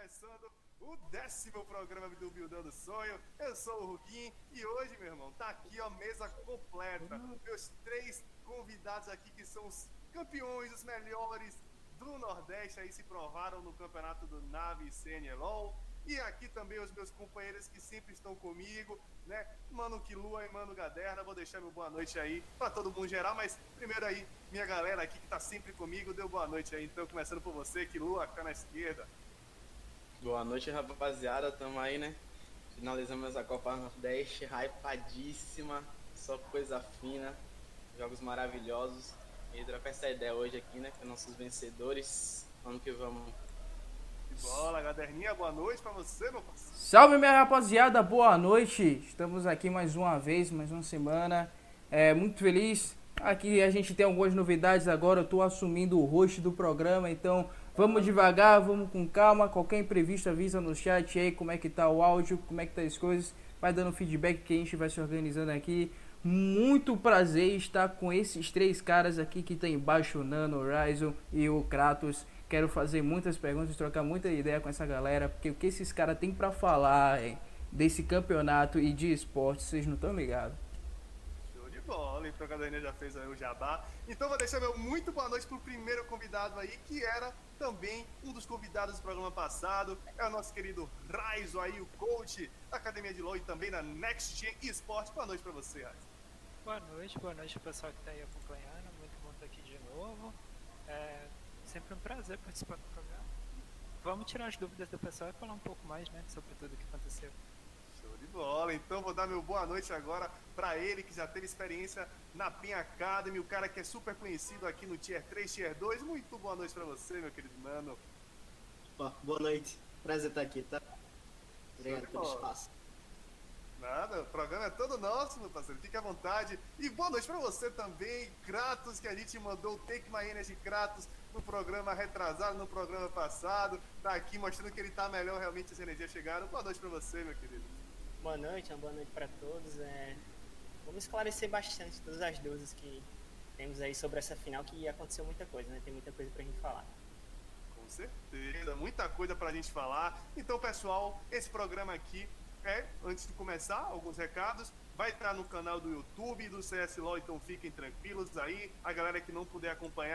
começando o 10º programa do Buildando Sonho. Eu sou o Ruguinho e hoje, meu irmão, tá aqui a mesa completa. Meus 3 convidados aqui que são os campeões, os melhores do Nordeste, aí se provaram no campeonato do Nave CNLOL. E aqui também os meus companheiros que sempre estão comigo, né? Mano Quilua e Mano Gaderna. Vou deixar meu boa noite aí pra todo mundo geral, mas primeiro aí, minha galera aqui que tá sempre comigo, deu boa noite aí. Então, começando por você, Quilua, cá na esquerda. Boa noite, rapaziada. Tamo aí, né? Finalizamos a Copa Nordeste, hypadíssima, só coisa fina, jogos maravilhosos. E trocar essa ideia hoje aqui, né? Com nossos vencedores. Vamos que vamos. Que bola, Gaderninha, boa noite pra você, meu parceiro. Salve, minha rapaziada, boa noite. Estamos aqui mais uma vez, mais uma semana. Muito feliz. Aqui a gente tem algumas novidades agora. Eu tô assumindo o host do programa, então vamos devagar, vamos com calma. Qualquer imprevisto avisa no chat aí como é que tá o áudio, como é que tá as coisas. Vai dando feedback que a gente vai se organizando aqui. Muito prazer estar com esses 3 caras aqui que tá embaixo, o Nano, o Ryzen e o Kratos. Quero fazer muitas perguntas, trocar muita ideia com essa galera, porque o que esses caras têm pra falar desse campeonato e de esporte, vocês não estão ligados. Show de bola, então a Gaderninha já fez aí o jabá. Então vou deixar meu muito boa noite pro primeiro convidado aí, que era também um dos convidados do programa passado. É o nosso querido Raizo aí, o coach da Academia de LoL e também da Next Gen Esporte. Boa noite pra você, Raizo. Boa noite pro pessoal que está aí acompanhando. Muito bom estar aqui de novo. Sempre um prazer participar do programa. Vamos tirar as dúvidas do pessoal e falar um pouco mais, né, sobre tudo o que aconteceu. Show de bola, então vou dar meu boa noite agora pra ele que já teve experiência na PEN Academy, o cara que é super conhecido aqui no Tier 3, Tier 2. Muito boa noite pra você, meu querido Nano. Boa noite, prazer estar aqui, tá? Obrigado pelo espaço. Nada, o programa é todo nosso, meu parceiro, fique à vontade. E boa noite pra você também, Kratos, que a gente mandou o Take My Energy Kratos no programa retrasado, no programa passado. Tá aqui mostrando que ele tá melhor, realmente as energias chegaram. Boa noite pra você, meu querido. Boa noite, uma boa noite para todos. Vamos esclarecer bastante todas as dúvidas que temos aí sobre essa final, que aconteceu muita coisa, né? Tem muita coisa pra gente falar. Com certeza, muita coisa pra gente falar. Então, pessoal, esse programa aqui antes de começar, alguns recados. Vai estar no canal do YouTube do CSLOL, então fiquem tranquilos aí. A galera que não puder acompanhar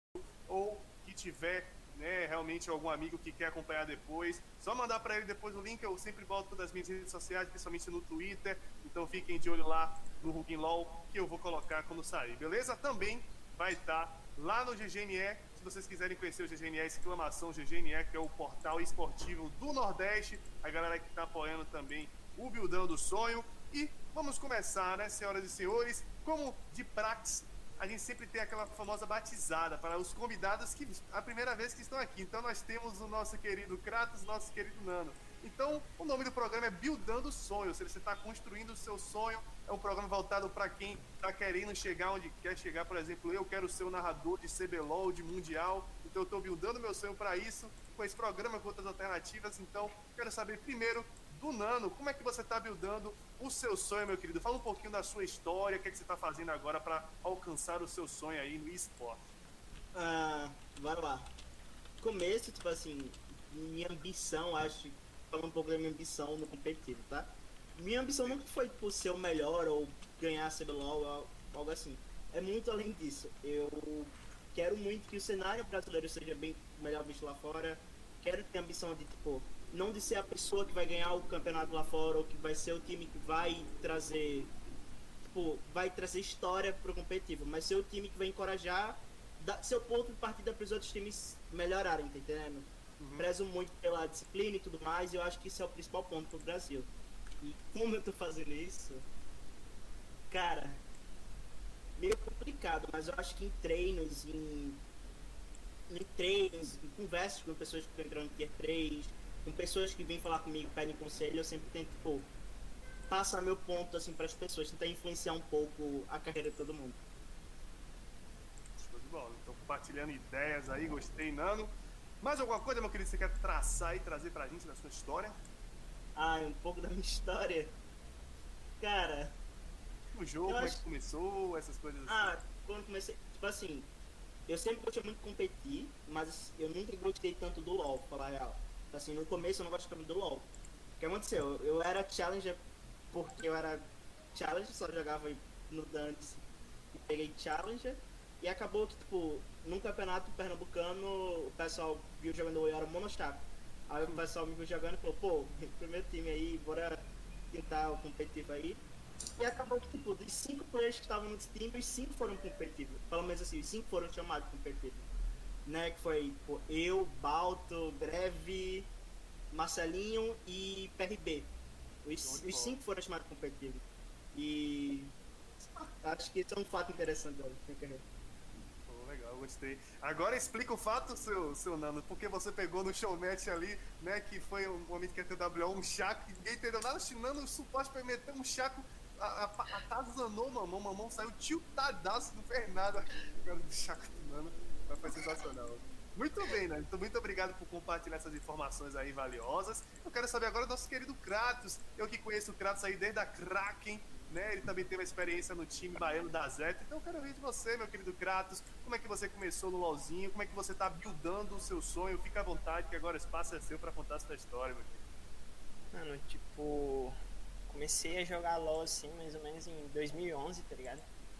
ou que tiver, né, realmente algum amigo que quer acompanhar depois, só mandar para ele depois o link. Eu sempre boto das minhas redes sociais, principalmente no Twitter. Então fiquem de olho lá no Ruguin LOL, que eu vou colocar quando sair, beleza? Também vai estar lá no GGNE. Se vocês quiserem conhecer o GGNE, exclamação GGNE, que é o portal esportivo do Nordeste, a galera que está apoiando também o Buildão do Sonho. E vamos começar, né, senhoras e senhores? Como de praxe, a gente sempre tem aquela famosa batizada para os convidados que a primeira vez que estão aqui. Então nós temos o nosso querido Kratos, nosso querido Nano. Então o nome do programa é Buildando Sonho, ou seja, você está construindo o seu sonho. É um programa voltado para quem está querendo chegar onde quer chegar. Por exemplo, eu quero ser o narrador de CBLOL, de Mundial, então eu estou buildando meu sonho para isso, com esse programa, com outras alternativas. Então quero saber primeiro do Nano, como é que você está buildando o seu sonho, meu querido? Fala um pouquinho da sua história, o que é que você está fazendo agora para alcançar o seu sonho aí no esporte. Vamos lá. Começo, tipo assim, minha ambição, acho, falando um pouco da minha ambição no competitivo, tá? Minha ambição nunca foi por ser o melhor ou ganhar CBLOL ou algo assim. É muito além disso. Eu quero muito que o cenário brasileiro seja bem melhor visto lá fora. Quero ter a ambição de, tipo, não de ser a pessoa que vai ganhar o campeonato lá fora ou que vai ser o time que vai trazer, tipo, vai trazer história pro competitivo, mas ser o time que vai encorajar, ser o ponto de partida para os outros times melhorarem, tá entendendo? Prezo muito pela disciplina e tudo mais, e eu acho que isso é o principal ponto pro Brasil. E como eu tô fazendo isso, cara, meio complicado, mas eu acho que em treinos, em conversas com pessoas que estão entrando no Tier 3, com pessoas que vêm falar comigo, pedem conselho, eu sempre tento, tipo, passar meu ponto, assim, para as pessoas, tentar influenciar um pouco a carreira de todo mundo. Show de bola. Então, compartilhando ideias aí, gostei, Nano. Mais alguma coisa, meu querido, que você quer traçar e trazer pra gente da sua história? Um pouco da minha história. Cara, O jogo, como é que começou, essas coisas assim. Quando comecei, tipo assim, eu sempre gostei muito de competir, mas eu nunca gostei tanto do LoL, pra falar a real. Assim, no começo eu não gostava do LoL. O que aconteceu? Eu era Challenger porque eu era Challenger, só jogava no Dantes e peguei Challenger. E acabou que, tipo, num campeonato pernambucano, o pessoal viu jogando eu era monochaco. Aí o pessoal me viu jogando e falou, pô, primeiro time aí, bora tentar o competitivo aí. E acabou que, tipo, dos 5 players que estavam no time, os 5 foram competitivos. Pelo menos assim, os 5 foram chamados competitivos. Né, que foi pô, eu, Balto, Greve, Marcelinho e PRB. Os 5 foram chamados competitivos. E acho que isso é um fato interessante da carreira. Legal, gostei. Agora explica o fato, seu Nando, porque você pegou no showmatch ali, né, que foi um momento que a TWO, um chaco, que ninguém entendeu nada, o Nando suposto pra meter um chaco, atazanou o mamão saiu tiltadaço, não fez nada do chaco do Nando, mas foi sensacional. Muito bem, né? Então, muito obrigado por compartilhar essas informações aí valiosas. Eu quero saber agora do nosso querido Kratos. Eu que conheço o Kratos aí desde a Kraken, né? Ele também tem uma experiência no time baiano da Zeta. Então eu quero ouvir de você, meu querido Kratos. Como é que você começou no LoLzinho? Como é que você tá buildando o seu sonho? Fica à vontade, que agora o espaço é seu pra contar a sua história, meu querido. Mano, tipo, comecei a jogar LoL assim, mais ou menos em 2011, tá ligado?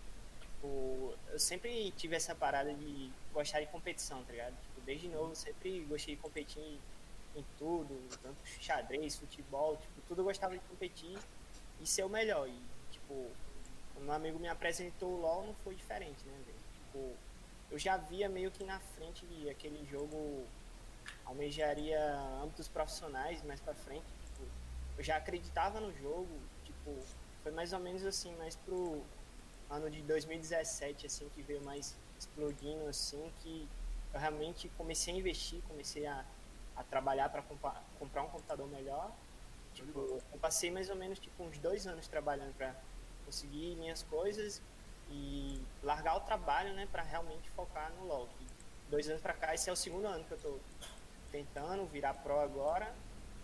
Tipo, eu sempre tive essa parada de gostar de competição, tá ligado? Tipo, desde novo eu sempre gostei de competir em tudo, tanto xadrez, futebol, tipo, tudo eu gostava de competir e ser o melhor. E, tipo, quando um amigo me apresentou o LoL não foi diferente, né, velho? Tipo, eu já via meio que na frente de aquele jogo almejaria âmbitos profissionais mais pra frente, tipo, eu já acreditava no jogo, tipo, foi mais ou menos assim, mais pro ano de 2017, assim, que veio mais explodindo, assim, que eu realmente comecei a investir, comecei a trabalhar para comprar um computador melhor. Tipo, eu passei mais ou menos tipo uns 2 anos trabalhando para conseguir minhas coisas e largar o trabalho, né, para realmente focar no LoL. E 2 anos para cá, esse é o 2º ano que eu tô tentando virar pro agora.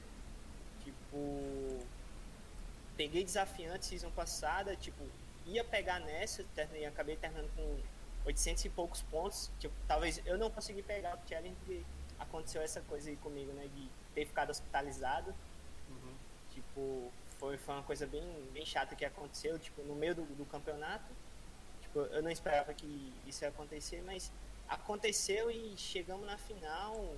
Tipo, peguei desafiante season passada, tipo, ia pegar nessa, acabei terminando com 800 e poucos pontos. Tipo, talvez eu não consegui pegar o challenge porque aconteceu essa coisa aí comigo, né, de ter ficado hospitalizado. Tipo, foi uma coisa bem chata que aconteceu, tipo, no meio do campeonato. Tipo, eu não esperava que isso ia acontecer, mas aconteceu e chegamos na final.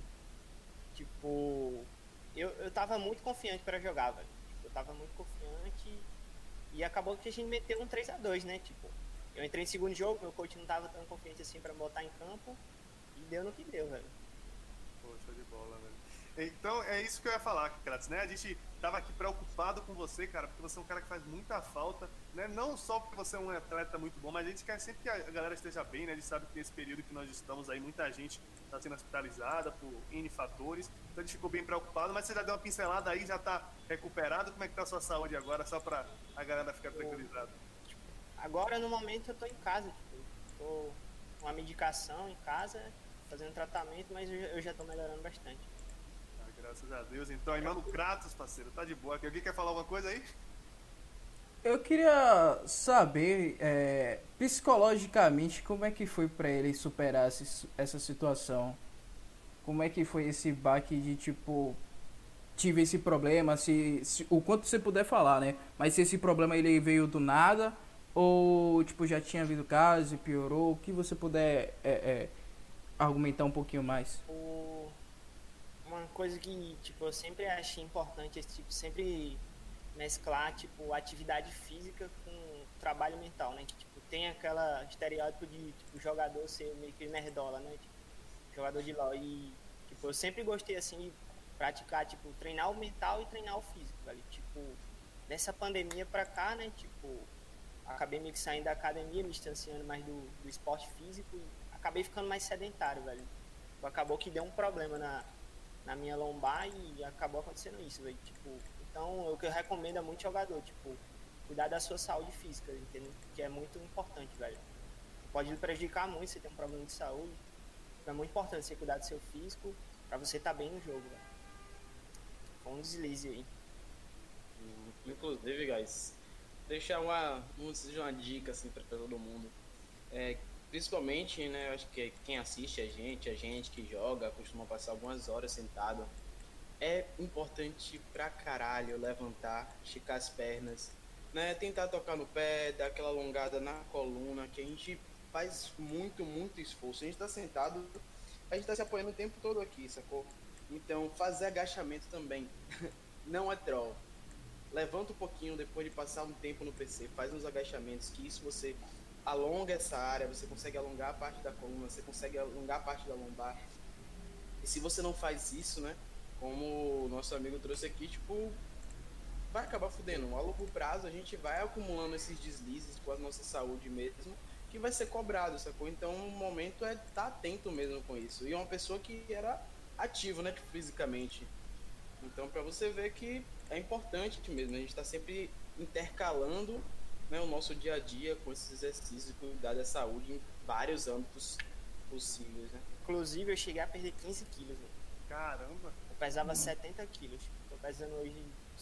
Tipo, eu tava muito confiante para jogar, velho. Tipo, eu tava muito confiante e acabou que a gente meteu um 3-2, né? Tipo, eu entrei em segundo jogo, meu coach não tava tão confiante assim para botar em campo e deu no que deu, velho. Poxa, de bola, velho. Então é isso que eu ia falar, Kratos, né? A gente tava aqui preocupado com você, cara, porque você é um cara que faz muita falta, né? Não só porque você é um atleta muito bom, mas a gente quer sempre que a galera esteja bem, né? A gente sabe que nesse período que nós estamos aí, muita gente está sendo hospitalizada por N fatores, então a gente ficou bem preocupado, mas você já deu uma pincelada aí, já tá recuperado? Como é que tá a sua saúde agora, só pra a galera ficar tranquilizada? Agora, no momento, eu tô em casa, tipo, tô com uma medicação em casa, fazendo tratamento, mas eu já tô melhorando bastante. Graças a Deus. Então, aí, mano, Kratos, parceiro, tá de boa. Alguém quer falar alguma coisa aí? Eu queria saber, psicologicamente, como é que foi pra ele superar essa situação? Como é que foi esse baque de, tipo, tive esse problema, se o quanto você puder falar, né? Mas se esse problema ele veio do nada, ou, tipo, já tinha havido caso e piorou, o que você puder argumentar um pouquinho mais? Uma coisa que, tipo, eu sempre achei importante, tipo, sempre mesclar, tipo, atividade física com trabalho mental, né? Que, tipo, tem aquela estereótipo de, tipo, jogador ser meio que nerdola, né? Tipo, jogador de LoL. E, tipo, eu sempre gostei, assim, de praticar, tipo, treinar o mental e treinar o físico, velho. Tipo, nessa pandemia pra cá, né? Tipo, acabei meio que saindo da academia, me distanciando mais do esporte físico e acabei ficando mais sedentário, velho. Tipo, acabou que deu um problema na minha lombar e acabou acontecendo isso, velho. Tipo, então, o que eu recomendo a muito jogador, tipo, cuidar da sua saúde física, entendeu? Que é muito importante, velho. Pode lhe prejudicar muito se tem um problema de saúde. É muito importante você cuidar do seu físico pra você estar bem no jogo, velho. Foi um deslize aí. Inclusive, guys, deixar uma dica assim para todo mundo. Principalmente, né, eu acho que quem assiste a gente que joga, costuma passar algumas horas sentado. é importante pra caralho levantar, esticar as pernas, né? Tentar tocar no pé, dar aquela alongada na coluna, que a gente faz muito esforço. A gente tá sentado, a gente tá se apoiando o tempo todo aqui, sacou? Então, fazer agachamento também não é troll. Levanta um pouquinho depois de passar um tempo no PC, faz uns agachamentos, que isso você alonga essa área, você consegue alongar a parte da coluna, você consegue alongar a parte da lombar. E se você não faz isso, né, como o nosso amigo trouxe aqui, tipo, vai acabar fudendo. A longo prazo a gente vai acumulando esses deslizes com a nossa saúde mesmo, que vai ser cobrado, sacou? Então o momento é estar atento mesmo com isso. E é uma pessoa que era ativa, né, tipo, fisicamente. Então, para você ver que é importante mesmo, a gente está sempre intercalando, né, o nosso dia a dia com esses exercícios e cuidar da saúde em vários âmbitos possíveis, né? Inclusive, eu cheguei a perder 15 quilos, velho. Caramba. Eu pesava 70 quilos. Tô pesando hoje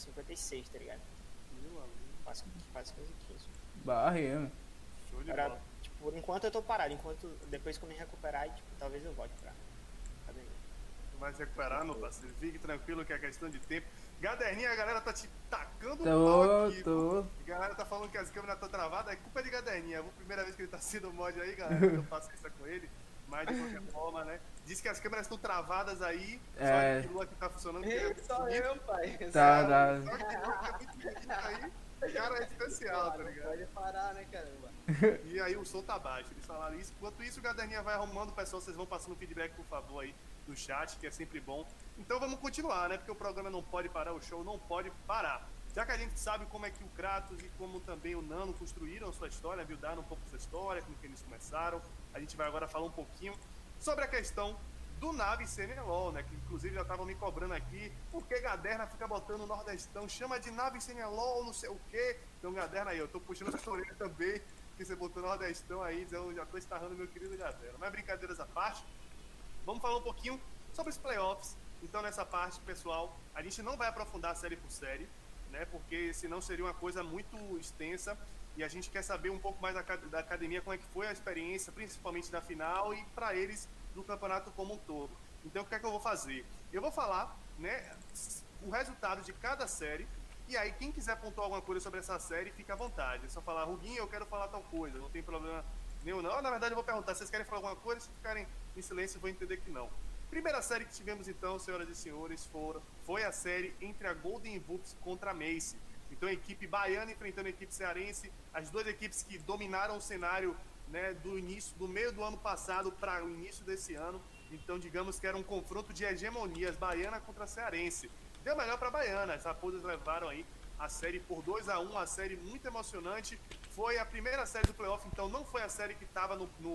56, tá ligado? Meu amigo. Quase 15 quilos. Barreira. Show de Agora, bola. tipo, por enquanto eu tô parado. Depois que eu me recuperar, tipo, talvez eu volte pra academia. Vai se recuperar, meu parceiro. Fique tranquilo que é questão de tempo. Gaderninha, a galera tá te tacando pau aqui. Tô. A galera tá falando que as câmeras estão travadas. É culpa de Gaderninha. É a primeira vez que ele tá sendo mod aí, galera. Eu faço isso com ele. Mas de qualquer forma, né? Diz que as câmeras estão travadas aí. É. Só que o aqui tá funcionando. porque ele é muito Só bonito. eu, pai. Tá. Só que o Lua é muito bonito aí. O cara é especial, tá ligado? Pode parar, né, caramba? E aí o som tá baixo, eles falaram isso. Enquanto isso, o Gaderninha vai arrumando o pessoal, vocês vão passando feedback, por favor, aí no chat, que é sempre bom. Então vamos continuar, né? Porque o programa não pode parar, o show não pode parar. Já que a gente sabe como é que o Kratos e como também o Nano construíram sua história, buildaram um pouco sua história, como que eles começaram, a gente vai agora falar um pouquinho sobre a questão do Nave CNLOL, né? Que inclusive já estavam me cobrando aqui, porque Gaderna fica botando o Nordestão, chama de Nave CNLOL, não sei o quê. Então, Gaderna aí, eu tô puxando essa orelha também, que você botou Nordestão aí, eu já tô estarrando meu querido Gaderna. Mas brincadeiras à parte, vamos falar um pouquinho sobre os playoffs. Então, nessa parte, pessoal, a gente não vai aprofundar série por série, né? Porque senão seria uma coisa muito extensa. E a gente quer saber um pouco mais da academia, como é que foi a experiência, principalmente da final e para eles do campeonato como um todo. Então, o que é que eu vou fazer? Eu vou falar, né, o resultado de cada série. E aí, quem quiser pontuar alguma coisa sobre essa série, fica à vontade. É só falar, Ruguinho, eu quero falar tal coisa. Não tem problema nenhum, não. Na verdade, eu vou perguntar, vocês querem falar alguma coisa? Se ficarem em silêncio, eu vou entender que não. Primeira série que tivemos, então, senhoras e senhores, foi a série entre a Golden Vulpes contra a Mace. Então, a equipe baiana enfrentando a equipe cearense, as duas equipes que dominaram o cenário, né, do meio do ano passado para o início desse ano. Então, digamos que era um confronto de hegemonias, baiana contra cearense. Deu melhor para a baiana, as raposas levaram aí a série por 2-1, a série muito emocionante. Foi a primeira série do playoff, então não foi a série que estava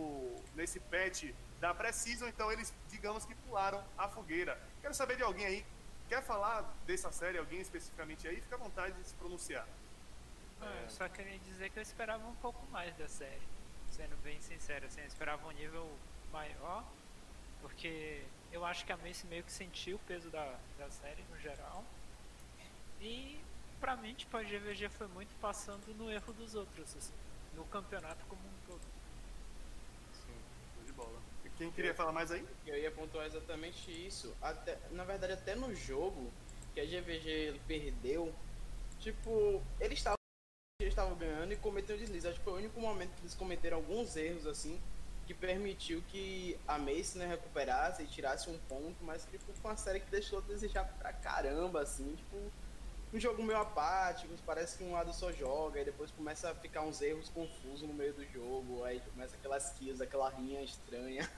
nesse patch da Precision, então eles, digamos que pularam a fogueira. Quero saber de alguém aí, quer falar dessa série, alguém especificamente aí? Fica à vontade de se pronunciar. Eu só queria dizer que eu esperava um pouco mais da série, sendo bem sincero, assim, eu esperava um nível maior, porque eu acho que a Mace meio que sentiu o peso da série no geral, e pra mim, tipo, a GVG foi muito passando no erro dos outros, assim, no campeonato como um todo. Sim, show de bola. E quem queria falar mais aí? Eu ia pontuar exatamente isso. Na verdade, até no jogo que a GVG perdeu, tipo, eles estavam ganhando e cometeram deslize. Acho que foi o único momento que eles cometeram alguns erros, assim, que permitiu que a Mace, né, recuperasse e tirasse um ponto, mas tipo, foi uma série que deixou a desejar pra caramba, assim, tipo, um jogo meio apático, parece que um lado só joga, e depois começa a ficar uns erros confusos no meio do jogo, aí começa aquelas kills, aquela rinha estranha.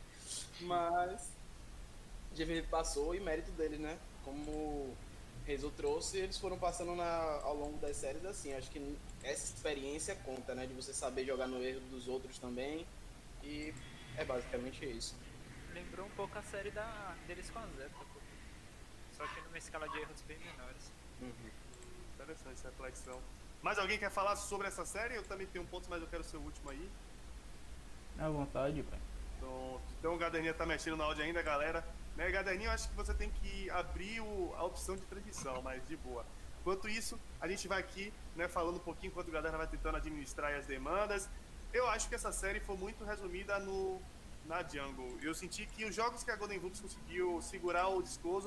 Mas a GVG passou e mérito deles, né? Como Rezo trouxe, eles foram passando ao longo das séries assim. Acho que essa experiência conta, né? De você saber jogar no erro dos outros também. E é basicamente isso. Lembrou um pouco a série deles com a Zeta, só que numa escala de erros bem menores. Interessante essa reflexão. Mais alguém quer falar sobre essa série? Eu também tenho um ponto, mas eu quero ser o último aí. À vontade, pai. Pronto. Então o Gaderninha tá mexendo no áudio ainda, galera. Né, Gaderninha, eu acho que você tem que abrir a opção de transmissão, mas de boa. Enquanto isso, a gente vai aqui, né, falando um pouquinho enquanto o Gaderna vai tentando administrar as demandas. Eu acho que essa série foi muito resumida na Jungle. Eu senti que os jogos que a Golden Vulpes conseguiu segurar o Disclosure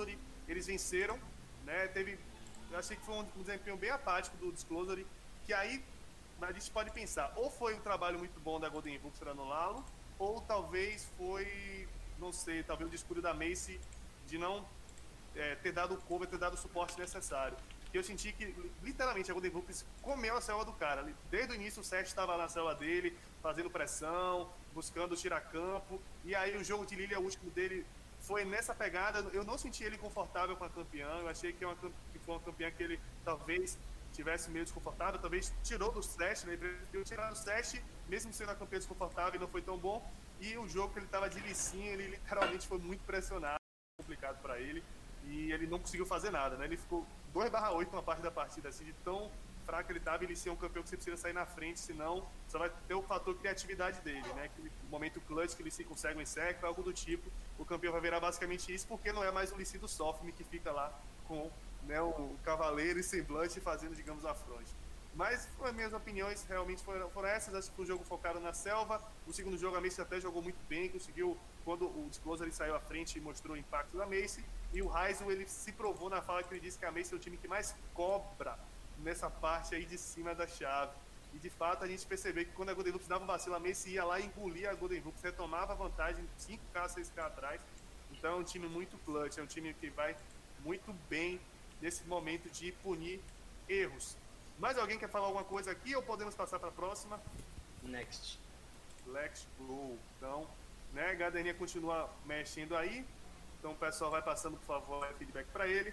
eles venceram, né? Eu achei que foi um desempenho bem apático do Disclosure, que aí a gente pode pensar, ou foi um trabalho muito bom da Golden Books para anulá-lo, ou talvez foi, não sei, talvez o descuido da Macy de não ter dado o cover, ter dado o suporte necessário. Eu senti que, literalmente, a Golden Books comeu a selva do cara. Desde o início, o Seth estava na selva dele, fazendo pressão, buscando tirar campo. E aí, o jogo de Lilia, o último dele, foi nessa pegada. Eu não senti ele confortável com a campeã. Eu achei que foi uma campeã que ele, talvez, tivesse meio desconfortável. Talvez tirou do Seth, né? Ele preferiu tirar do Seth, mesmo sendo a campeã desconfortável, e não foi tão bom. E o jogo que ele estava de licinho, ele literalmente foi muito pressionado, complicado para ele. E ele não conseguiu fazer nada, né? Ele ficou 2/8 uma parte da partida, assim, de tão fraco ele estava. Ele ser um campeão que você precisa sair na frente, senão só vai ter o fator criatividade dele, né? Aquele momento clutch que ele se consegue um insect, algo do tipo. O campeão vai virar basicamente isso, porque não é mais o Lee Sin do Softme que fica lá com, né, o cavaleiro e semblante fazendo, digamos, a fronte. Mas as minhas opiniões realmente foram essas. Acho que o jogo focado na selva. O segundo jogo a Macy até jogou muito bem, conseguiu, quando o Disclosure ele saiu à frente e mostrou o impacto da Macy. E o Ryzen, ele se provou na fala que ele disse que a Macy é o time que mais cobra nessa parte aí de cima da chave. E de fato a gente percebeu que quando a Golden Loops dava um vacilo, a Macy ia lá e engolia a Golden Loops, retomava a vantagem 5k, 6k atrás. Então é um time muito clutch, é um time que vai muito bem nesse momento de punir erros. Mais alguém quer falar alguma coisa aqui ou podemos passar para a próxima? Next. Let's go. Então, né, Gaderninha continua mexendo aí. Então o pessoal vai passando, por favor, feedback para ele.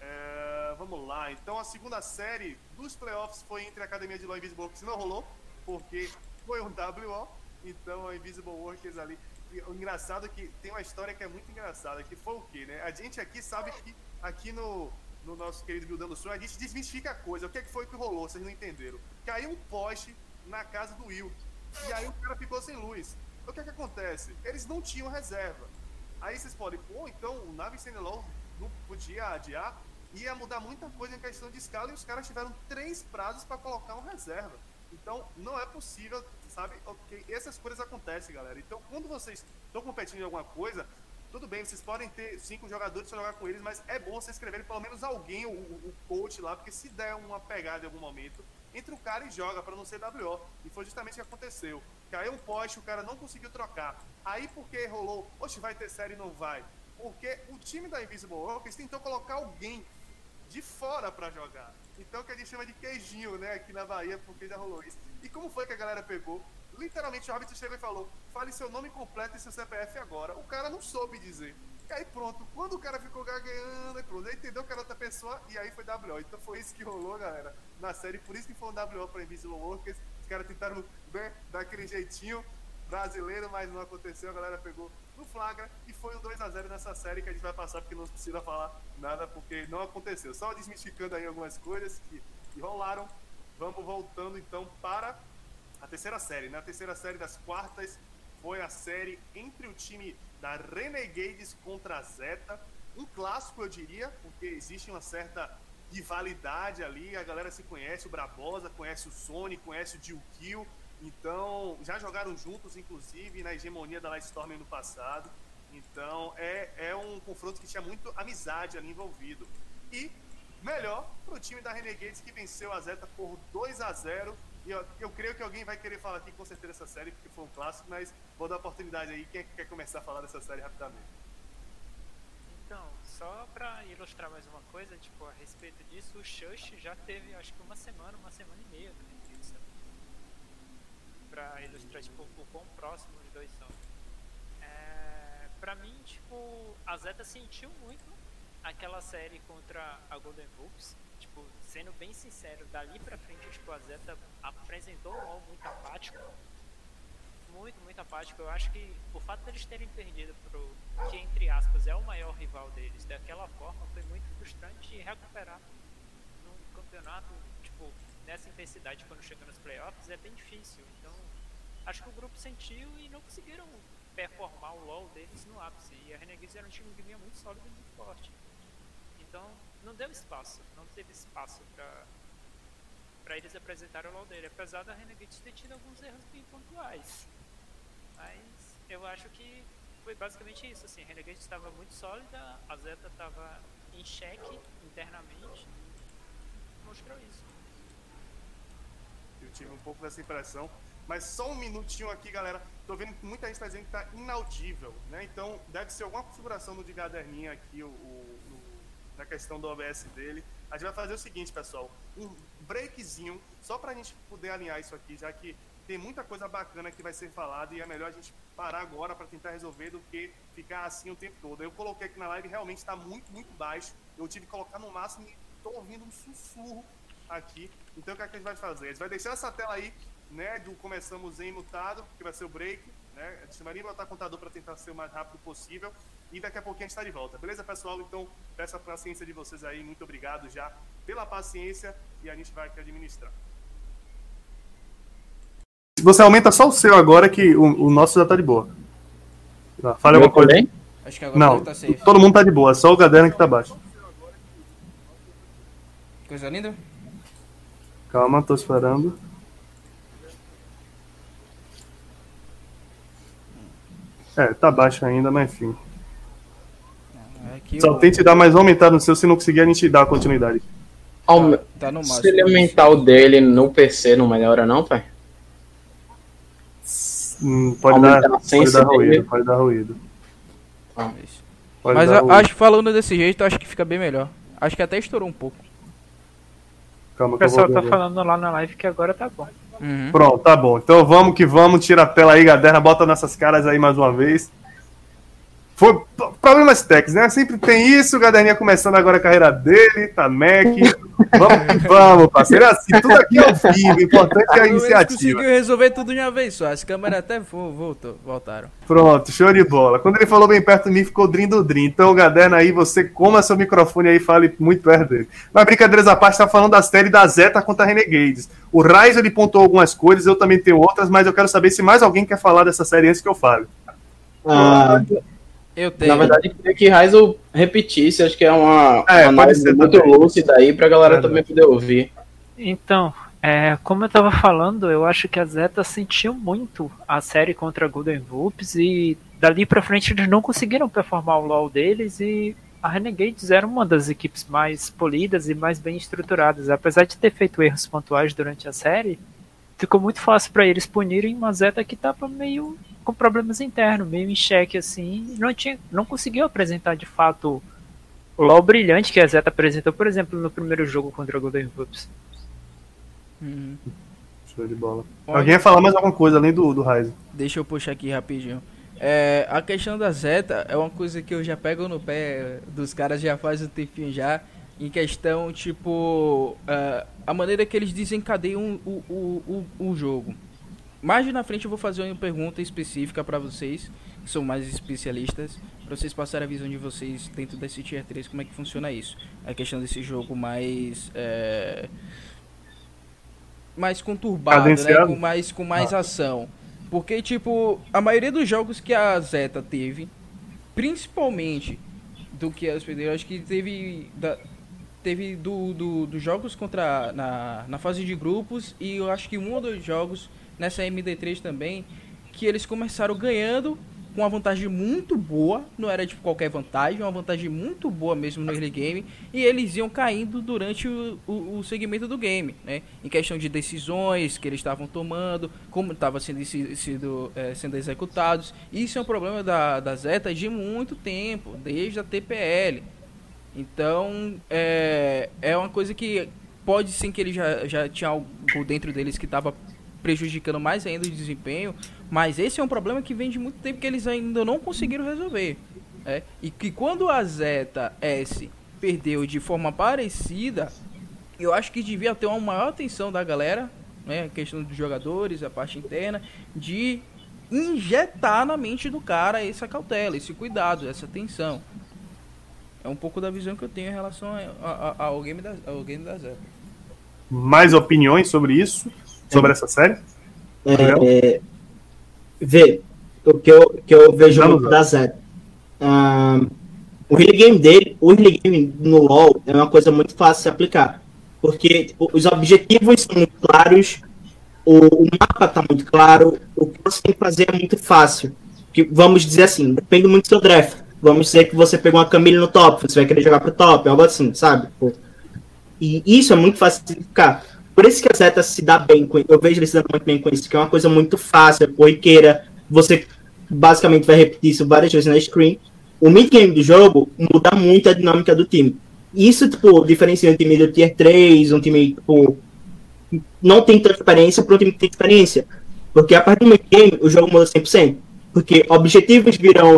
Vamos lá. Então a segunda série dos playoffs foi entre a Academia de Law e Invisible Workers. Não rolou, porque foi um WO. Então a Invisible Workers ali. O engraçado é que tem uma história que é muito engraçada, que foi o quê, né? A gente aqui sabe que aqui no nosso querido Buildando Sonho, a gente desmistifica a coisa. O que foi que rolou? Vocês não entenderam. Caiu um poste na casa do Will. E aí o cara ficou sem luz. O que acontece? Eles não tinham reserva. Aí vocês podem, então o Na'Vi Senelol não podia adiar, ia mudar muita coisa em questão de escala, e os caras tiveram 3 prazos para colocar um reserva. Então não é possível, sabe? Ok, essas coisas acontecem, galera. Então quando vocês estão competindo em alguma coisa, tudo bem, vocês podem ter 5 jogadores para jogar com eles, mas é bom vocês escreverem pelo menos alguém, o coach lá, porque se der uma pegada em algum momento, entra o cara e joga para não ser WO. E foi justamente o que aconteceu. Caiu um poste, o cara não conseguiu trocar. Aí porque rolou, oxe, vai ter série e não vai? Porque o time da Invisible Workers tentou colocar alguém de fora para jogar. Então que a gente chama de queijinho, né, aqui na Bahia, porque já rolou isso. E como foi que a galera pegou? Literalmente o árbitro chegou e falou: fale seu nome completo e seu CPF agora. O cara não soube dizer. E aí pronto, quando o cara ficou gagueando, pronto, ele entendeu que era outra pessoa e aí foi WO. Então foi isso que rolou, galera, na série. Por isso que foi um WO para Invisible Workers. Os caras tentaram, né, dar aquele jeitinho brasileiro, mas não aconteceu. A galera pegou no flagra e foi um 2-0 nessa série que a gente vai passar porque não precisa falar nada, porque não aconteceu. Só desmistificando aí algumas coisas que rolaram. Vamos voltando então para a terceira série, né? A terceira série das quartas foi a série entre o time da Renegades contra a Zeta. Um clássico, eu diria, porque existe uma certa rivalidade ali. A galera se conhece, o Brabosa conhece o Sony, conhece o Jill Kill. Então, já jogaram juntos, inclusive, na hegemonia da Lightstorm no passado. Então, é um confronto que tinha muito amizade ali envolvido. E melhor pro time da Renegades, que venceu a Zeta por 2-0. E eu creio que alguém vai querer falar aqui com certeza dessa série, porque foi um clássico, mas vou dar a oportunidade aí. Quem é que quer começar a falar dessa série rapidamente? Então, só pra ilustrar mais uma coisa, tipo, a respeito disso, o Shush já teve, acho que uma semana e meia também, sabe? Pra ilustrar, tipo, o quão próximo os dois são. Pra mim, tipo, a Zeta sentiu muito aquela série contra a Golden Books. Tipo, sendo bem sincero, dali pra frente, tipo, a Zeta apresentou um LoL muito apático. Muito apático. Eu acho que o fato deles terem perdido pro que, entre aspas, é o maior rival deles, daquela forma, foi muito frustrante. E recuperar num campeonato, tipo, nessa intensidade quando chega nos playoffs é bem difícil. Então, acho que o grupo sentiu e não conseguiram performar o LoL deles no ápice. E a Renegades era um time que vinha muito sólido e muito forte. Então, não deu espaço, não teve espaço pra eles apresentarem o LoL dele, apesar da Renegades ter tido alguns erros bem pontuais. Mas eu acho que foi basicamente isso, assim, a Renegades estava muito sólida, a Zeta estava em xeque internamente, mostrou isso. Eu tive um pouco dessa impressão. Mas só um minutinho aqui, galera. Tô vendo que muita gente está dizendo que tá inaudível, né? Então, deve ser alguma configuração no de caderninho aqui, na questão do OBS dele. A gente vai fazer o seguinte, pessoal. Um breakzinho, só pra gente poder alinhar isso aqui, já que tem muita coisa bacana que vai ser falada e é melhor a gente parar agora para tentar resolver do que ficar assim o tempo todo. Eu coloquei aqui na live, realmente está muito, muito baixo. Eu tive que colocar no máximo e estou ouvindo um sussurro aqui. Então, o que é que a gente vai fazer? A gente vai deixar essa tela aí, né, do começamos em mutado, que vai ser o break, né? A gente vai nem botar contador para tentar ser o mais rápido possível. E daqui a pouquinho a gente está de volta. Beleza, pessoal? Então, peço a paciência de vocês aí. Muito obrigado já pela paciência e a gente vai aqui administrar. Você aumenta só o seu agora que o nosso já tá de boa. Fala alguma coisa. Também? Acho que agora não, tá safe. Todo mundo tá de boa, só o Gaderna que tá baixo. Coisa linda. Calma, tô esperando. Tá baixo ainda, mas enfim. Aqui Só tente dar mais aumentado no seu, se não conseguir a gente dá a continuidade. tá no máximo. Se ele aumentar o dele no PC, não melhora não, pai? Pode dar dele. Pode dar ruído. Isso. Pode Mas dar ruído. acho que falando desse jeito, acho que fica bem melhor. Acho que até estourou um pouco. Calma, O que eu pessoal vou tá ver. falando lá na live que agora tá bom. Uhum. Pronto, tá bom. Então vamos que vamos, tira a tela aí, Gaderna, bota nessas caras aí mais uma vez. Foi problemas técnicos, né? Sempre tem isso, o Gaderninha começando agora a carreira dele, tá Mac. Vamos que vamos, parceiro. É assim, tudo aqui é ao vivo, o importante é a Ele iniciativa. conseguiu resolver tudo de uma vez só. As câmeras até voltaram. Pronto, show de bola. Quando ele falou bem perto de mim, ficou drim do drim. Então, Gaderna aí, você coma seu microfone aí e fale muito perto dele. Mas brincadeiras à parte, tá falando da série da Zeta contra a Renegades. O Rise, ele pontuou algumas coisas, eu também tenho outras, mas eu quero saber se mais alguém quer falar dessa série antes que eu fale. Eu tenho. Na verdade, eu queria que Raizo repetisse, acho que é uma pode análise ser muito também. lúcida aí pra galera também poder ouvir. Então, como eu tava falando, eu acho que a Zeta sentiu muito a série contra a Golden Vulpes e dali pra frente eles não conseguiram performar o LoL deles e a Renegades era uma das equipes mais polidas e mais bem estruturadas. Apesar de ter feito erros pontuais durante a série, ficou muito fácil pra eles punirem uma Zeta que tava meio com problemas internos, meio em xeque assim, não conseguiu apresentar de fato o LoL brilhante que a Zeta apresentou, por exemplo, no primeiro jogo contra a Golden Vulpes. Uhum. Show de bola. Alguém ia falar mais alguma coisa além do Rise? Deixa eu puxar aqui rapidinho. A questão da Zeta é uma coisa que eu já pego no pé dos caras já faz um tempinho já. Em questão, tipo, a maneira que eles desencadeiam o jogo. Mais na frente eu vou fazer uma pergunta específica para vocês, que são mais especialistas, para vocês passarem a visão de vocês dentro desse Tier 3, como é que funciona isso. A questão desse jogo mais conturbado, né? com mais ação. Porque, tipo, a maioria dos jogos que a Zeta teve, principalmente do que elas perderam, acho que teve dos jogos contra na fase de grupos, e eu acho que um ou dois jogos nessa MD3 também, que eles começaram ganhando com uma vantagem muito boa, não era tipo qualquer vantagem, uma vantagem muito boa mesmo no early game, e eles iam caindo durante o segmento do game, né? Em questão de decisões que eles estavam tomando, como estavam sendo executados. Isso é um problema da Zeta de muito tempo, desde a TPL. Então, é uma coisa que pode sim que ele já tinha algo dentro deles que estava prejudicando mais ainda o desempenho, mas esse é um problema que vem de muito tempo que eles ainda não conseguiram resolver. E que quando a Zeta S perdeu de forma parecida, eu acho que devia ter uma maior atenção da galera, né, a questão dos jogadores, a parte interna, de injetar na mente do cara essa cautela, esse cuidado, essa atenção. É um pouco da visão que eu tenho em relação ao game da Zeta. Mais opiniões sobre isso? Sobre essa série? Vê, o que eu vejo muito da Zeta. O early game no LoL é uma coisa muito fácil de aplicar. Porque os objetivos são muito claros, o mapa está muito claro, o que você tem que fazer é muito fácil. Que, vamos dizer assim, depende muito do seu draft. vamos dizer que você pegou uma Camille no top, você vai querer jogar pro top, algo assim, sabe? Pô. E isso é muito fácil de explicar. Por isso que a Zeta se dá bem com isso. Eu vejo ele se dando muito bem com isso, que é uma coisa muito fácil, é corriqueira. Você basicamente vai repetir isso várias vezes na screen. O mid-game do jogo muda muito a dinâmica do time. Isso, tipo, diferencia um time do Tier 3, um time, tipo, não tem tanta experiência para um time que tem experiência. Porque a partir do mid-game, o jogo muda 100%. Porque objetivos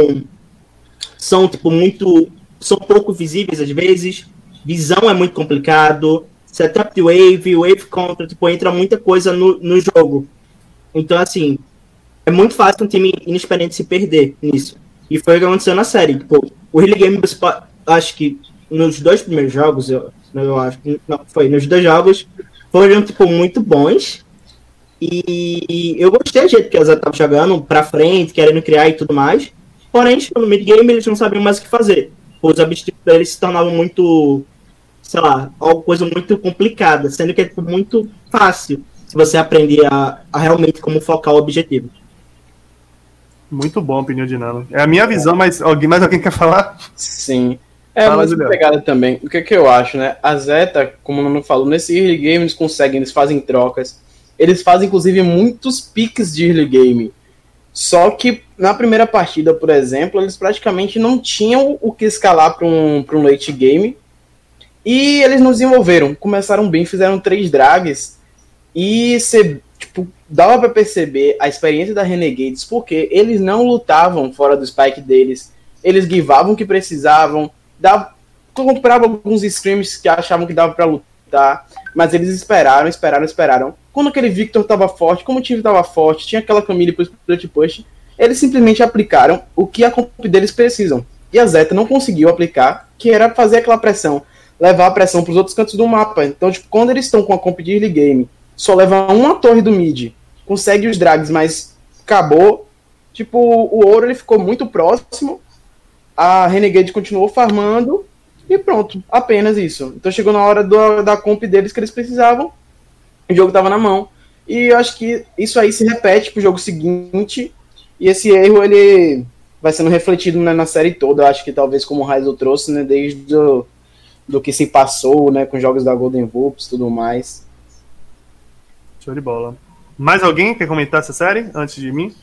são, tipo, são pouco visíveis às vezes. Visão é muito complicado. Setup de wave contra, tipo, entra muita coisa no jogo. Então, assim, é muito fácil um time inexperiente se perder nisso. E foi o que aconteceu na série. Tipo, o early game, acho que nos 2 primeiros jogos, eu acho, não, foi nos 2 jogos, foram, tipo, muito bons. E eu gostei do jeito que eles estavam jogando pra frente, querendo criar e tudo mais. Porém, no mid-game, eles não sabiam mais o que fazer. Os objetivos deles se tornavam muito, sei lá, alguma coisa muito complicada, sendo que é, tipo, muito fácil se você aprender a realmente como focar o objetivo. Muito bom a opinião de Nano. É a minha visão, mas mais alguém quer falar? Sim. Fala, Mas Julião. pegada também. O que eu acho, né? A Zeta, como o Nano falou, nesse early game eles fazem trocas. Eles fazem, inclusive, muitos picks de early game. Só que na primeira partida, por exemplo, eles praticamente não tinham o que escalar para um late game. E eles não desenvolveram. Começaram bem, fizeram 3 drags. E dava para perceber a experiência da Renegades, porque eles não lutavam fora do spike deles. Eles givavam o que precisavam. Compravam alguns scrims que achavam que dava para lutar. Mas eles esperaram. Quando aquele Victor estava forte, como o time estava forte, tinha aquela Camille pro split push, eles simplesmente aplicaram o que a comp deles precisam. E a Zeta não conseguiu aplicar, que era fazer aquela pressão, levar a pressão para os outros cantos do mapa. Então, tipo, quando eles estão com a comp de early game, só leva uma torre do mid, consegue os drags, mas acabou. Tipo, o ouro ele ficou muito próximo, a Renegade continuou farmando, e pronto, apenas isso. Então chegou na hora da comp deles que eles precisavam, o jogo tava na mão. E eu acho que isso aí se repete pro jogo seguinte, e esse erro ele vai sendo refletido, né, na série toda. Eu acho que talvez como o Raizo trouxe, né, desde do que se passou, né, com jogos da Golden Vulpes e tudo mais. Show de bola. Mais alguém quer comentar essa série antes de mim?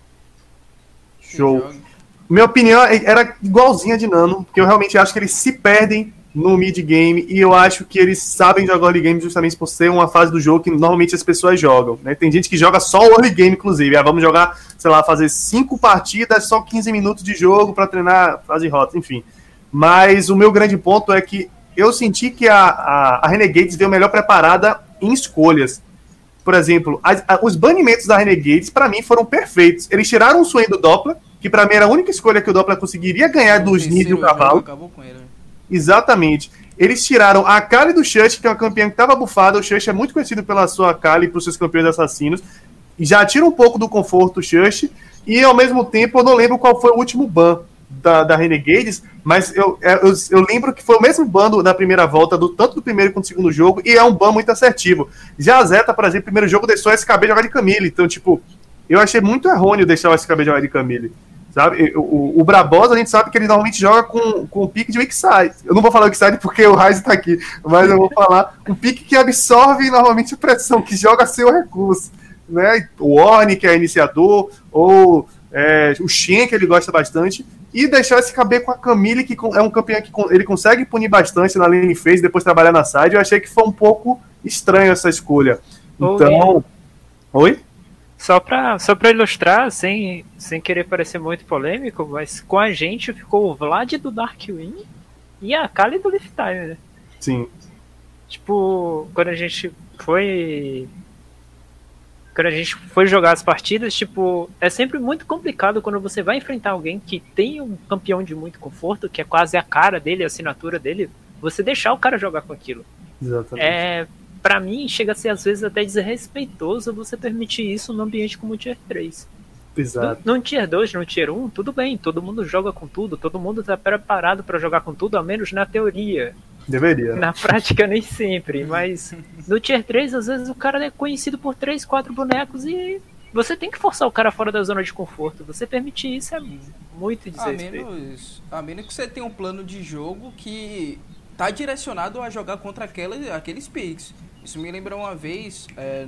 Show. Minha opinião era igualzinha de Nano, porque eu realmente acho que eles se perdem no mid-game, e eu acho que eles sabem jogar early game justamente por ser uma fase do jogo que normalmente as pessoas jogam, né? Tem gente que joga só o early game, inclusive. Vamos jogar, sei lá, fazer 5 partidas, só 15 minutos de jogo para treinar fase rota, enfim. Mas o meu grande ponto é que eu senti que a Renegades veio melhor preparada em escolhas. Por exemplo, os banimentos da Renegades, para mim, foram perfeitos. Eles tiraram o Swain do Doppler, que para mim era a única escolha que o Doppler conseguiria ganhar dos Nid e o Cavalo. Acabou com ele. Exatamente. Eles tiraram a Kali do Shush, que é uma campeã que estava bufada. O Shush é muito conhecido pela sua Kali e por seus campeões assassinos. E já tira um pouco do conforto do Shush. E, ao mesmo tempo, eu não lembro qual foi o último ban da Renegades, mas eu lembro que foi o mesmo ban da primeira volta, tanto do primeiro quanto do segundo jogo, e é um ban muito assertivo. Já a Zeta, por exemplo, no primeiro jogo deixou o SKB jogar de Camille. Então, tipo, eu achei muito errôneo deixar o SKB jogar de Camille. Sabe? O Brabosa, a gente sabe que ele normalmente joga com o pique de Wixside. Eu não vou falar Wixside porque o Ryze tá aqui, mas eu vou falar um pique que absorve normalmente a pressão, que joga seu recurso, né? O Ornn, que é iniciador, ou o Shen, que ele gosta bastante, e deixar esse KB com a Camille, que é um campeão que ele consegue punir bastante na lane phase, depois trabalhar na side. Eu achei que foi um pouco estranho essa escolha. Então... Oi? Só pra ilustrar, sem querer parecer muito polêmico, mas com a gente ficou o Vlad do Darkwing e a Kali do Lifetime, né? Sim. Tipo, quando a gente foi jogar as partidas, tipo, é sempre muito complicado quando você vai enfrentar alguém que tem um campeão de muito conforto, que é quase a cara dele, a assinatura dele, você deixar o cara jogar com aquilo. Exatamente. Pra mim, chega a ser às vezes até desrespeitoso você permitir isso num ambiente como o Tier 3. Exato. No Tier 2, no Tier 1, tudo bem, todo mundo joga com tudo, todo mundo tá preparado pra jogar com tudo, ao menos na teoria. Deveria. Na prática, nem sempre, mas no Tier 3, às vezes o cara é conhecido por 3, 4 bonecos e você tem que forçar o cara fora da zona de conforto. Você permitir isso é Muito A desrespeito. menos que você tenha um plano de jogo que tá direcionado a jogar contra aqueles picks. Isso me lembra uma vez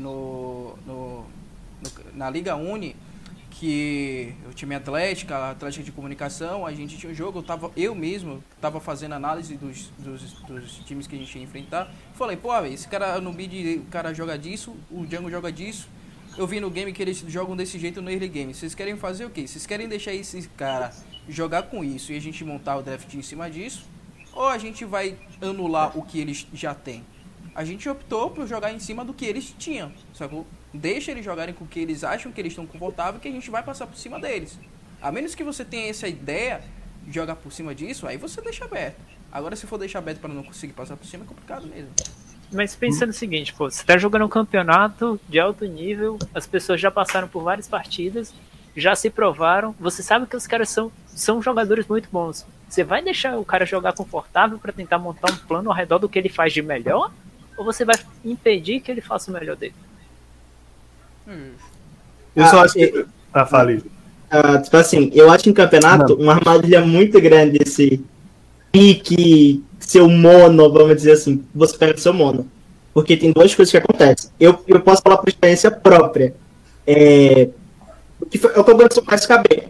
na Liga Uni, que o time Atlética de Comunicação, a gente tinha um jogo, eu mesmo tava fazendo análise dos times que a gente ia enfrentar. Falei, pô, esse cara no mid, o cara joga disso, o jungle joga disso. Eu vi no game que eles jogam desse jeito no early game. Vocês querem fazer o quê? Vocês querem deixar esse cara jogar com isso e a gente montar o draft em cima disso? Ou a gente vai anular o que eles já têm? A gente optou por jogar em cima do que eles tinham, sacou? Deixa eles jogarem com o que eles acham que eles estão confortáveis, que a gente vai passar por cima deles. A menos que você tenha essa ideia de jogar por cima disso, aí você deixa aberto. Agora, se for deixar aberto para não conseguir passar por cima, é complicado mesmo. Mas pensa no seguinte, pô, você tá jogando um campeonato de alto nível, as pessoas já passaram por várias partidas, já se provaram, você sabe que os caras são jogadores muito bons. Você vai deixar o cara jogar confortável para tentar montar um plano ao redor do que ele faz de melhor? Ou você vai impedir que ele faça o melhor dele? Eu só acho que... falei. Tipo assim, eu acho em campeonato uma armadilha muito grande esse pique, seu mono, vamos dizer assim, você pega o seu mono. Porque tem duas coisas que acontecem. Eu posso falar por experiência própria. O que aconteceu com o SKB.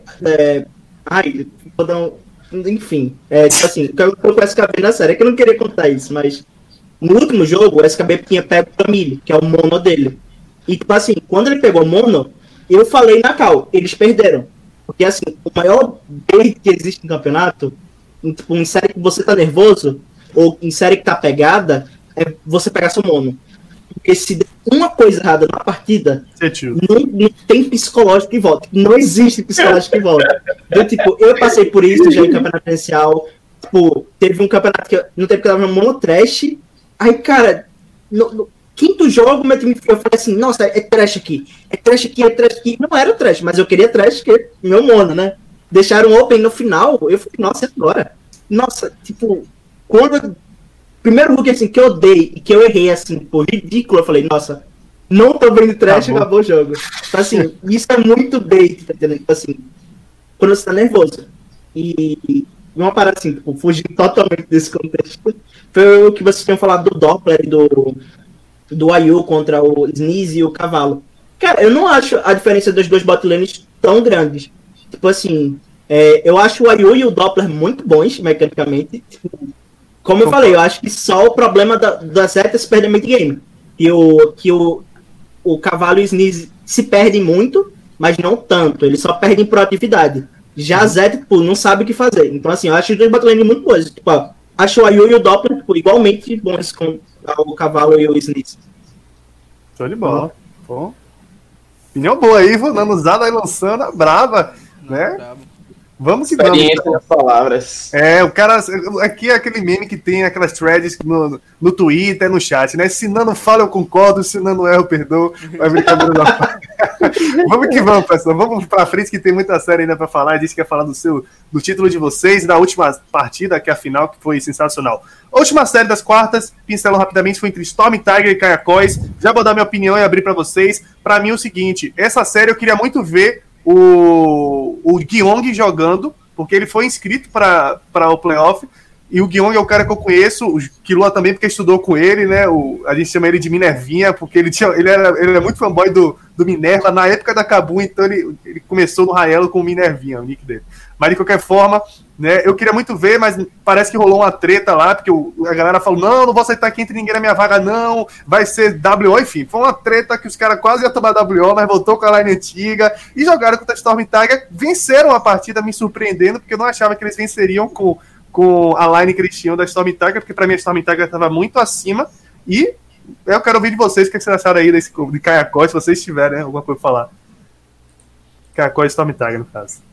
Vou dar um... Enfim, tipo assim, o que aconteceu com o SKB na série, é que eu não queria contar isso, mas no último jogo, o SKB tinha pego o Camille, que é o mono dele. E, tipo assim, quando ele pegou o mono, eu falei na cal, eles perderam. Porque, assim, o maior bait que existe no campeonato, tipo, em série que você tá nervoso, ou em série que tá pegada, é você pegar seu mono. Porque se der uma coisa errada na partida, não tem psicológico que volta. Não existe psicológico que volta. Então, tipo, eu passei por isso já em campeonato inicial. Tipo, teve um campeonato que não teve que eu tava no mono trash. Aí, cara, no quinto jogo, meu time, eu falei assim, nossa, é trash aqui. É trash aqui, é trash aqui. Não era trash, mas eu queria trash, porque meu mono, né? Deixaram open no final, eu falei, nossa, agora. Nossa, tipo, quando... Primeiro look, assim, que eu dei e que eu errei, assim, pô, ridículo, eu falei, nossa, não tô vendo trash, acabou o jogo. Então, assim, isso é muito bait, tá entendendo? Tipo assim, quando você tá nervoso. E uma parada, assim, tipo, fugindo totalmente desse contexto, foi o que vocês tinham falado do Doppler e do Ayu contra o Sneeze e o Cavalo. Cara, eu não acho a diferença dos dois botlanes tão grandes. Tipo assim, eu acho o Ayu e o Doppler muito bons, mecanicamente. Tipo, como eu falei, eu acho que só o problema da Zeta se perder mid-game. Que o Cavalo e o Sneeze se perdem muito, mas não tanto. Eles só perdem proatividade. Já a Zeta, tipo, não sabe o que fazer. Então, assim, eu acho os dois botlanes muito bons. Tipo, acho o Ayu e o Doppler, tipo, igualmente bons com o Cavalo e o Sneeze. Show de bola. Bom. Opinião boa aí, Fernando Zada aí lançando a brava, né? Bravo. Vamos que vamos. Experiência das palavras. O cara. Aqui é aquele meme que tem aquelas threads no Twitter, no chat, né? Se não fala, eu concordo, se não erro, eu perdoo. Vai brincadeira da parte. Vamos que vamos, pessoal. Vamos pra frente que tem muita série ainda pra falar. A gente quer falar do título de vocês e da última partida, que é a final, que foi sensacional. A última série das quartas, pincelando rapidamente, foi entre Storm Tiger e Kayakóis. Já vou dar minha opinião e abrir pra vocês. Pra mim é o seguinte, essa série eu queria muito ver o Gyong jogando, porque ele foi inscrito para o playoff, e o Gyong é o cara que eu conheço, o Killua também, porque estudou com ele, né? A gente chama ele de Minervinha, porque ele era muito fanboy do Minerva na época da Kabum, então ele começou no Raelo com o Minervinha, o nick dele. Mas de qualquer forma, né, eu queria muito ver, mas parece que rolou uma treta lá, porque a galera falou, não vou aceitar que entre ninguém na minha vaga, não, vai ser WO, enfim. Foi uma treta que os caras quase iam tomar WO, mas voltou com a line antiga, e jogaram contra a Storm Tiger, venceram a partida, me surpreendendo, porque eu não achava que eles venceriam com a line que eles tinham da Storm Tiger, porque pra mim a Storm Tiger estava muito acima, e eu quero ouvir de vocês o que vocês acharam aí de Kayakói, se vocês tiverem, né, alguma coisa pra falar. Kayakói e Storm Tiger, no caso.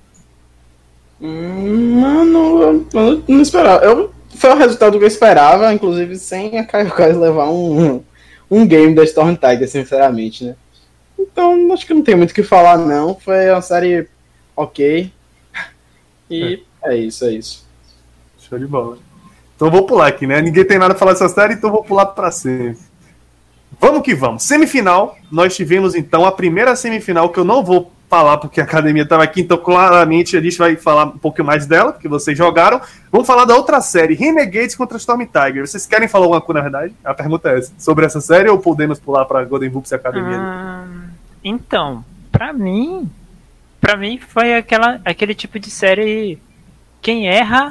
Mano, eu não esperava. Foi o resultado que eu esperava, inclusive sem a Kayakói levar um game da Storm Tiger, sinceramente, né? Então, acho que não tem muito o que falar, não. Foi uma série ok. E é isso. Show de bola. Então eu vou pular aqui, né? Ninguém tem nada pra falar dessa série, então eu vou pular pra sempre. Vamos que vamos. Semifinal, nós tivemos então a primeira semifinal, que eu não vou falar porque a academia estava aqui, então claramente a gente vai falar um pouco mais dela, porque vocês jogaram. Vamos falar da outra série, Renegades contra Storm Tiger. Vocês querem falar alguma coisa, na verdade? A pergunta é essa, sobre essa série ou podemos pular para Golden Books e Academia? Então, pra mim foi aquele tipo de série, quem erra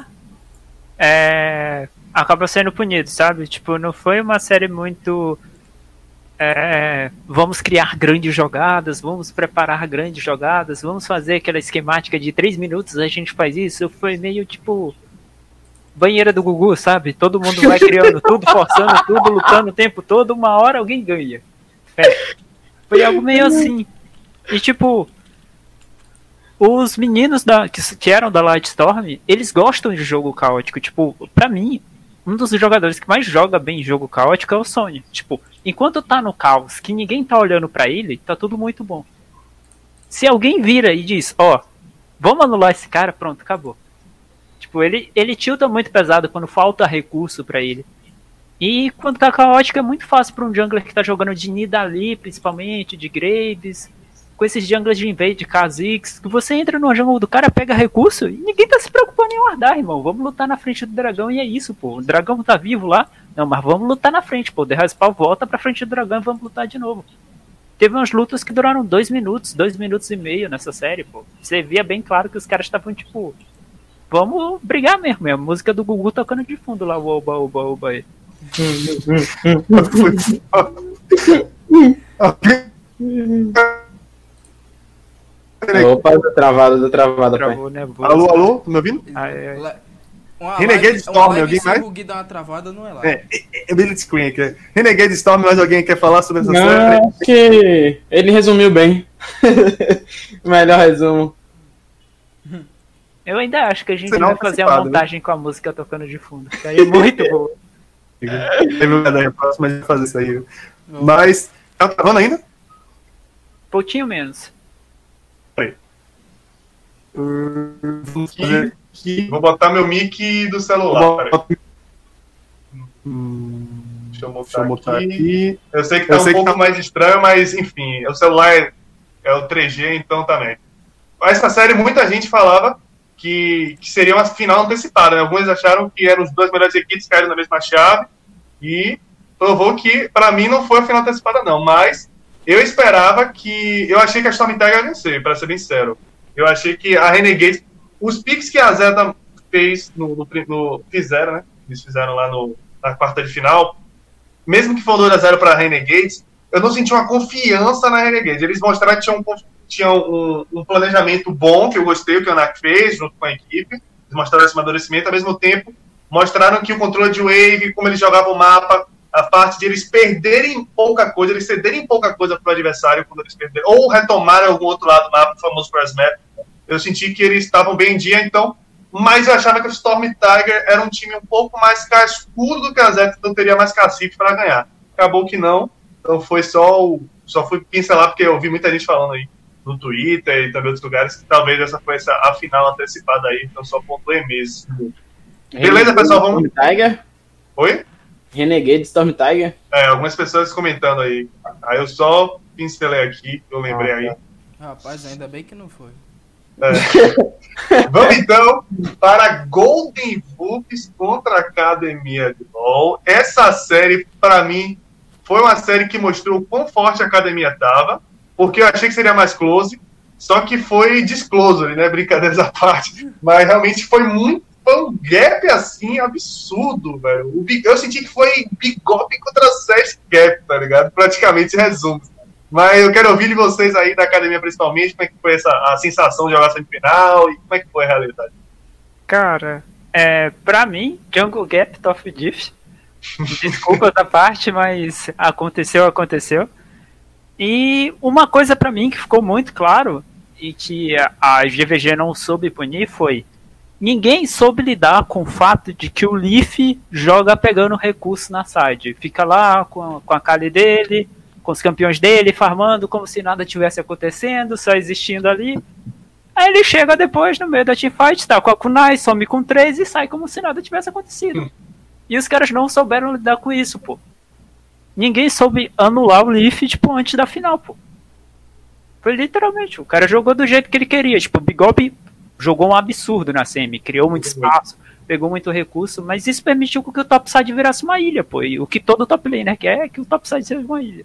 acaba sendo punido, sabe? Tipo, não foi uma série muito... vamos criar grandes jogadas, vamos preparar grandes jogadas, vamos fazer aquela esquemática de 3 minutos, a gente faz isso. Foi meio tipo banheira do Gugu, sabe? Todo mundo vai criando tudo, forçando tudo, lutando o tempo todo, uma hora alguém ganha. Foi algo meio assim. E tipo, os meninos que eram da Lightstorm, eles gostam de jogo caótico. Tipo, pra mim, um dos jogadores que mais joga bem jogo caótico é o Sony. Tipo, enquanto tá no caos, que ninguém tá olhando pra ele, tá tudo muito bom. Se alguém vira e diz, vamos anular esse cara, pronto, acabou. Tipo, ele tilta muito pesado quando falta recurso pra ele. E quando tá caótico é muito fácil pra um jungler que tá jogando de Nidalee, principalmente, de Graves, com esses junglers de invade, de Kha'Zix, que você entra no jungle do cara, pega recurso e ninguém tá se preocupando em guardar, irmão. Vamos lutar na frente do dragão e é isso, pô. O dragão tá vivo lá. Não, mas vamos lutar na frente, pô. The Respawn volta pra frente do dragão e vamos lutar de novo. Teve umas lutas que duraram 2 minutos, 2 minutos e meio nessa série, pô. Você via bem claro que os caras estavam, tipo, vamos brigar mesmo. É a música do Gugu tocando de fundo lá, o oba, oba, oba aí. Opa, tá travada, Travou, né? Alô, tá me ouvindo? Renegade Storm, alguém mais? Se o Gui dá uma travada, não é lá. Blitzcrank. Renegade Storm, mais alguém quer falar sobre essa série? Não, que ele resumiu bem. Melhor resumo. Eu ainda acho que a gente Será vai fazer uma montagem com a música tocando de fundo. Ficaria muito bom. A próxima a gente vai fazer isso aí. Mas, tá travando ainda? Pouquinho menos. Vamos fazer aqui. Vou botar meu mic do celular. Deixa eu botar aqui. Eu sei que tá um pouco mais estranho, mas enfim, o celular é o 3G, então também. Essa série, muita gente falava que seria uma final antecipada, né? Alguns acharam que eram os dois melhores equipes que caíram na mesma chave e provou que, pra mim, não foi a final antecipada, não. Mas eu esperava que... Eu achei que a Storm Tiger ia vencer, pra ser bem sincero. Eu achei que a Renegade... Os picks que a Zeta fez fizeram, né? Eles fizeram lá na quarta de final. Mesmo que for 2-0 para a Renegades, eu não senti uma confiança na Renegades. Eles mostraram que tinham um planejamento bom, que eu gostei, o que o Anak fez junto com a equipe. Eles mostraram esse amadurecimento. Ao mesmo tempo, mostraram que o controle de wave, como eles jogavam o mapa, a parte de eles perderem pouca coisa, eles cederem pouca coisa para o adversário quando eles perderam, ou retomarem algum outro lado do mapa, o famoso press map. Eu senti que eles estavam bem em dia, então, mas eu achava que o Storm Tiger era um time um pouco mais cascudo do que a Zeta, então teria mais cacife para ganhar. Acabou que não, então foi só fui pincelar, porque eu vi muita gente falando aí no Twitter e também outros lugares que talvez essa foi a final antecipada aí, então só pontuei mesmo. Beleza, pessoal, vamos... Storm Tiger? Oi? Renegade Storm Tiger? Algumas pessoas comentando aí. Aí eu só pincelei aqui, eu lembrei aí. Rapaz, ainda bem que não foi. Vamos então para Golden Books contra a Academia de LoL. Essa série, para mim, foi uma série que mostrou o quão forte a Academia estava, porque eu achei que seria mais close, só que foi disclosure, né? Brincadeiras à parte. Mas realmente foi um gap assim absurdo, velho. Eu senti que foi Bigop contra CS Gap, tá ligado? Praticamente resumo. Mas eu quero ouvir de vocês aí da academia principalmente, como é que foi a sensação de jogar semifinal e como é que foi a realidade? Cara, pra mim, Jungle Gap, Top Diff. Desculpa da parte, mas aconteceu. E uma coisa pra mim que ficou muito claro e que a GVG não soube punir foi: ninguém soube lidar com o fato de que o Leaf joga pegando recurso na side. Fica lá com a Kali dele, com os campeões dele, farmando como se nada tivesse acontecendo, só existindo ali. Aí ele chega depois, no meio da teamfight, tá com a kunai, some com 3 e sai como se nada tivesse acontecido. E os caras não souberam lidar com isso, pô. Ninguém soube anular o Leaf, tipo, antes da final, pô. Foi literalmente, o cara jogou do jeito que ele queria. Tipo, o Bigob jogou um absurdo na semi, criou muito espaço, pegou muito recurso, mas isso permitiu que o topside virasse uma ilha, pô. E o que todo top laner quer é que o topside seja uma ilha.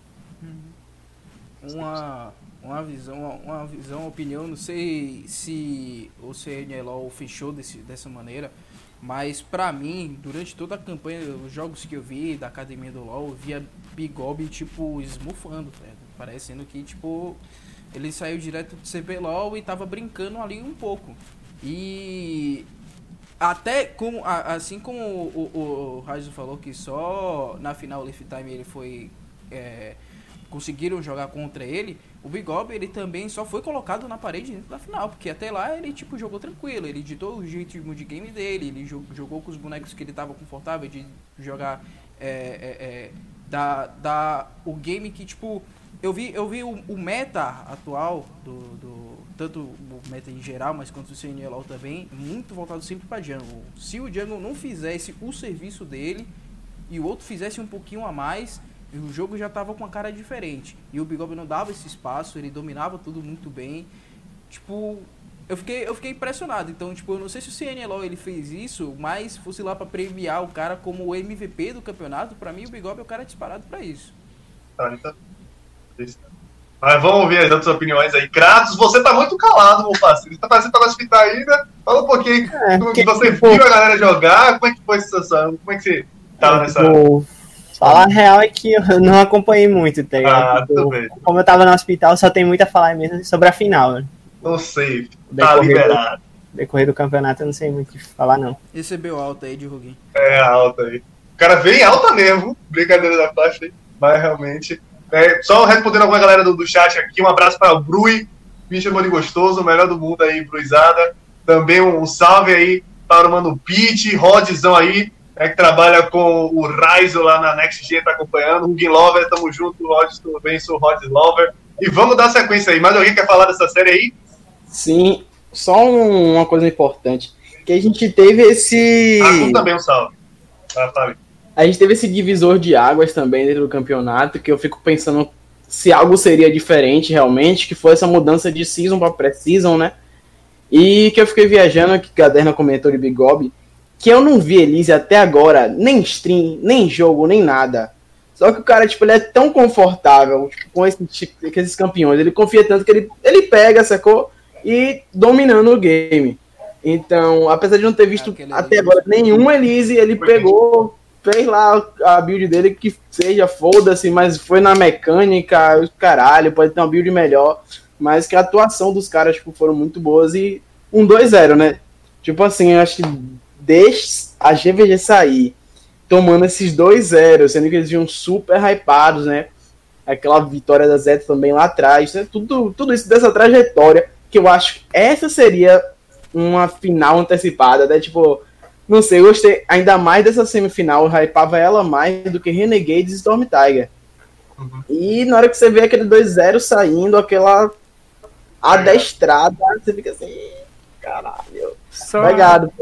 Uma visão, opinião, não sei se o CNLOL fechou dessa maneira, mas pra mim, durante toda a campanha, os jogos que eu vi da academia do LoL, eu via Bigob, tipo, esmufando, parecendo que, tipo, ele saiu direto do CBLOL e tava brincando ali um pouco. E até como, assim como o Raizo falou que só na final Lifetime ele foi... conseguiram jogar contra ele, o Bigob ele também só foi colocado na parede dentro da final, porque até lá ele tipo jogou tranquilo, ele ditou o ritmo de game dele, ele jogou com os bonecos que ele estava confortável de jogar, o game que tipo, eu vi o meta atual tanto o meta em geral, mas quanto o CNLOL também, muito voltado sempre para jungle. Se o jungle não fizesse o serviço dele e o outro fizesse um pouquinho a mais, o jogo já tava com uma cara diferente. E o Bigob não dava esse espaço, ele dominava tudo muito bem. Tipo, eu fiquei impressionado. Então, tipo, eu não sei se o CNLOL ele fez isso, mas fosse lá pra premiar o cara como o MVP do campeonato, pra mim o Bigob é o cara disparado pra isso. Mas vamos ouvir as outras opiniões aí. Kratos, você tá muito calado, meu parceiro. Você tá parecendo que tá nas fitas ainda. Fala um pouquinho que você viu a galera jogar, como é que foi essa situação? Como é que você tava nessa... Falar a real é que eu não acompanhei muito, tá ligado? Tudo bem. Como eu tava no hospital, só tem muito a falar mesmo sobre a final, né? Não sei, tá liberado. Decorrer do campeonato eu não sei muito o que falar, não. Recebeu alta aí de Ruguinho. Alta aí. O cara veio alta mesmo, brincadeira da parte aí, mas realmente... só respondendo alguma galera do chat aqui, um abraço para o Brui, me chamou de gostoso, o melhor do mundo aí, Bruizada. Também um salve aí para o Mano Pete, Rodzão aí, que trabalha com o Raizo lá na Next Gen, tá acompanhando. Rugin Lover, tamo junto, Rodz, tudo bem? Sou o Rodz Lover. E vamos dar sequência aí. Mais alguém quer falar dessa série aí? Sim, só uma coisa importante. Que a gente teve esse... também um salve. Fale. A gente teve esse divisor de águas também dentro do campeonato, que eu fico pensando se algo seria diferente realmente, que foi essa mudança de season para pré-season, né? E que eu fiquei viajando, que a Caderna comentou de Bigob, que eu não vi Elise até agora, nem stream, nem jogo, nem nada. Só que o cara, tipo, ele é tão confortável com esses campeões, ele confia tanto que ele pega, sacou? E dominando o game. Então, apesar de não ter visto até agora nenhum Elise, ele pegou, fez lá a build dele, que seja, foda-se, mas foi na mecânica, caralho, pode ter uma build melhor, mas que a atuação dos caras, tipo, foram muito boas e 1-2-0, né? Tipo assim, eu acho que desde a GVG sair, tomando esses 2-0, sendo que eles vinham super hypados, né? Aquela vitória da Zeta também lá atrás, né? Tudo isso dessa trajetória, que eu acho que essa seria uma final antecipada, né? Tipo, não sei, eu gostei ainda mais dessa semifinal, eu hypava ela mais do que Renegades e Storm Tiger. E na hora que você vê aquele 2-0 saindo, aquela adestrada, você fica assim, caralho. Obrigado.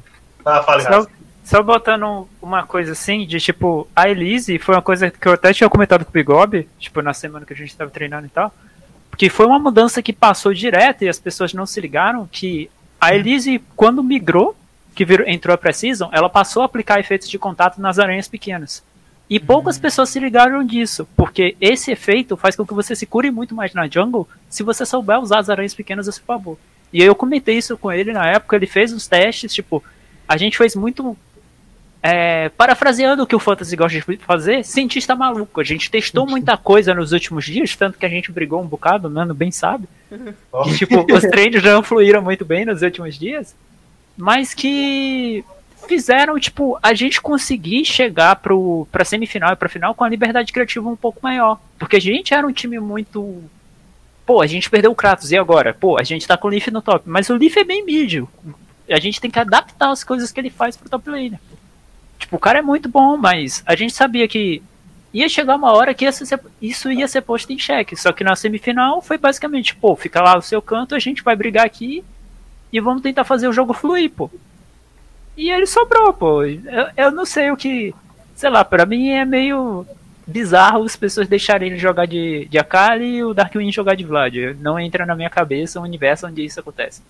Só botando uma coisa assim, de tipo, a Elise foi uma coisa que eu até tinha comentado com o Bigob, tipo, na semana que a gente tava treinando e tal, porque foi uma mudança que passou direto e as pessoas não se ligaram que a Elise, quando migrou, que entrou a Precision, ela passou a aplicar efeitos de contato nas aranhas pequenas. E poucas pessoas se ligaram disso, porque esse efeito faz com que você se cure muito mais na jungle se você souber usar as aranhas pequenas a seu favor. E aí eu comentei isso com ele na época, ele fez os testes, tipo, a gente fez muito... parafraseando o que o Fantasy gosta de fazer, cientista maluco. A gente testou muita coisa nos últimos dias, tanto que a gente brigou um bocado, o Nano bem sabe. Que, tipo, os treinos não fluíram muito bem nos últimos dias, mas que fizeram, tipo, a gente conseguir chegar pra semifinal e pra final com a liberdade criativa um pouco maior. Porque a gente era um time muito... Pô, a gente perdeu o Kratos, e agora? Pô, a gente tá com o Leaf no top, mas o Leaf é bem mid. A gente tem que adaptar as coisas que ele faz pro top laner. Tipo, o cara é muito bom, mas a gente sabia que ia chegar uma hora que isso ia ser posto em xeque. Só que na semifinal foi basicamente, pô, fica lá no seu canto, a gente vai brigar aqui e vamos tentar fazer o jogo fluir, pô. E ele sobrou, pô. Eu não sei o que... Sei lá, pra mim é meio bizarro as pessoas deixarem ele jogar de Akali e o Darkwing jogar de Vlad. Não entra na minha cabeça um universo onde isso acontece.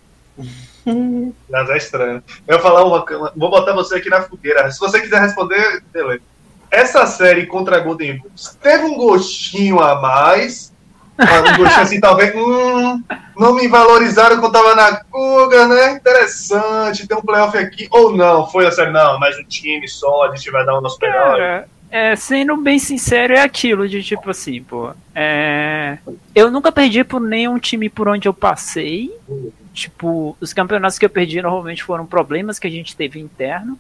Mas é estranho. Eu vou falar vou botar você aqui na fogueira. Se você quiser responder, beleza. Essa série contra a Golden Bulls teve um gostinho a mais. Um gostinho assim, talvez. Não me valorizaram quando tava na Guga, né? Interessante, tem um playoff aqui. Ou não, foi a série, não, mas um time só, a gente vai dar o nosso melhor. Sendo bem sincero, é aquilo de tipo assim, pô. Eu nunca perdi por nenhum time por onde eu passei. Tipo, os campeonatos que eu perdi normalmente foram problemas que a gente teve interno.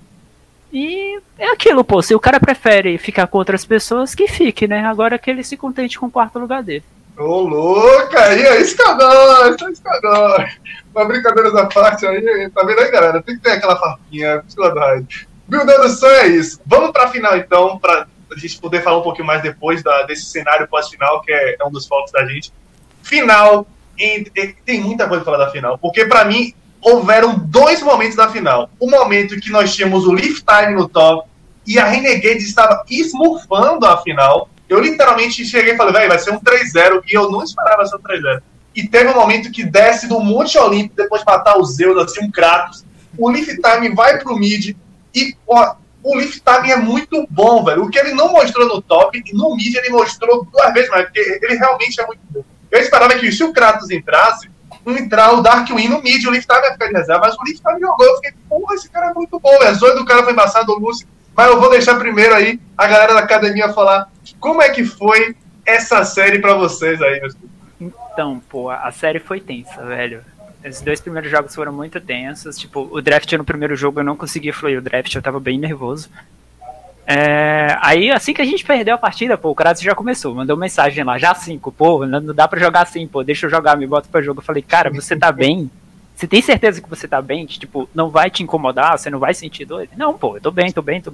E é aquilo, pô, se o cara prefere ficar com outras pessoas, que fique, né? Agora que ele se contente com o quarto lugar dele. Ô, louca, aí é isso que eu gosto, é isso que eu gosto. Uma brincadeira da parte aí, tá vendo aí, galera? Tem que ter aquela farpinha, Buildando o sonho é isso. Vamos pra final, então, pra a gente poder falar um pouquinho mais depois desse cenário pós-final, que é um dos focos da gente. Final, tem muita coisa pra falar da final, porque pra mim, houveram dois momentos da final. O momento que nós tínhamos o Leaf Time no top e a Renegade estava esmurfando a final. Eu literalmente cheguei e falei, velho, vai ser um 3-0, e eu não esperava ser um 3-0. E teve um momento que desce do Monte Olímpico, depois de matar o Zeus, assim, um Kratos. O Leaf Time vai pro mid, e ó, o Leaf Time é muito bom, velho. O que ele não mostrou no top, e no mid ele mostrou 2 vezes mais, porque ele realmente é muito bom. Eu esperava que se o Kratos entrasse, entrar o Darkwing no mid, o Leaf Time ia ficar de reserva, mas o Leaf Time jogou, eu fiquei, porra, esse cara é muito bom, a zoe do cara foi embaçado, o Lúcio, mas eu vou deixar primeiro aí a galera da academia falar como é que foi essa série pra vocês aí, meus filhos. Então, pô, a série foi tensa, velho. Os 2 primeiros jogos foram muito tensos, tipo, o draft no primeiro jogo eu não conseguia fluir o draft, eu tava bem nervoso. Aí, assim que a gente perdeu a partida, pô, o Kratos já começou, mandou mensagem lá, já 5, pô, não dá pra jogar assim, pô, deixa eu jogar, me bota pra jogo. Eu falei, cara, você tá bem? Você tem certeza que você tá bem? Que, tipo, não vai te incomodar, você não vai sentir dor? Não, pô, eu tô bem.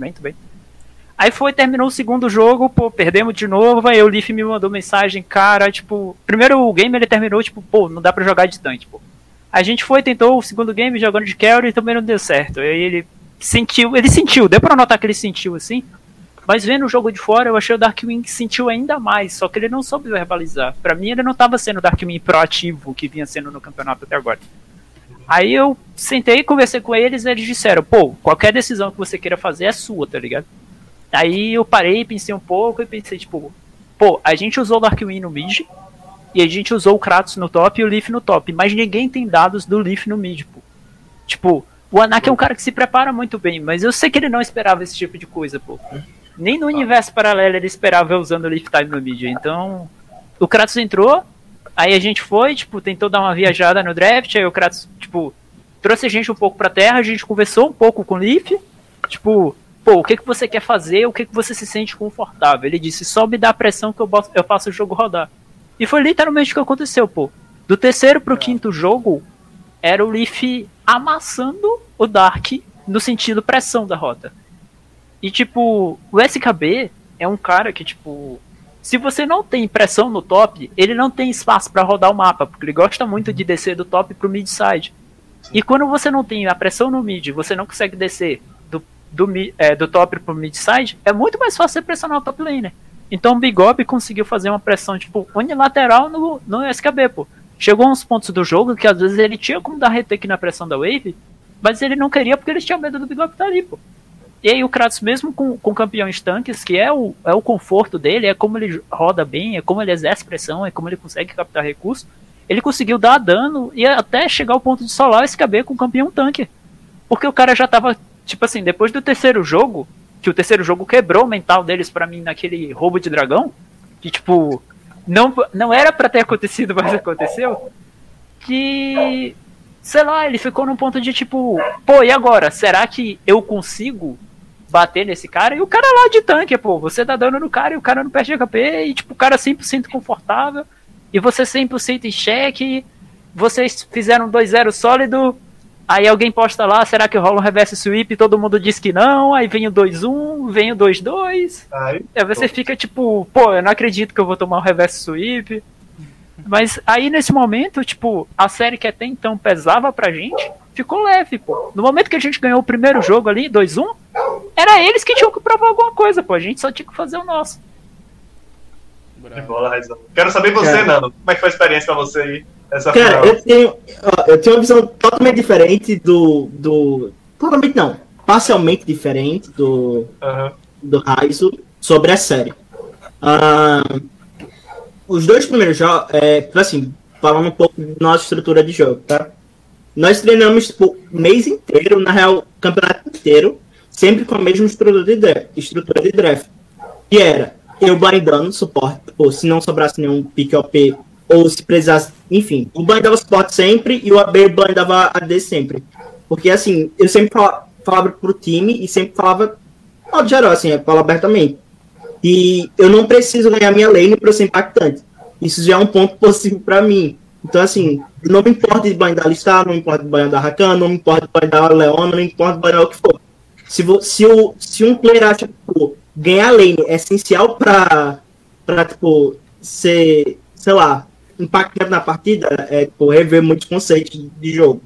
Aí terminou o segundo jogo, pô, perdemos de novo, aí o Leaf me mandou mensagem, cara, tipo, primeiro o game ele terminou, tipo, pô, não dá pra jogar distante, pô. A gente tentou o segundo game jogando de carry e também não deu certo, aí ele sentiu, deu pra notar que ele sentiu assim, mas vendo o jogo de fora eu achei o Darkwing que sentiu ainda mais, só que ele não soube verbalizar. Pra mim ele não tava sendo o Darkwing proativo que vinha sendo no campeonato até agora. Aí eu sentei, conversei com eles e eles disseram, pô, qualquer decisão que você queira fazer é sua, tá ligado? Aí eu parei, pensei um pouco e pensei, tipo, pô, a gente usou o Darkwing no mid e a gente usou o Kratos no top e o Leaf no top, mas ninguém tem dados do Leaf no mid, pô. Tipo, o Anak é um cara que se prepara muito bem, mas eu sei que ele não esperava esse tipo de coisa, pô. Nem no universo paralelo ele esperava eu usando o Leaf Time no mid. Então, o Kratos entrou, aí a gente foi, tipo, tentou dar uma viajada no draft, aí o Kratos, tipo, trouxe a gente um pouco pra terra, a gente conversou um pouco com o Leaf, tipo, pô, o que você quer fazer, o que você se sente confortável? Ele disse, só me dá a pressão que eu faço o jogo rodar. E foi literalmente o que aconteceu, pô. Do terceiro pro quinto jogo, era o Leaf amassando o Dark no sentido pressão da rota. E, tipo, o SKB é um cara que, tipo, se você não tem pressão no top, ele não tem espaço pra rodar o mapa, porque ele gosta muito de descer do top pro mid side. E quando você não tem a pressão no mid, você não consegue descer do top pro mid side, é muito mais fácil você pressionar o top laner. Então o Bigob conseguiu fazer uma pressão, tipo, unilateral no SKB, pô. Chegou a uns pontos do jogo que às vezes ele tinha como dar retake na pressão da wave, mas ele não queria porque eles tinham medo do Bigob estar ali, pô. E aí o Kratos, mesmo com campeões tanques, que é o conforto dele, é como ele roda bem, é como ele exerce pressão, é como ele consegue captar recursos, ele conseguiu dar dano e até chegar ao ponto de solar o SKB com o campeão tanque. Porque o cara já tava, tipo assim, depois do terceiro jogo, que o terceiro jogo quebrou o mental deles pra mim naquele roubo de dragão, que tipo, não era pra ter acontecido, mas aconteceu, que, sei lá, ele ficou num ponto de tipo, pô, e agora? Será que eu consigo bater nesse cara? E o cara lá de tanque, pô, você dá dano no cara e o cara não perde HP, e tipo, o cara 100% confortável, e você 100% em cheque, vocês fizeram 2-0 sólido, aí alguém posta lá, será que rola um reverse sweep? Todo mundo diz que não, aí vem o 2-1, vem o 2-2, aí você fica tipo, pô, eu não acredito que eu vou tomar um reverse sweep. Mas aí nesse momento, tipo, a série que até então pesava pra gente, ficou leve, pô. No momento que a gente ganhou o primeiro jogo ali, 2-1, era eles que tinham que provar alguma coisa, pô, a gente só tinha que fazer o nosso. De bola, Raizão. Quero saber você, Nando. Como é que foi a experiência pra você aí? Essa cara, final? eu tenho uma visão totalmente diferente totalmente não. Parcialmente diferente do Raizo sobre a série. Os dois primeiros jogos, assim, falando um pouco da nossa estrutura de jogo, tá? Nós treinamos tipo, o mês inteiro, na real, o campeonato inteiro, sempre com a mesma estrutura de draft. Que era eu blindando suporte, ou se não sobrasse nenhum pick OP, ou se precisasse, enfim, eu blindava suporte sempre e o AB blindava AD sempre. Porque assim, eu sempre falava pro time e sempre falava, de geral, assim, eu falo abertamente. E eu não preciso ganhar minha lane para ser impactante. Isso já é um ponto positivo para mim. Então, assim, não me importa de blindar Alistar, não me importa de blindar Rakan, não me importa de blindar Leona, não me importa de blindar o que for. Se um player acha que ganhar lane é essencial pra tipo, ser, sei lá, impactante na partida, tipo, rever muitos conceitos de jogo.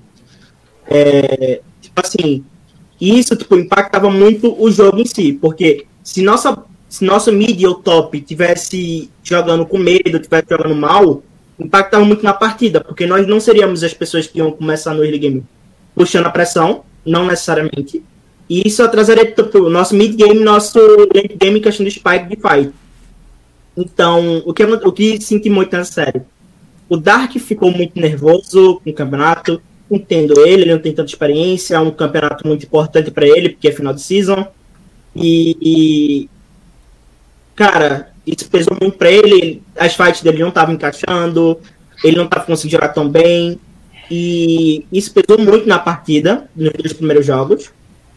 Tipo assim, isso tipo, impactava muito o jogo em si, porque se nosso mid ou top tivesse jogando com medo, tivesse jogando mal, impactava muito na partida, porque nós não seríamos as pessoas que iam começar no early game puxando a pressão, não necessariamente, e isso atrasaria tipo, o nosso mid game, nosso late game em questão de spike de fight. Então, o que senti muito nessa série? O Dark ficou muito nervoso com o campeonato, entendo ele não tem tanta experiência, é um campeonato muito importante para ele, porque é final de season, e cara, isso pesou muito pra ele, as fights dele não estavam encaixando, ele não estava conseguindo jogar tão bem, e isso pesou muito na partida, nos dois primeiros jogos.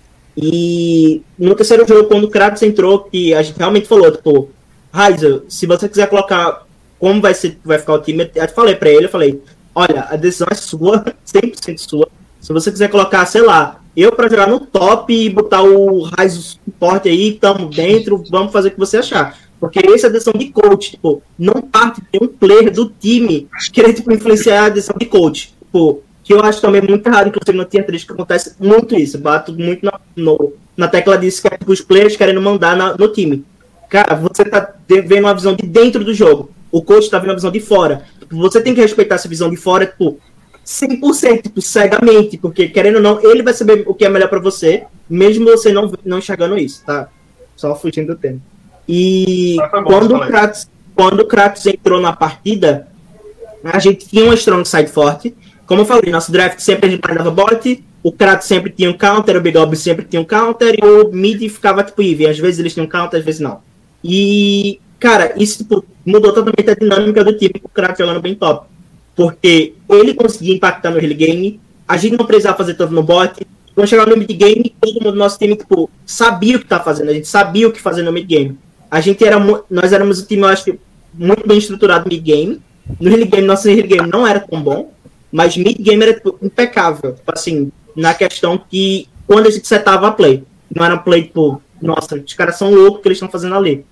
E no terceiro jogo, quando o Kratos entrou, que a gente realmente falou, tipo, Raizo, se você quiser colocar como vai ficar o time, eu falei pra ele, olha, a decisão é sua, 100% sua, se você quiser colocar, sei lá, eu pra jogar no top e botar o Raizo suporte aí, tamo dentro, vamos fazer o que você achar. Porque essa é a decisão de coach, tipo, não parte de um player do time querer, tipo, influenciar a decisão de coach. Tipo, que eu acho também muito errado, inclusive no Tier 3 que acontece muito isso, bato muito na tecla disso, que é tipo, os players querendo mandar no time. Cara, você tá vendo uma visão de dentro do jogo, o coach tá vendo uma visão de fora. Você tem que respeitar essa visão de fora, tipo, 100%, tipo, cegamente, porque querendo ou não, ele vai saber o que é melhor pra você, mesmo você não enxergando isso, tá? Só fugindo do tema. E quando o Kratos entrou na partida, a gente tinha uma strong side forte. Como eu falei, nosso draft sempre a gente blindava bot, o Kratos sempre tinha um counter, o Big Goblin sempre tinha um counter, e o mid ficava tipo even. Às vezes eles tinham counter, às vezes não. E, cara, isso tipo, mudou totalmente a dinâmica do time com o Kratos jogando bem top. Porque ele conseguia impactar no early game, a gente não precisava fazer tanto no bot. Quando chegava no mid game, todo mundo do nosso time tipo, sabia o que estava fazendo, a gente sabia o que fazer no mid game. Nós éramos um time, eu acho, muito bem estruturado no mid game. No early game, nosso early game não era tão bom, mas mid game era tipo, impecável, tipo, assim, na questão que quando a gente setava a play, não era play tipo, nossa, os caras são loucos que eles estão fazendo ali.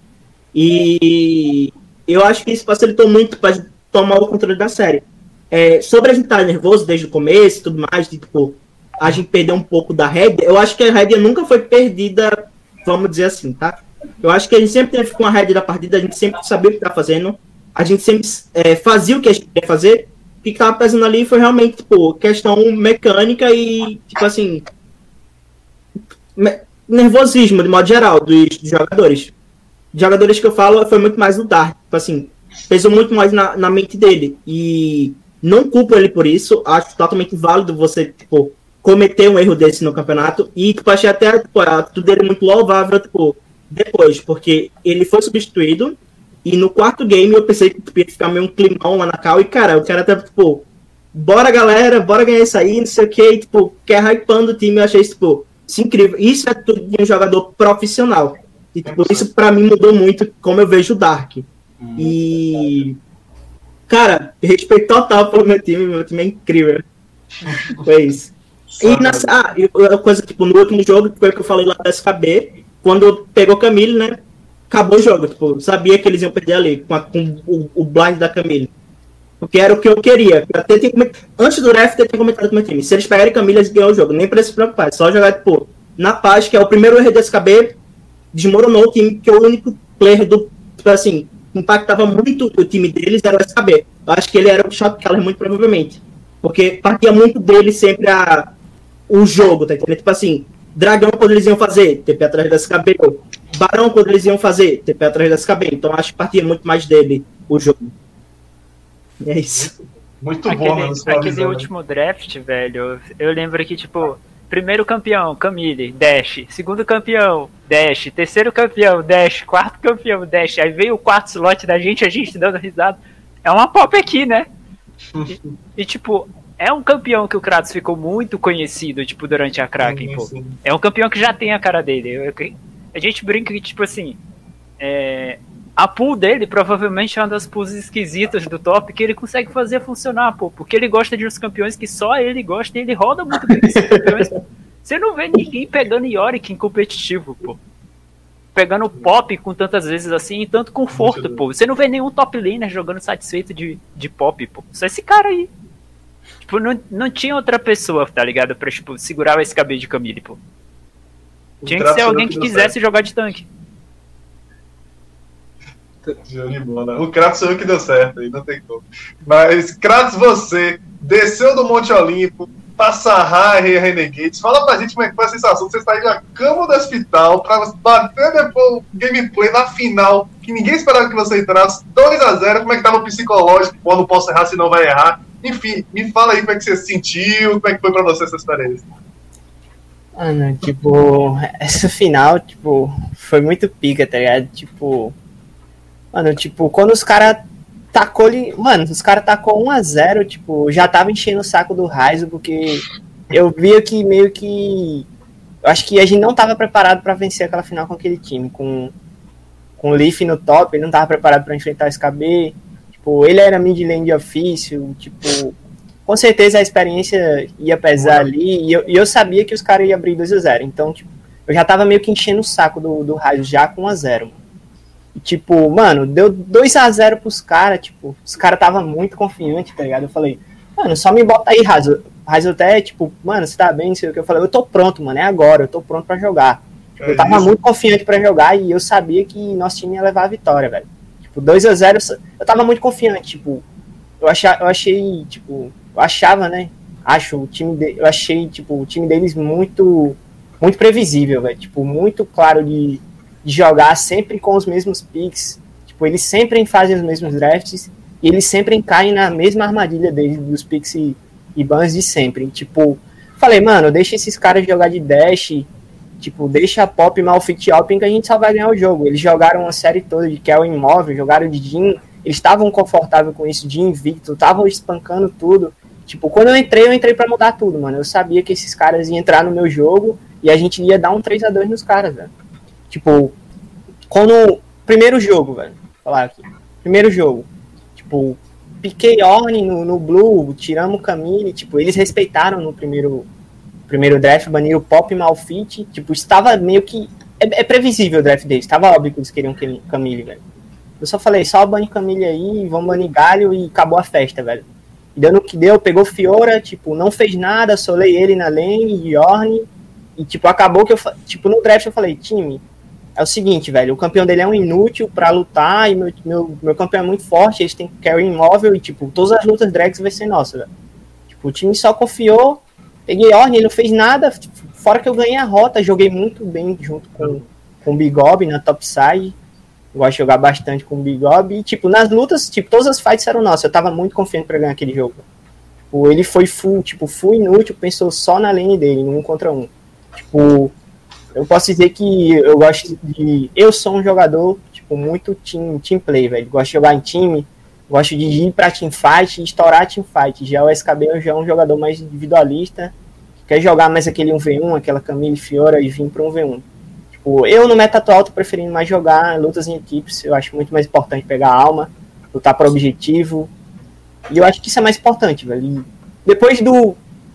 E eu acho que isso facilitou muito para tomar o controle da série. Sobre a gente estar nervoso desde o começo e tudo mais, de, tipo, a gente perdeu um pouco da rédea, eu acho que a rédea nunca foi perdida, vamos dizer assim, tá? Eu acho que a gente sempre teve com a rédea da partida, a gente sempre sabia o que estava fazendo, a gente sempre fazia o que a gente queria fazer. O que estava pesando ali foi realmente, tipo, questão mecânica e, tipo assim, nervosismo, de modo geral, dos jogadores. Jogadores que eu falo foi muito mais o Dark, tipo assim, pesou muito mais na mente dele. E não culpo ele por isso, acho totalmente válido você, tipo, cometer um erro desse no campeonato. E, tipo, achei até tipo, a atitude dele muito louvável, tipo, depois, porque ele foi substituído. E no quarto game eu pensei que ia ficar meio um climão lá na cal. E, cara, o cara tá, tipo, bora galera, bora ganhar isso aí, não sei o que. E, tipo, quer hypando o time, eu achei isso, tipo, isso incrível. Isso é tudo de um jogador profissional. E, tipo, isso pra mim mudou muito como eu vejo o Dark. E, cara, respeito total pelo meu time é incrível. Foi isso. E a coisa, tipo, no último jogo, que foi o que eu falei lá da SKB, quando pegou Camille, né? Acabou o jogo, tipo, sabia que eles iam perder ali com o blind da Camille. Porque era o que eu queria. Antes do draft, eu tinha comentado com o meu time. Se eles pegarem Camille, eles ganham o jogo. Nem pra se preocupar. É só jogar, tipo, na paz, que é o primeiro erro da SKB, desmoronou o time, que é o único player do, tipo assim, impactava muito o time deles era o SKB. Eu acho que ele era o shot caller, muito provavelmente. Porque partia muito dele sempre o jogo, tá entendendo? Tipo assim, Dragão, quando eles iam fazer, TP atrás da SKB. Barão, quando eles iam fazer, TP atrás da SKB. Então acho que partia muito mais dele o jogo. É isso. Muito bom, mano. Aquele último draft, velho, eu lembro que, tipo, primeiro campeão, Camille, Dash. Segundo campeão, Dash. Terceiro campeão, Dash. Quarto campeão, Dash. Aí veio o quarto slot da gente, a gente dando risada. É uma pop aqui, né? E tipo, é um campeão que o Kratos ficou muito conhecido, tipo, durante a Kraken, pô. É um campeão que já tem a cara dele. A gente brinca que, tipo assim, a pool dele provavelmente é uma das pools esquisitas do top que ele consegue fazer funcionar, pô. Porque ele gosta de uns campeões que só ele gosta e ele roda muito bem esses campeões. Você não vê ninguém pegando Yorick em competitivo, pô. Pegando pop com tantas vezes assim e tanto conforto, pô. Você não vê nenhum top laner jogando satisfeito de pop, pô. Só esse cara aí. Tipo, não tinha outra pessoa, tá ligado? Pra, tipo, segurar o SKB de Camille, pô. Tinha que ser alguém que quisesse jogar de tanque. O Kratos foi o que deu certo aí, não tem como. Mas, Kratos, você desceu do Monte Olimpo, passar e Renegades. Fala pra gente como é que foi a sensação de você sair da cama do hospital pra bater depois o gameplay na final, que ninguém esperava que você entrasse, 2-0, como é que tava o psicológico, pô, não posso errar, senão vai errar. Enfim, me fala aí como é que você se sentiu, como é que foi pra você essa experiência. Mano, tipo, essa final, tipo, foi muito pica, tá ligado? Tipo, mano, tipo, quando os caras tacou ali, mano, os caras tacou 1-0, tipo, já tava enchendo o saco do Raizo, porque eu via que meio que, eu acho que a gente não tava preparado pra vencer aquela final com aquele time, com o Leaf no top, ele não tava preparado pra enfrentar o SKB, tipo, ele era mid lane de ofício, tipo, com certeza a experiência ia pesar ali, e eu sabia que os caras iam abrir 2-0, então, tipo, eu já tava meio que enchendo o saco do Raizo já com 1-0, mano. E, tipo, mano, deu 2-0 pros caras, tipo, os caras tava muito confiante, tá ligado? Eu falei, mano, só me bota aí, Raizo. Raizo até, tipo, mano, você tá bem, não sei o que. Eu falei, eu tô pronto, mano, é agora, eu tô pronto pra jogar. Tipo, eu tava muito confiante pra jogar e eu sabia que nosso time ia levar a vitória, velho. Tipo, 2-0, eu tava muito confiante, tipo, eu achava, né? Eu achei, tipo, o time deles muito previsível, velho. Tipo, muito claro de jogar sempre com os mesmos picks, tipo, eles sempre fazem os mesmos drafts e eles sempre caem na mesma armadilha deles, dos picks e bans de sempre. Tipo, falei, mano, deixa esses caras jogar de dash, tipo, deixa a Pop e Malfit Alpin que a gente só vai ganhar o jogo. Eles jogaram uma série toda de Kel imóvel, jogaram de Jhin, eles estavam confortáveis com isso, de invicto, estavam espancando tudo. Tipo, quando eu entrei pra mudar tudo, mano. Eu sabia que esses caras iam entrar no meu jogo e a gente ia dar um 3-2 nos caras, velho. Tipo, quando... Primeiro jogo, velho. Vou falar aqui. Primeiro jogo. Tipo, piquei Ornn no Blue, tiramos o Camille. Tipo, eles respeitaram no primeiro draft, baniram o Pop e Malfit. Tipo, estava meio que... É previsível o draft deles. Estava óbvio que eles queriam Camille, velho. Eu só falei, só bane Camille aí, vamos banir Galio e acabou a festa, velho. E deu no que deu, pegou Fiora, tipo, não fez nada, solei ele na lane de Ornn. E, tipo, acabou que eu... Tipo, no draft eu falei, time... É o seguinte, velho, o campeão dele é um inútil pra lutar e meu campeão é muito forte, eles têm carry imóvel e, tipo, todas as lutas drags vai ser nossa, velho. Tipo, o time só confiou, peguei Ornn, ele não fez nada, fora que eu ganhei a rota, joguei muito bem junto com o Bigob na topside, gosto de jogar bastante com o Bigob e, tipo, nas lutas, tipo, todas as fights eram nossas, eu tava muito confiante pra ganhar aquele jogo. Tipo, ele foi full inútil, pensou só na lane dele, no 1 contra 1. Tipo... Eu posso dizer que eu gosto de... Eu sou um jogador, tipo, muito team play, velho. Gosto de jogar em time, gosto de ir pra teamfight e estourar teamfight. Já o SKB já é um jogador mais individualista, que quer jogar mais aquele 1v1, aquela Camille Fiora e vir pra 1v1. Tipo, eu no meta atual tô preferindo mais jogar lutas em equipes. Eu acho muito mais importante pegar a alma, lutar para objetivo. E eu acho que isso é mais importante, velho. E depois do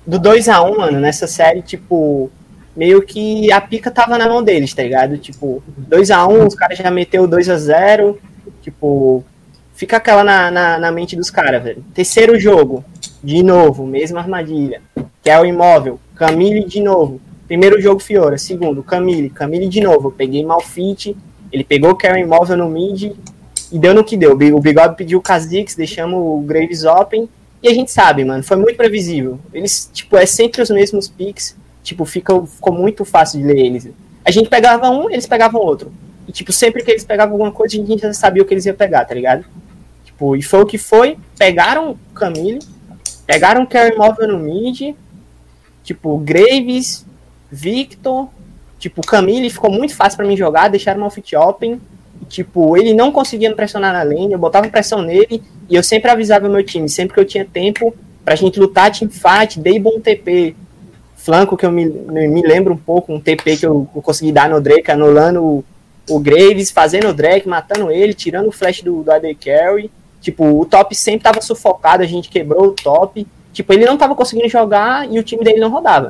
2-1, mano, nessa série, tipo... meio que a pica tava na mão deles, tá ligado? Tipo, 2-1, os caras já meteu 2-0, tipo, fica aquela na mente dos caras, velho. Terceiro jogo, de novo, mesma armadilha, que é o imóvel, Camille de novo. Primeiro jogo, Fiora. Segundo, Camille de novo. Eu peguei Malfit, ele pegou o carry imóvel no mid, E deu no que deu. O Bigode pediu o Kha'Zix, deixamos o Graves open. E a gente sabe, mano, foi muito previsível. Eles, tipo, é sempre os mesmos picks. Tipo, ficou muito fácil de ler eles. A gente pegava um, eles pegavam outro. E, tipo, sempre que eles pegavam alguma coisa, a gente já sabia o que eles iam pegar, tá ligado? Tipo, e foi o que foi. Pegaram o Camille, pegaram o Carry Móvel no mid. Tipo, Graves, Victor. Tipo, o Camille ficou muito fácil pra mim jogar, deixaram o Malphite open. E, tipo, ele não conseguia me pressionar na lane, eu botava pressão nele. E eu sempre avisava o meu time, sempre que eu tinha tempo pra gente lutar, teamfight, dei bom TP. Flanco que eu me lembro um pouco, um TP que eu consegui dar no Drake, anulando o Graves, fazendo o Drake, matando ele, tirando o flash do AD Carry. Tipo, o top sempre tava sufocado, a gente quebrou o top. Tipo, ele não tava conseguindo jogar e o time dele não rodava.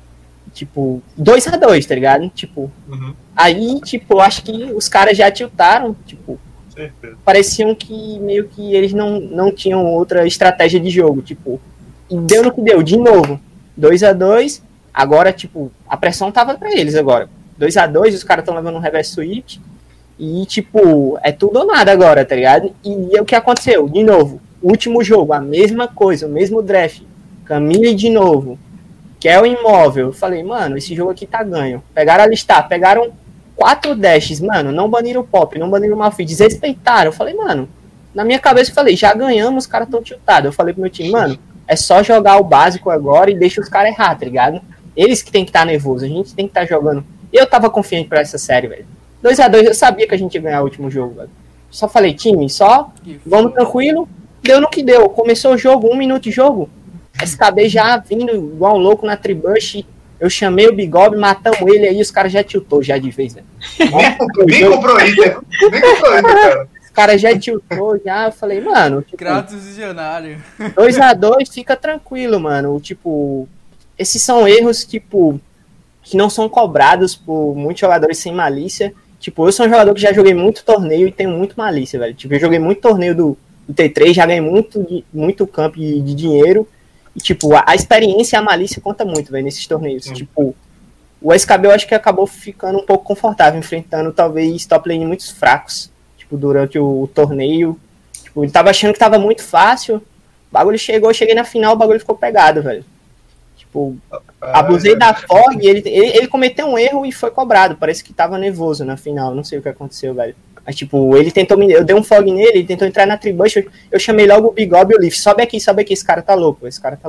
Tipo, 2-2, tá ligado? Tipo, aí, tipo, acho que os caras já tiltaram, tipo, pareciam que meio que eles não tinham outra estratégia de jogo, tipo, e deu no que deu, de novo, 2-2, agora, tipo, a pressão tava pra eles agora, 2-2, os caras estão levando um reverse sweep, e, tipo, é tudo ou nada agora, tá ligado? E o que aconteceu? De novo, último jogo, a mesma coisa, o mesmo draft, Camille de novo, que é o imóvel. Eu falei, mano, esse jogo aqui tá ganho. Pegaram a listar, pegaram 4 dashes, mano, não baniram o Pop, não baniram o Malphite, desrespeitaram. Eu falei, mano, na minha cabeça eu falei, já ganhamos, os caras tão tiltados. Eu falei pro meu time, mano, é só jogar o básico agora e deixa os caras errar, tá ligado? Eles que tem que estar nervosos, a gente tem que estar jogando. Eu tava confiante pra essa série, velho. 2-2, eu sabia que a gente ia ganhar o último jogo, velho. Só falei, time, só vamos tranquilo. Deu no que deu. Começou o jogo, 1 minuto de jogo. SKB já vindo igual um louco na Tribush. Eu chamei o Bigode, matamos ele aí, os caras já tiltou já de vez, velho. Nem comprou item, cara. Os caras já tiltou já, eu falei, mano... Tipo, Kratos visionário. 2-2, fica tranquilo, mano. Tipo, esses são erros, tipo, que não são cobrados por muitos jogadores sem malícia. Tipo, eu sou um jogador que já joguei muito torneio e tenho muito malícia, velho. Tipo, eu joguei muito torneio do T3, já ganhei muito campo de dinheiro. E, tipo, a experiência e a malícia conta muito, velho, nesses torneios. Tipo, o SKB eu acho que acabou ficando um pouco confortável, enfrentando, talvez, top lane muito fracos, tipo, durante o torneio. Tipo, ele tava achando que tava muito fácil, o bagulho chegou, eu cheguei na final, o bagulho ficou pegado, velho. Tipo, abusei da fog, ele cometeu um erro e foi cobrado, parece que tava nervoso na final, não sei o que aconteceu, velho. Mas, tipo, ele tentou eu dei um fog nele, ele tentou entrar na tribush, eu chamei logo o Bigode e o Leaf, sobe aqui, esse cara tá louco,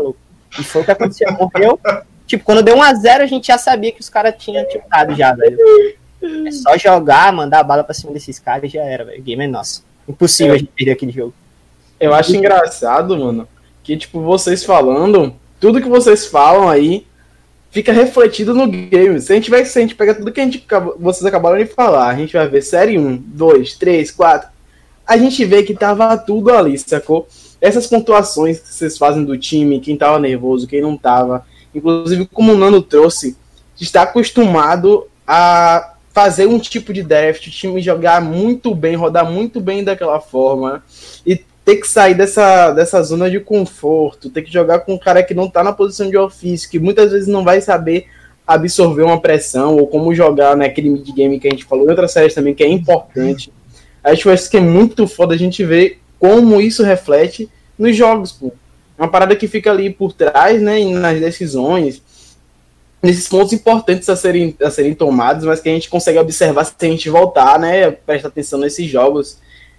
E foi o que aconteceu, morreu. Tipo, quando deu 1-0, a gente já sabia que os caras tinham tiltado já, velho. É só jogar, mandar a bala pra cima desses caras e já era, velho. O game é nosso. Impossível a gente perder aquele jogo. Eu acho engraçado, mano, que, tipo, vocês falando, tudo que vocês falam aí, fica refletido no game. Se a gente pega tudo que vocês acabaram de falar, a gente vai ver série 1, 2, 3, 4, a gente vê que tava tudo ali, sacou? Essas pontuações que vocês fazem do time, quem tava nervoso, quem não tava, inclusive como o Nano trouxe, está acostumado a fazer um tipo de draft, o time jogar muito bem, rodar muito bem daquela forma, e ter que sair dessa zona de conforto, ter que jogar com um cara que não tá na posição de ofício, que muitas vezes não vai saber absorver uma pressão, ou como jogar naquele mid-game que a gente falou, em outras séries também, que é importante. A gente acha que é muito foda a gente ver como isso reflete nos jogos, pô. É uma parada que fica ali por trás, né, nas decisões, nesses pontos importantes a serem tomados, mas que a gente consegue observar se a gente voltar, né, prestar atenção nesses jogos.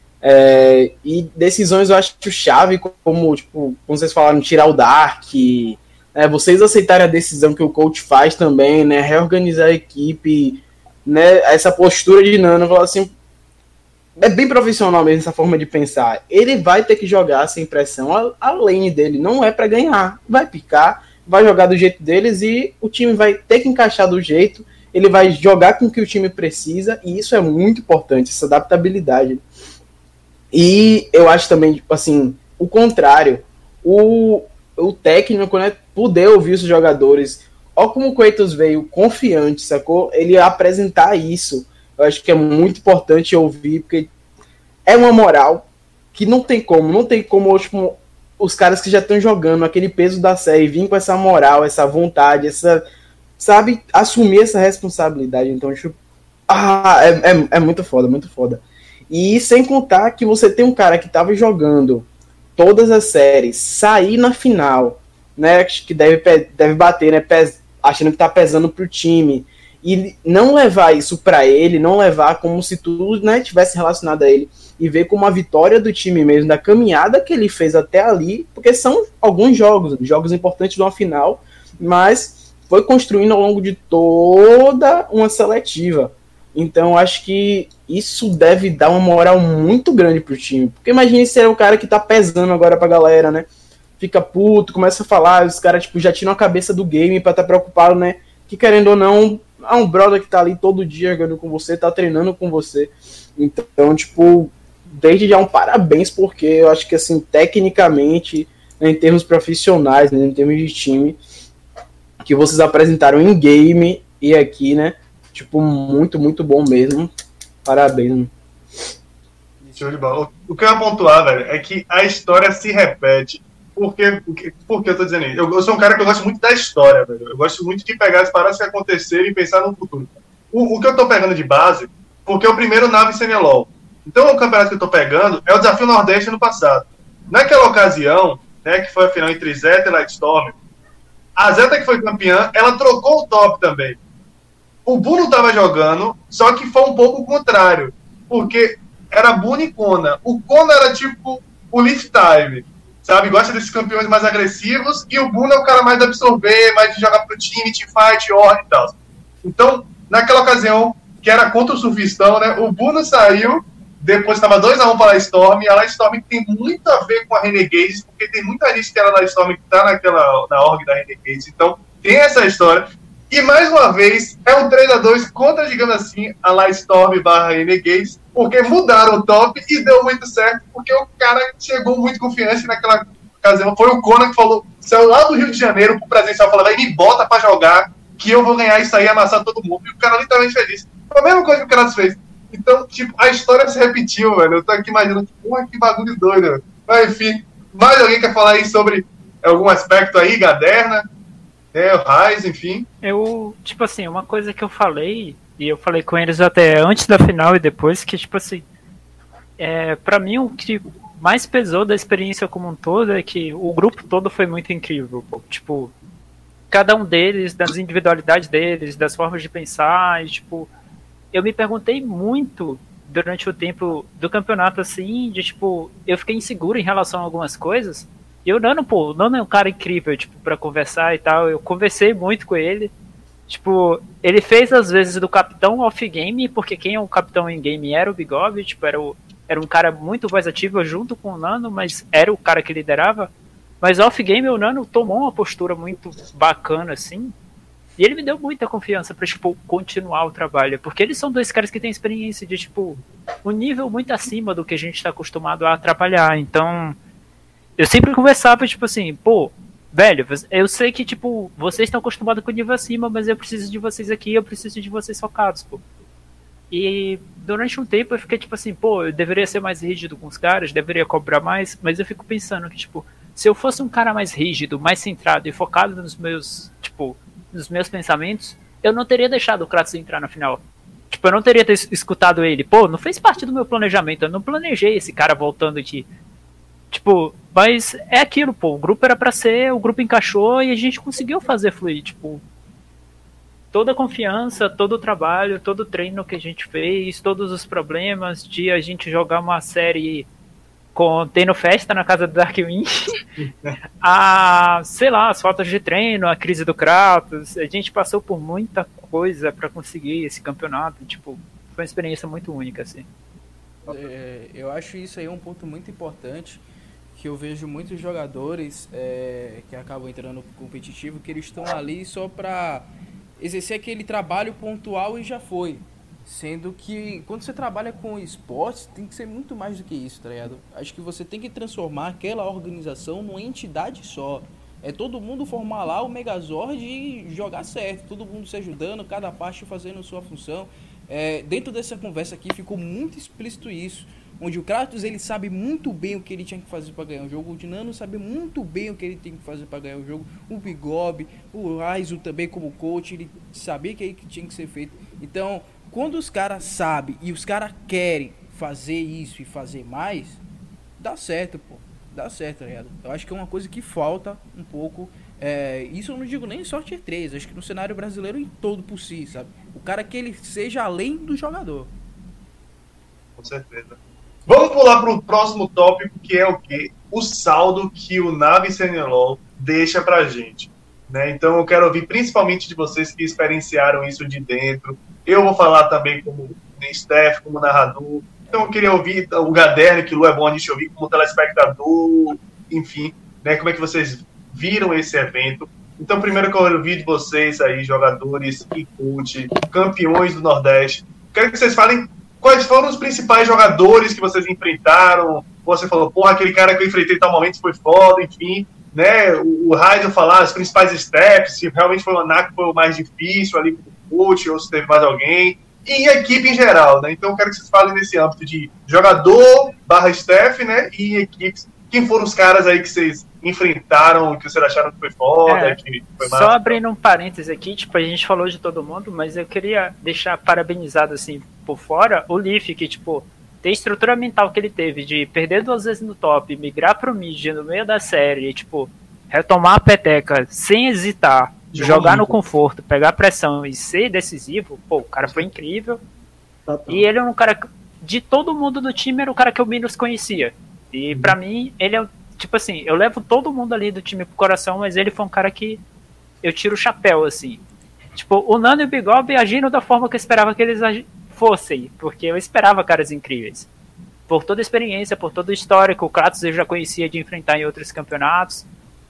E decisões eu acho chave, como, tipo, como vocês falaram, tirar o Dark, vocês aceitarem a decisão que o coach faz também, né, reorganizar a equipe, né, essa postura de Nano, falar assim, é bem profissional mesmo essa forma de pensar. Ele vai ter que jogar sem pressão, a lane dele não é para ganhar, vai picar, vai jogar do jeito deles e o time vai ter que encaixar do jeito, ele vai jogar com o que o time precisa, e isso é muito importante, essa adaptabilidade. E eu acho também, tipo assim, o contrário, o técnico, né, poder ouvir os jogadores, ó como o Kratos veio confiante, sacou? Ele apresentar isso, eu acho que é muito importante ouvir, porque é uma moral que não tem como tipo, os caras que já estão jogando aquele peso da série, vir com essa moral, essa vontade, sabe, assumir essa responsabilidade. Então, tipo, é muito foda, muito foda. E sem contar que você tem um cara que estava jogando todas as séries, sair na final, né, que deve bater, né, achando que tá pesando pro time, e não levar isso para ele, não levar como se tudo, né, tivesse relacionado a ele, e ver como a vitória do time mesmo, da caminhada que ele fez até ali, porque são alguns jogos importantes de uma final, mas foi construindo ao longo de toda uma seletiva. Então acho que isso deve dar uma moral muito grande pro time, porque imagine se é o cara que tá pesando agora pra galera, né, fica puto, começa a falar, os caras tipo, já tiram a cabeça do game pra estar preocupado, né, que querendo ou não, há um brother que tá ali todo dia jogando com você, tá treinando com você. Então, tipo, desde já um parabéns, porque eu acho que, assim, tecnicamente, né, em termos profissionais, né, em termos de time, que vocês apresentaram em game e aqui, né, tipo, muito, muito bom mesmo. Parabéns. Show de bola. O que eu ia pontuar, velho, é que a história se repete. Por que eu tô dizendo isso? Eu sou um cara que eu gosto muito da história, velho. Eu gosto muito de pegar as paradas que aconteceram e pensar no futuro. O que eu tô pegando de base, porque é o primeiro nave CNLOL. Então, o campeonato que eu tô pegando é o Desafio Nordeste no passado. Naquela ocasião, né, que foi a final entre Zeta e Lightstorm, a Zeta, que foi campeã, ela trocou o top também. O Buno tava jogando, só que foi um pouco o contrário. Porque era Buno e Kona. O Kona era tipo o Leaf Time, sabe? Gosta desses campeões mais agressivos, e o Buno é o cara mais de absorver, mais de jogar pro time, teamfight, ordem e tal. Então, naquela ocasião, que era contra o Surfistão, né? O Buno saiu, depois estava 2-1 para a Lightstorm, e a Lightstorm tem muito a ver com a Renegades, porque tem muita gente que era na Lightstorm que tá na org da Renegades, então tem essa história. E mais uma vez, é um 3-2 contra, digamos assim, a Lightstorm / Renegades, porque mudaram o top e deu muito certo, porque o cara chegou muito confiante naquela ocasião. Foi o Kona que falou, saiu lá do Rio de Janeiro pro presencial, falou, vai, me bota pra jogar, que eu vou ganhar isso aí e amassar todo mundo. E o cara literalmente fez isso. Foi a mesma coisa que o Kratos fez. Então, tipo, a história se repetiu, velho. Eu tô aqui imaginando, porra, que bagulho doido, velho. Mas, enfim, mais alguém quer falar aí sobre algum aspecto aí, Gaderna, o Raiz, enfim? Eu, tipo assim, uma coisa que eu falei, e eu falei com eles até antes da final e depois, que, tipo assim, pra mim o que mais pesou da experiência como um todo é que o grupo todo foi muito incrível, pô. Tipo, cada um deles, das individualidades deles, das formas de pensar, e, tipo, eu me perguntei muito durante o tempo do campeonato, assim, de, tipo, eu fiquei inseguro em relação a algumas coisas, e o Nano é um cara incrível, tipo, pra conversar e tal, eu conversei muito com ele, tipo, ele fez às vezes do capitão off-game, porque quem é o capitão in-game era o Bigob, tipo, era um cara muito voz ativa junto com o Nano, mas era o cara que liderava, mas off-game o Nano tomou uma postura muito bacana, assim, e ele me deu muita confiança pra, tipo, continuar o trabalho, porque eles são dois caras que têm experiência de, tipo, um nível muito acima do que a gente tá acostumado a trabalhar, então eu sempre conversava, tipo assim, pô, velho, eu sei que, tipo, vocês estão acostumados com o nível acima, mas eu preciso de vocês aqui, eu preciso de vocês focados, pô. E durante um tempo eu fiquei, tipo assim, pô, eu deveria ser mais rígido com os caras, deveria cobrar mais, mas eu fico pensando que, tipo, se eu fosse um cara mais rígido, mais centrado e focado nos meus, tipo, nos meus pensamentos, eu não teria deixado o Kratos entrar na final. Tipo, eu não teria escutado ele. Pô, não fez parte do meu planejamento, eu não planejei esse cara voltando aqui. Tipo, mas é aquilo, pô, o grupo era pra ser, o grupo encaixou e a gente conseguiu fazer fluir, tipo, toda a confiança, todo o trabalho, todo o treino que a gente fez, todos os problemas de a gente jogar uma série tendo festa na casa do Darkwing, sei lá, as faltas de treino, a crise do Kratos, a gente passou por muita coisa pra conseguir esse campeonato, tipo, foi uma experiência muito única, assim. Eu acho isso aí um ponto muito importante, que eu vejo muitos jogadores que acabam entrando no competitivo, que eles estão ali só pra exercer aquele trabalho pontual e já foi. Sendo que quando você trabalha com esportes, tem que ser muito mais do que isso, tá ligado? Acho que você tem que transformar aquela organização numa entidade só. É todo mundo formar lá o Megazord e jogar certo, todo mundo se ajudando, cada parte fazendo sua função. Dentro dessa conversa aqui ficou muito explícito isso, onde o Kratos ele sabe muito bem o que ele tinha que fazer para ganhar o jogo, o Dinano sabe muito bem o que ele tem que fazer para ganhar o jogo, o Bigob, o Raizo também como coach, ele sabia que tinha que ser feito. Então, quando os caras sabem e os caras querem fazer isso e fazer mais, dá certo, pô. Dá certo, tá ligado? Eu acho que é uma coisa que falta um pouco. Isso eu não digo nem só Tier 3, acho que no cenário brasileiro em todo por si, sabe? O cara que ele seja além do jogador. Com certeza. Vamos pular para o próximo tópico, que é o quê? O saldo que o Navi CNLOL deixa pra gente. Né? Então eu quero ouvir principalmente de vocês que experienciaram isso de dentro. Eu vou falar também como staff, como narrador. Então eu queria ouvir o Gaderno, que Lu é bom a gente ouvir como telespectador, enfim, né? Como é que vocês viram esse evento? Então primeiro que eu quero ouvir de vocês aí, jogadores e coach, campeões do Nordeste. Quero que vocês falem quais foram os principais jogadores que vocês enfrentaram. Você falou, porra, aquele cara que eu enfrentei em tal momento foi foda, enfim. Né? O Raizo falar os principais steps, se realmente foi o Anak que foi o mais difícil ali com o coach, ou se teve mais alguém. E a equipe em geral, né? Então eu quero que vocês falem nesse âmbito de jogador / staff, né? E equipes. Quem foram os caras aí que vocês enfrentaram, que vocês acharam que foi foda, que foi massa? Só abrindo um parênteses aqui, tipo, a gente falou de todo mundo, mas eu queria deixar parabenizado, assim, por fora, o Leaf, que, tipo, tem a estrutura mental que ele teve de perder 2 vezes no top, migrar pro mid no meio da série, e, tipo, retomar a peteca sem hesitar, jogar no conforto, pegar pressão e ser decisivo, pô, o cara foi incrível. E ele é um cara, de todo mundo do time, era o cara que eu menos conhecia. E pra mim, ele é, tipo assim, eu levo todo mundo ali do time pro coração, mas ele foi um cara que eu tiro o chapéu, assim. Tipo, o Nano e o Bigob agindo da forma que eu esperava que eles fossem, porque eu esperava caras incríveis. Por toda a experiência, por todo o histórico, o Kratos eu já conhecia de enfrentar em outros campeonatos.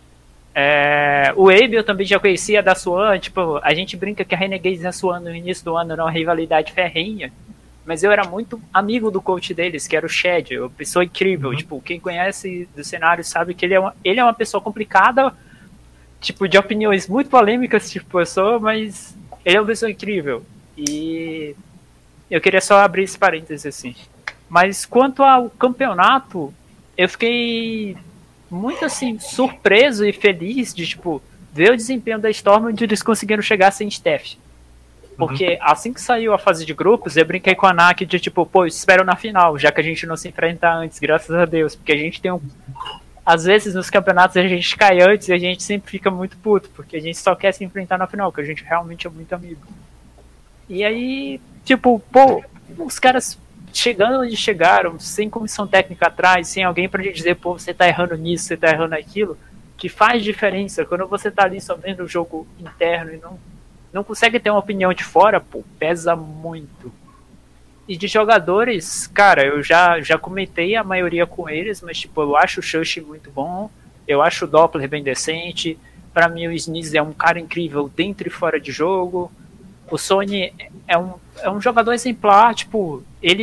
O Abe eu também já conhecia da Swan, tipo, a gente brinca que a Renegades e a Swan no início do ano era uma rivalidade ferrenha, mas eu era muito amigo do coach deles, que era o Shed, uma pessoa incrível, tipo, quem conhece do cenário sabe que ele é uma pessoa complicada, tipo, de opiniões muito polêmicas, tipo, eu sou, mas ele é uma pessoa incrível, e eu queria só abrir esse parênteses, assim. Mas quanto ao campeonato, eu fiquei muito, assim, surpreso e feliz de, tipo, ver o desempenho da Storm onde eles conseguiram chegar sem staff. Porque assim que saiu a fase de grupos, eu brinquei com a Anak de, tipo, pô, espero na final, já que a gente não se enfrenta antes, graças a Deus. Porque a gente tem às vezes nos campeonatos a gente cai antes e a gente sempre fica muito puto, porque a gente só quer se enfrentar na final, porque a gente realmente é muito amigo. E aí, tipo, pô, os caras chegando onde chegaram, sem comissão técnica atrás, sem alguém pra gente dizer, pô, você tá errando nisso, você tá errando naquilo, que faz diferença. Quando você tá ali só vendo o jogo interno e não consegue ter uma opinião de fora, pô, pesa muito. E de jogadores, cara, eu já comentei a maioria com eles, mas tipo, eu acho o Shush muito bom, eu acho o Doppler bem decente, pra mim o Sneeze é um cara incrível dentro e fora de jogo, o Sony é um jogador exemplar, tipo,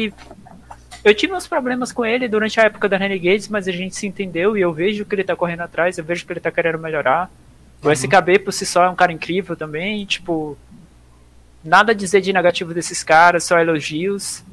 eu tive uns problemas com ele durante a época da Renegades, mas a gente se entendeu e eu vejo que ele tá correndo atrás, eu vejo que ele tá querendo melhorar. O SKB por si só é um cara incrível também, tipo, nada a dizer de negativo desses caras, só elogios.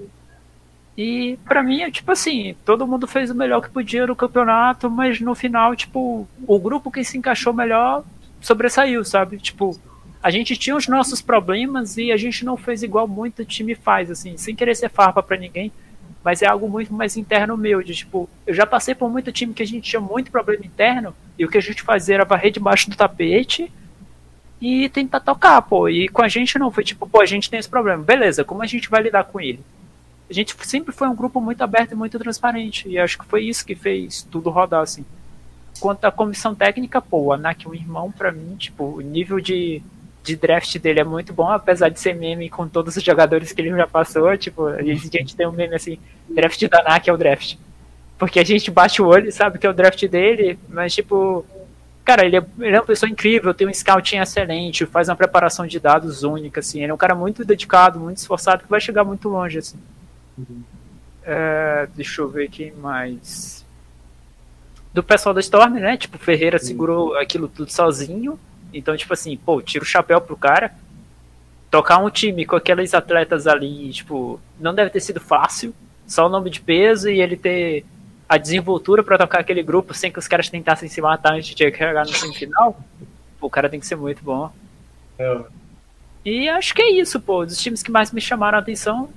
E pra mim é tipo assim, todo mundo fez o melhor que podia no campeonato, mas no final, tipo, o grupo que se encaixou melhor sobressaiu, sabe? Tipo, a gente tinha os nossos problemas e a gente não fez igual muito time faz, assim, sem querer ser farpa pra ninguém, mas é algo muito mais interno meu, de tipo, eu já passei por muito time que a gente tinha muito problema interno, e o que a gente fazia era varrer debaixo do tapete e tentar tocar, pô, e com a gente não foi tipo, pô, a gente tem esse problema, beleza, como a gente vai lidar com ele? A gente sempre foi um grupo muito aberto e muito transparente, e acho que foi isso que fez tudo rodar, assim. Quanto à comissão técnica, pô, o Anak é um irmão pra mim, tipo, o nível de draft dele é muito bom, apesar de ser meme com todos os jogadores que ele já passou, tipo, a gente tem um meme assim, draft do Anak é o draft. Porque a gente bate o olho e sabe que é o draft dele, mas tipo, cara, ele é uma pessoa incrível, tem um scouting excelente, faz uma preparação de dados única, assim, ele é um cara muito dedicado, muito esforçado, que vai chegar muito longe, assim. Deixa eu ver aqui mais. Do pessoal da Storm, né, tipo, Ferreira segurou aquilo tudo sozinho. Então, tipo assim, pô, tira o chapéu pro cara. Tocar um time com aqueles atletas ali, tipo, não deve ter sido fácil. Só o nome de peso e ele ter a desenvoltura pra tocar aquele grupo sem que os caras tentassem se matar antes de chegar no semifinal. Pô, o cara tem que ser muito bom. E acho que é isso, pô. Dos times que mais me chamaram a atenção,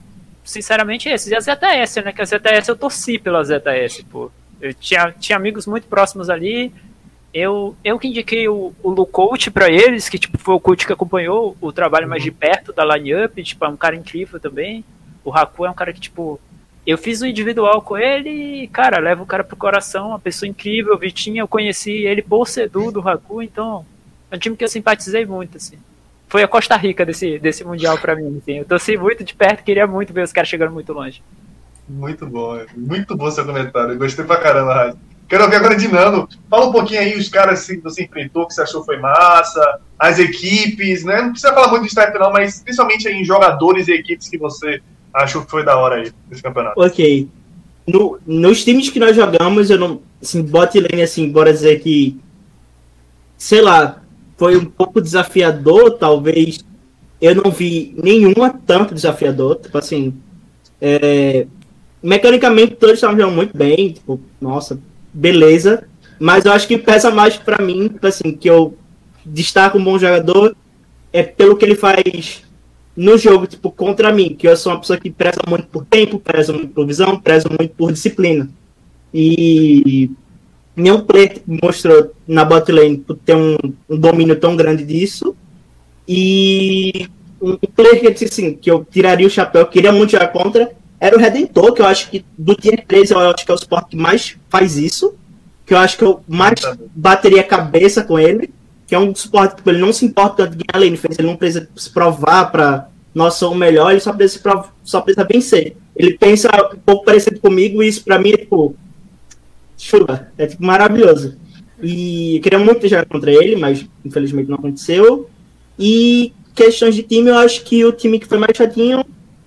sinceramente, esses. E a ZTS, né? Que a ZTS eu torci pela ZTS, pô. Eu tinha amigos muito próximos ali. Eu que indiquei o Lu Coach pra eles, que tipo, foi o coach que acompanhou o trabalho mais de perto da line-up, tipo, é um cara incrível também. O Haku é um cara que, tipo, eu fiz um individual com ele e, cara, leva o cara pro coração, uma pessoa incrível. O Vitinho, eu conheci ele por ser do Haku, então é um time que eu simpatizei muito, assim. Foi a Costa Rica desse Mundial pra mim, assim. Eu torci muito de perto, queria muito ver os caras chegando muito longe. Muito bom seu comentário. Gostei pra caramba, Rádio. Quero ouvir agora de Nano. Fala um pouquinho aí os caras que você enfrentou, que você achou foi massa, as equipes, né? Não precisa falar muito de staff não, mas principalmente aí em jogadores e equipes que você achou que foi da hora aí nesse campeonato. Ok. Nos times que nós jogamos, eu não. Assim, bot lane, assim, bora dizer que. Sei lá, foi um pouco desafiador, talvez. Eu não vi nenhuma tanto desafiador. Tipo assim. Mecanicamente todos estavam jogando muito bem. Tipo, nossa, beleza. Mas eu acho que pesa mais pra mim, tipo assim, que eu destaco um bom jogador é pelo que ele faz no jogo, tipo, contra mim, que eu sou uma pessoa que preza muito por tempo, preza muito por visão, preza muito por disciplina. E nenhum player mostrou na bot lane por ter um domínio tão grande disso. E um player que eu disse assim, que eu tiraria o chapéu, queria muito jogar contra, era o Redentor, que eu acho que do Tier 3 eu acho que é o suporte que mais faz isso, que eu acho que eu mais bateria cabeça com ele, que é um suporte que ele não se importa tanto de ganhar lane phase, ele não precisa se provar pra nós somos melhor, ele só precisa vencer. Ele pensa um pouco parecido comigo e isso pra mim é tipo chuva, é tipo maravilhoso. E eu queria muito jogar contra ele, mas infelizmente não aconteceu. E questões de time, eu acho que o time que foi mais chatinho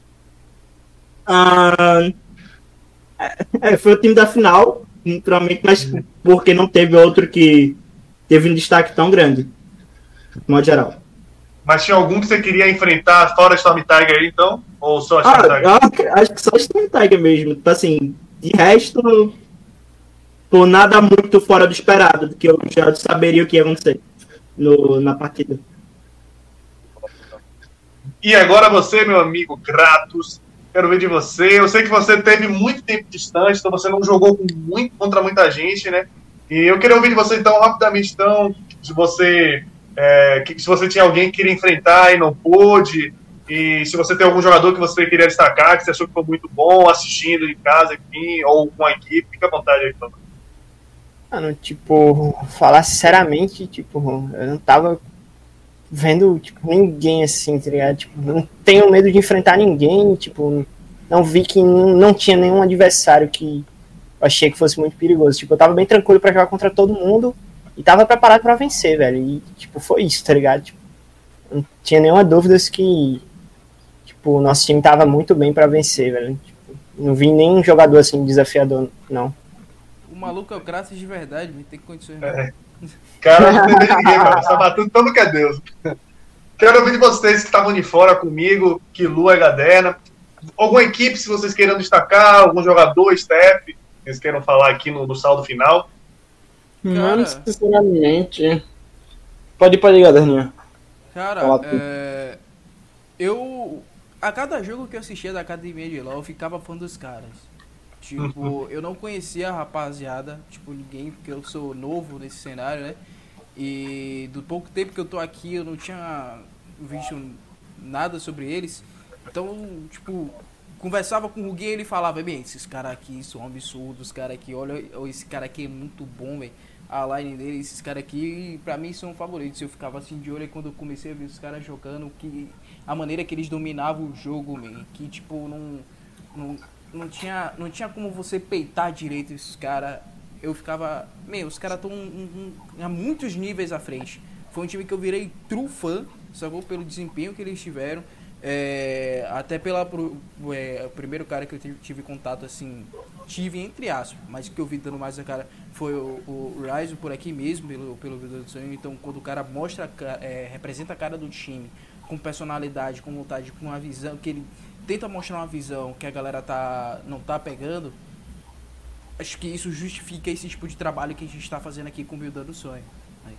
foi o time da final, naturalmente, mas porque não teve outro que teve um destaque tão grande, de modo geral. Mas tinha algum que você queria enfrentar fora Storm Tiger aí, então? Ou só Storm Tiger? Acho que só Storm Tiger mesmo. Tipo assim, de resto, por nada muito fora do esperado, que eu já saberia o que ia acontecer na partida. E agora você, meu amigo Kratos, quero ver de você. Eu sei que você teve muito tempo distante, então você não jogou contra muita gente, né? E eu queria ouvir de você, então, rapidamente, então, se você tinha alguém que queria enfrentar e não pôde, e se você tem algum jogador que você queria destacar, que você achou que foi muito bom, assistindo em casa, enfim, ou com a equipe, fica à vontade aí, por favor. Mano, tipo, falar sinceramente, tipo, eu não tava vendo, tipo, ninguém assim, tá ligado? Tipo, não tenho medo de enfrentar ninguém, tipo, não vi que não tinha nenhum adversário que eu achei que fosse muito perigoso. Tipo, eu tava bem tranquilo pra jogar contra todo mundo e tava preparado pra vencer, velho. E, tipo, foi isso, tá ligado? Tipo, não tinha nenhuma dúvida que, tipo, o nosso time tava muito bem pra vencer, velho. Tipo, não vi nenhum jogador, assim, desafiador, não. O maluco é o Kratos de verdade, não tem condições. Cara, não tem ninguém, cara. Você tá batendo todo que é Deus. Quero ouvir de vocês que estavam de fora comigo, que Lu é Gaderna. Alguma equipe, se vocês queiram destacar, algum jogador, staff, vocês queiram falar aqui no saldo final. Não, sinceramente. Pode ir, Gaderninha. Cara, a cada jogo que eu assistia da academia de LoL, eu ficava fã dos caras. Tipo, eu não conhecia a rapaziada, tipo, ninguém, porque eu sou novo nesse cenário, né? E do pouco tempo que eu tô aqui, eu não tinha visto nada sobre eles. Então, tipo, conversava com o Ruguinho e ele falava, bem, esses caras aqui são absurdos, caras aqui, olha, esse cara aqui é muito bom, velho. A line dele, esses caras aqui, pra mim, são favoritos. Eu ficava assim de olho e quando eu comecei a ver os caras jogando, a maneira que eles dominavam o jogo, man, que, tipo, não tinha como você peitar direito esses caras. Eu ficava, os caras estão a muitos níveis à frente. Foi um time que eu virei true fã, sacou? Pelo desempenho que eles tiveram. Até o primeiro cara que eu tive contato, assim, tive entre aspas, mas que eu vi dando mais a cara foi o Ryzo por aqui mesmo, pelo vídeo do sonho. Então, quando o cara mostra, representa a cara do time, com personalidade, com vontade, com uma visão, que ele tenta mostrar uma visão que a galera não tá pegando, acho que isso justifica esse tipo de trabalho que a gente tá fazendo aqui com o Buildando Sonho.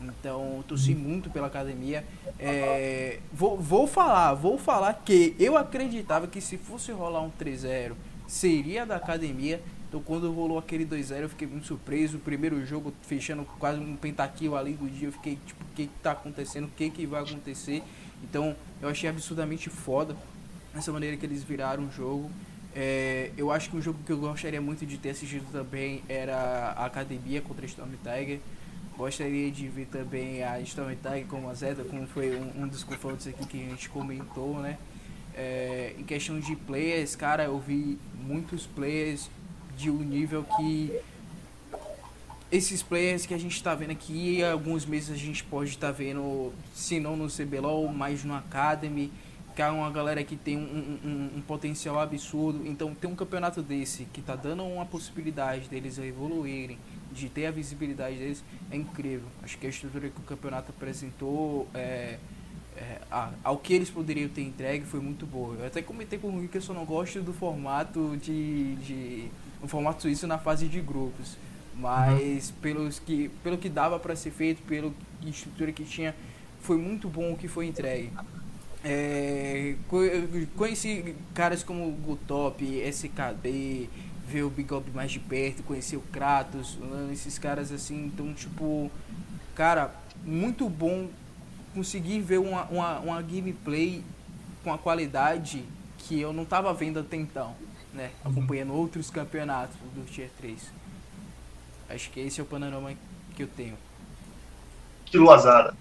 Então, torci muito pela academia. Vou falar que eu acreditava que se fosse rolar um 3-0, seria da academia. Então, quando rolou aquele 2-0, eu fiquei muito surpreso. O primeiro jogo, fechando quase um pentakill ali do dia, eu fiquei tipo, o que tá acontecendo? O que vai acontecer? Então, eu achei absurdamente foda essa maneira que eles viraram o jogo. Eu acho que um jogo que eu gostaria muito de ter assistido também era a academia contra a Storm Tiger. Gostaria de ver também a Storm Tiger como a Zeta, como foi um dos confrontos aqui que a gente comentou, né? Em questão de players, cara, eu vi muitos players de um nível que esses players que a gente tá vendo aqui, alguns meses a gente pode estar vendo, se não no CBLOL, mas no Academy, que é uma galera que tem um potencial absurdo. Então ter um campeonato desse que tá dando uma possibilidade deles evoluírem, de ter a visibilidade deles, é incrível. Acho que a estrutura que o campeonato apresentou ao que eles poderiam ter entregue foi muito boa. Eu até comentei com o Rui que eu só não gosto do formato um formato suíço na fase de grupos, mas pelo que dava para ser feito, pela estrutura que tinha, foi muito bom o que foi entregue. Conheci caras como o Gutop, SKB, ver o Big Up mais de perto, conhecer o Kratos, esses caras assim. Então, tipo, cara, muito bom conseguir ver uma gameplay com a qualidade que eu não tava vendo até então, né? Acompanhando outros campeonatos do Tier 3. Acho que esse é o panorama que eu tenho. Que luazada.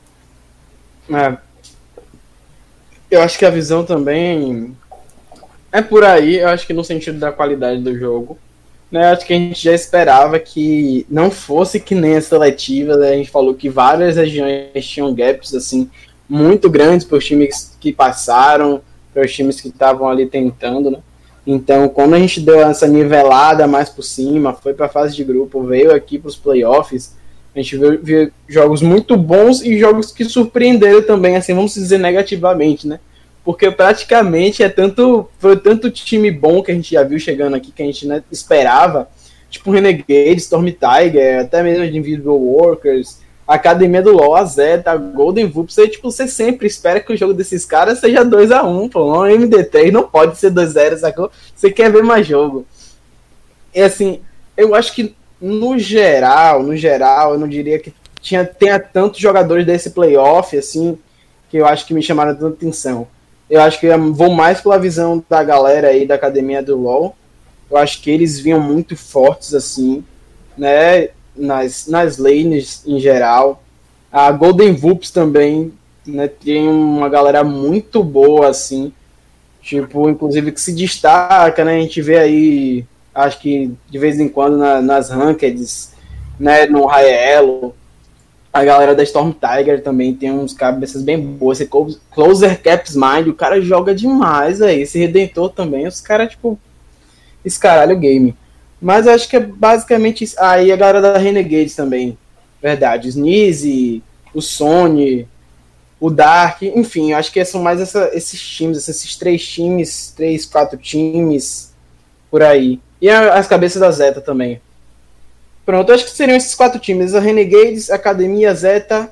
Eu acho que a visão também é por aí. Eu acho que no sentido da qualidade do jogo, né? Acho que a gente já esperava que não fosse que nem a seletiva, né? A gente falou que várias regiões tinham gaps assim muito grandes para os times que passaram, para os times que estavam ali tentando, né? Então, quando a gente deu essa nivelada mais por cima, foi para a fase de grupo, veio aqui para os playoffs, a gente viu jogos muito bons e jogos que surpreenderam também, assim, vamos dizer negativamente, né? Porque praticamente foi tanto time bom que a gente já viu chegando aqui, que a gente, né, esperava, tipo Renegade, Storm Tiger, até mesmo a Individual Workers, a Academia do LoL, a Zeta, a Golden Vup, você sempre espera que o jogo desses caras seja 2-1, pô, não MD3, não pode ser 2-0, sacou? Você quer ver mais jogo. E assim, eu acho que no geral, eu não diria que tenha tantos jogadores desse playoff, assim, que eu acho que me chamaram tanta atenção. Eu acho que eu vou mais pela visão da galera aí da Academia do LoL. Eu acho que eles vinham muito fortes, assim, né, nas lanes em geral. A Golden Vups também, né, tem uma galera muito boa, assim, tipo, inclusive que se destaca, né, a gente vê aí, acho que de vez em quando nas rankeds, né, no High Elo, a galera da Storm Tiger também tem uns cabeças bem boas. Esse Closer Caps Mind, o cara joga demais aí. Esse Redentor também, os caras, tipo, escaralho o game. Mas eu acho que é basicamente isso. Aí a galera da Renegades também, verdade. O Sneezy, o Sony, o Dark, enfim, eu acho que são mais esses times, esses 3, 4 times por aí. E as cabeças da Zeta também. Pronto, eu acho que seriam esses 4 times: a Renegades, a Academia, a Zeta,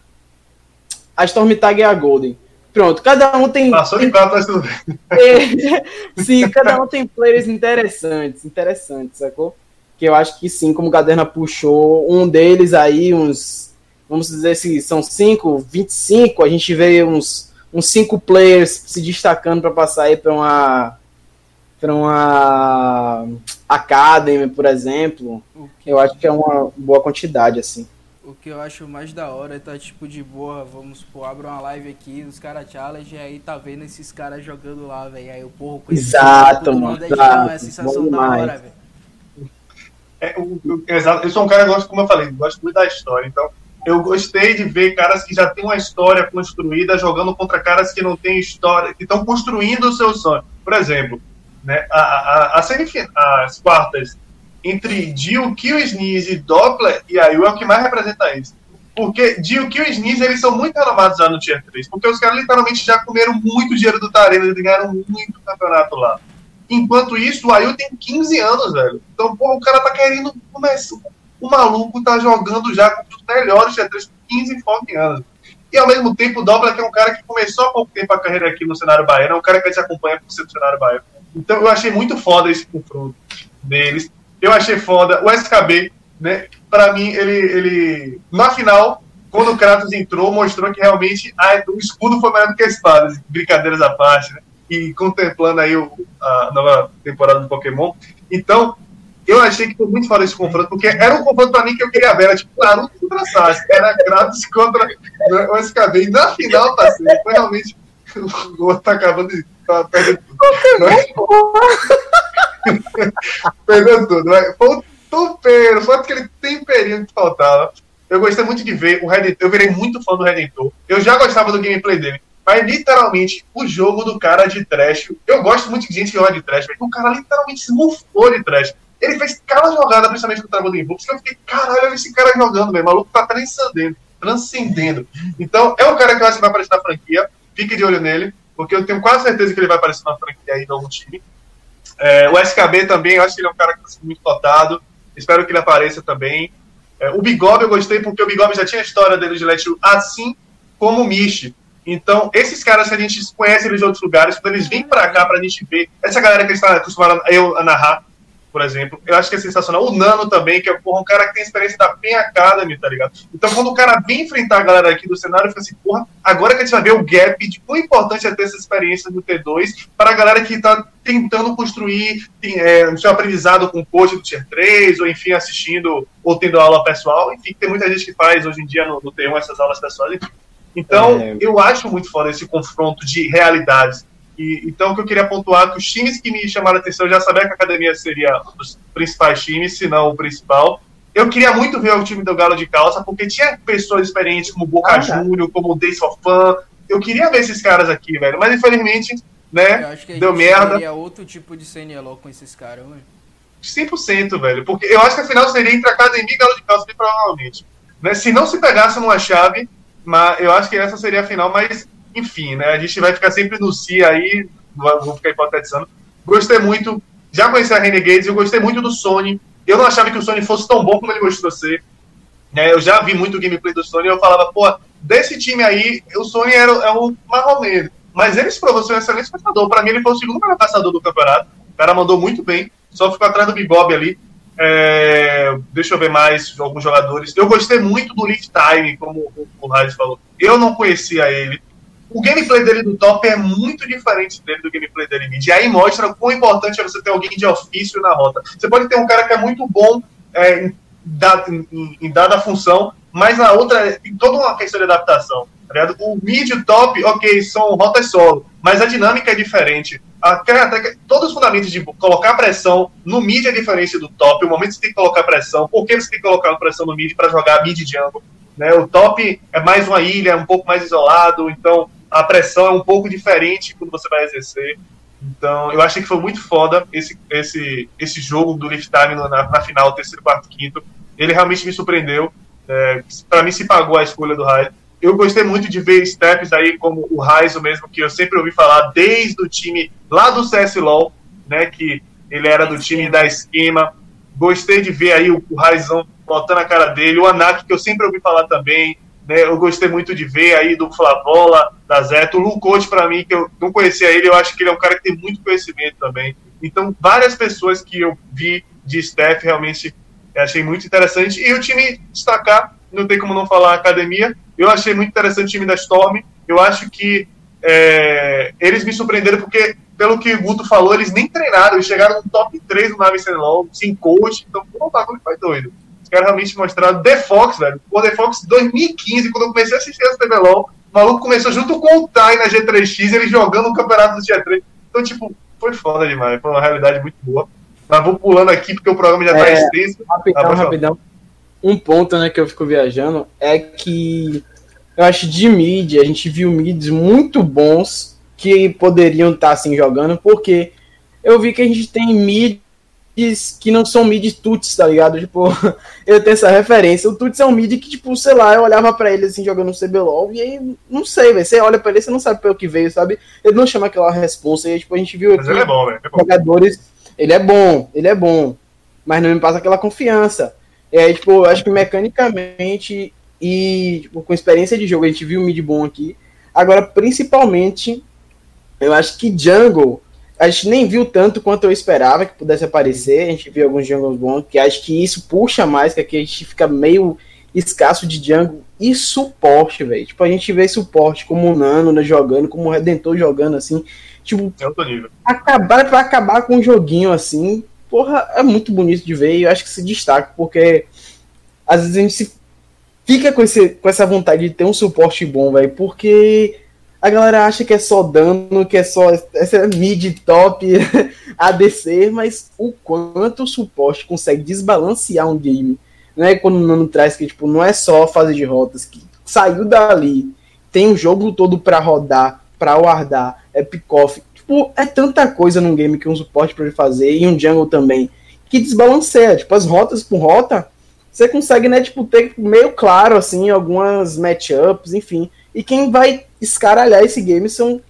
a Storm Tiger e a Golden. Pronto, cada um tem... Passou de 4, mas tudo bem. Sim, cada um tem players interessantes, sacou? Que eu acho que sim, como o Gaderna puxou, um deles aí, vamos dizer se são 25, a gente vê uns 5 players se destacando para passar aí para uma Academy, por exemplo. Eu acho que é uma boa quantidade, assim. O que eu acho mais da hora é tá tipo de boa, vamos supor, abro uma live aqui dos caras challenge e aí tá vendo esses caras jogando lá, velho. Aí o porra com exato, mano. É a sensação da hora, velho. Exato. Eu sou um cara que gosto, como eu falei, gosto muito da história. Então, eu gostei de ver caras que já têm uma história construída jogando contra caras que não têm história, que estão construindo o seu sonho. Por exemplo, né, as quartas entre Dio-Kill, Sneeze, Doppler e Ayu é o que mais representa isso. Porque Dio-Kill e Sneeze, eles são muito renovados lá no Tier 3, porque os caras literalmente já comeram muito dinheiro do Tarena, eles ganharam muito campeonato lá. Enquanto isso, o Ayu tem 15 anos, velho. Então, pô, o cara tá querendo começar. O maluco tá jogando já com os melhores Tier 3. 15 anos. E ao mesmo tempo, o Douglas, que é um cara que começou há pouco tempo a carreira aqui no cenário baiano, é um cara que a gente acompanha por ser do cenário baiano. Então eu achei muito foda esse confronto deles. Eu achei foda. O SKB, né? Pra mim, ele na final, quando o Kratos entrou, mostrou que realmente o escudo foi maior do que a espada. Brincadeiras à parte, né? E contemplando aí a nova temporada do Pokémon. Então, eu achei que foi muito foda esse confronto, porque era um confronto pra mim que eu queria ver. Era tipo Naruto contra Sasuke. Era Kratos contra o SKB. E na final, parceiro, foi realmente o outro tá acabando de perder tudo. Perdeu tudo. Foi um topeiro, foi aquele temperinho que faltava. Eu gostei muito de ver o Redentor. Eu virei muito fã do Redentor. Eu já gostava do gameplay dele. Mas literalmente, o jogo do cara de trash. Eu gosto muito de gente que joga de trash, mas o cara literalmente se mufou de trash. Ele fez cada jogada, principalmente contra o Golden Books, que eu fiquei, caralho, olha esse cara jogando, meu. O maluco tá transcendendo. Então, é um cara que eu acho que vai aparecer na franquia. Fique de olho nele, porque eu tenho quase certeza que ele vai aparecer na franquia aí de algum time. O SKB também, eu acho que ele é um cara que está muito cotado. Espero que ele apareça também. O Bigob eu gostei, porque o Bigob já tinha a história dele de Let You, assim como o Mishi. Então, esses caras que a gente conhece eles de outros lugares, quando eles vêm pra cá pra gente ver, essa galera que está acostumada a narrar, por exemplo, eu acho que é sensacional. O Nano também, que é um cara que tem experiência da PEN Academy, tá ligado? Então, quando o cara vem enfrentar a galera aqui do cenário, eu fico assim, porra, agora que a gente vai ver o gap de quão importante é ter essa experiência no T2 para a galera que tá tentando construir o seu aprendizado com o coach do Tier 3, ou enfim, assistindo ou tendo aula pessoal. Enfim, tem muita gente que faz hoje em dia no T1 essas aulas pessoais. Então, eu acho muito foda esse confronto de realidades. Então, o que eu queria pontuar é que os times que me chamaram a atenção, eu já sabia que a academia seria um dos principais times, se não o principal. Eu queria muito ver o time do Galo de Calça, porque tinha pessoas experientes como o Boca Júnior, como o Days of Fun. Eu queria ver esses caras aqui, velho. Mas, infelizmente, né, Eu acho que deu merda. Seria outro tipo de CNLO com esses caras, velho. 100%, velho. Porque eu acho que a final seria entre academia e Galo de Calça, bem provavelmente. Né? Se não se pegasse numa chave, mas eu acho que essa seria a final, mas... Enfim, né? A gente vai ficar sempre no si aí, vou ficar hipotetizando. Gostei muito, já conheci a Renegades, eu gostei muito do Sony. Eu não achava que o Sony fosse tão bom como ele mostrou ser. Eu já vi muito o gameplay do Sony e eu falava, pô, desse time aí, o Sony é o marromeno. Mas ele se provou ser um excelente passador. Pra mim, ele foi o segundo melhor passador do campeonato. O cara mandou muito bem, só ficou atrás do Bigob ali. Deixa eu ver mais alguns jogadores. Eu gostei muito do Leaf Time, como o Raiz falou. Eu não conhecia ele. O gameplay dele do top é muito diferente dele do gameplay dele mid. E aí mostra o quão importante é você ter alguém de ofício na rota. Você pode ter um cara que é muito bom em dada função, mas na outra tem toda uma questão de adaptação. Tá ligado? O mid e o top, ok, são rotas solo, mas a dinâmica é diferente. Todos os fundamentos de colocar pressão no mid é diferente do top. O momento que você tem que colocar pressão, por que você tem que colocar pressão no mid para jogar mid jungle? Né? O top é mais uma ilha, um pouco mais isolado, então a pressão é um pouco diferente quando você vai exercer. Então, eu achei que foi muito foda esse jogo do Leaf Time na final, terceiro, quarto, quinto. Ele realmente me surpreendeu. Para mim, se pagou a escolha do Raiz. Eu gostei muito de ver steps aí como o Raiz, o mesmo que eu sempre ouvi falar desde o time lá do CSLOL, né, que ele era do time da Esquema. Gostei de ver aí o Raizão botando a cara dele. O Anak, que eu sempre ouvi falar também. Eu gostei muito de ver aí do Flavola, da Zeta. O Lucote, para mim, que eu não conhecia ele, eu acho que ele é um cara que tem muito conhecimento também. Então, várias pessoas que eu vi de staff, realmente achei muito interessante. E o time destacar, não tem como não falar a academia, eu achei muito interessante o time da Storm. Eu acho que eles me surpreenderam porque, pelo que o Guto falou, eles nem treinaram, eles chegaram no top 3 do Nave CNLOL, sem coach, então, o bagulho foi doido. Quero realmente mostrar The Fox, velho. O The Fox 2015, quando eu comecei a assistir essa TVLOL, o maluco começou junto com o Tai na G3X, ele jogando o campeonato do G3. Então, tipo, foi foda demais. Foi uma realidade muito boa. Mas vou pulando aqui porque o programa já tá extenso. Rapidão. Um ponto, né, que eu fico viajando é que eu acho de mid, a gente viu mids muito bons que poderiam estar assim jogando, porque eu vi que a gente tem mids que não são mid tuts, tá ligado? Tipo, eu tenho essa referência. O tuts é um mid que, tipo, sei lá, eu olhava pra ele assim, jogando no CBLOL, e aí, não sei, velho. Você olha pra ele, você não sabe pelo que veio, sabe? Ele não chama aquela responsa, e aí, tipo, a gente viu aqui. Mas ele é bom, velho. Jogadores, ele é bom, mas não me passa aquela confiança. E aí, tipo, eu acho que mecanicamente e tipo, com experiência de jogo, a gente viu o mid bom aqui. Agora, principalmente, eu acho que jungle, a gente nem viu tanto quanto eu esperava que pudesse aparecer. A gente viu alguns jungles bons, que acho que isso puxa mais, que aqui a gente fica meio escasso de jungle e suporte, velho. Tipo, a gente vê suporte como o Nano, né, jogando, como o Redentor jogando, assim. Tipo, acabar com um joguinho assim, porra, é muito bonito de ver e eu acho que se destaca, porque às vezes a gente fica com essa vontade de ter um suporte bom, velho, porque a galera acha que é só dano, que é só essa mid top ADC, mas o quanto o suporte consegue desbalancear um game, né? Quando o Nano traz que tipo, não é só fase de rotas, que saiu dali, tem um jogo todo pra rodar, pra wardar, é pick-off, tipo, é tanta coisa num game que um suporte pode fazer, e um jungle também, que desbalanceia, tipo, as rotas por rota, você consegue, né, tipo, ter meio claro, assim, algumas matchups, enfim, e quem vai escaralhar esse game são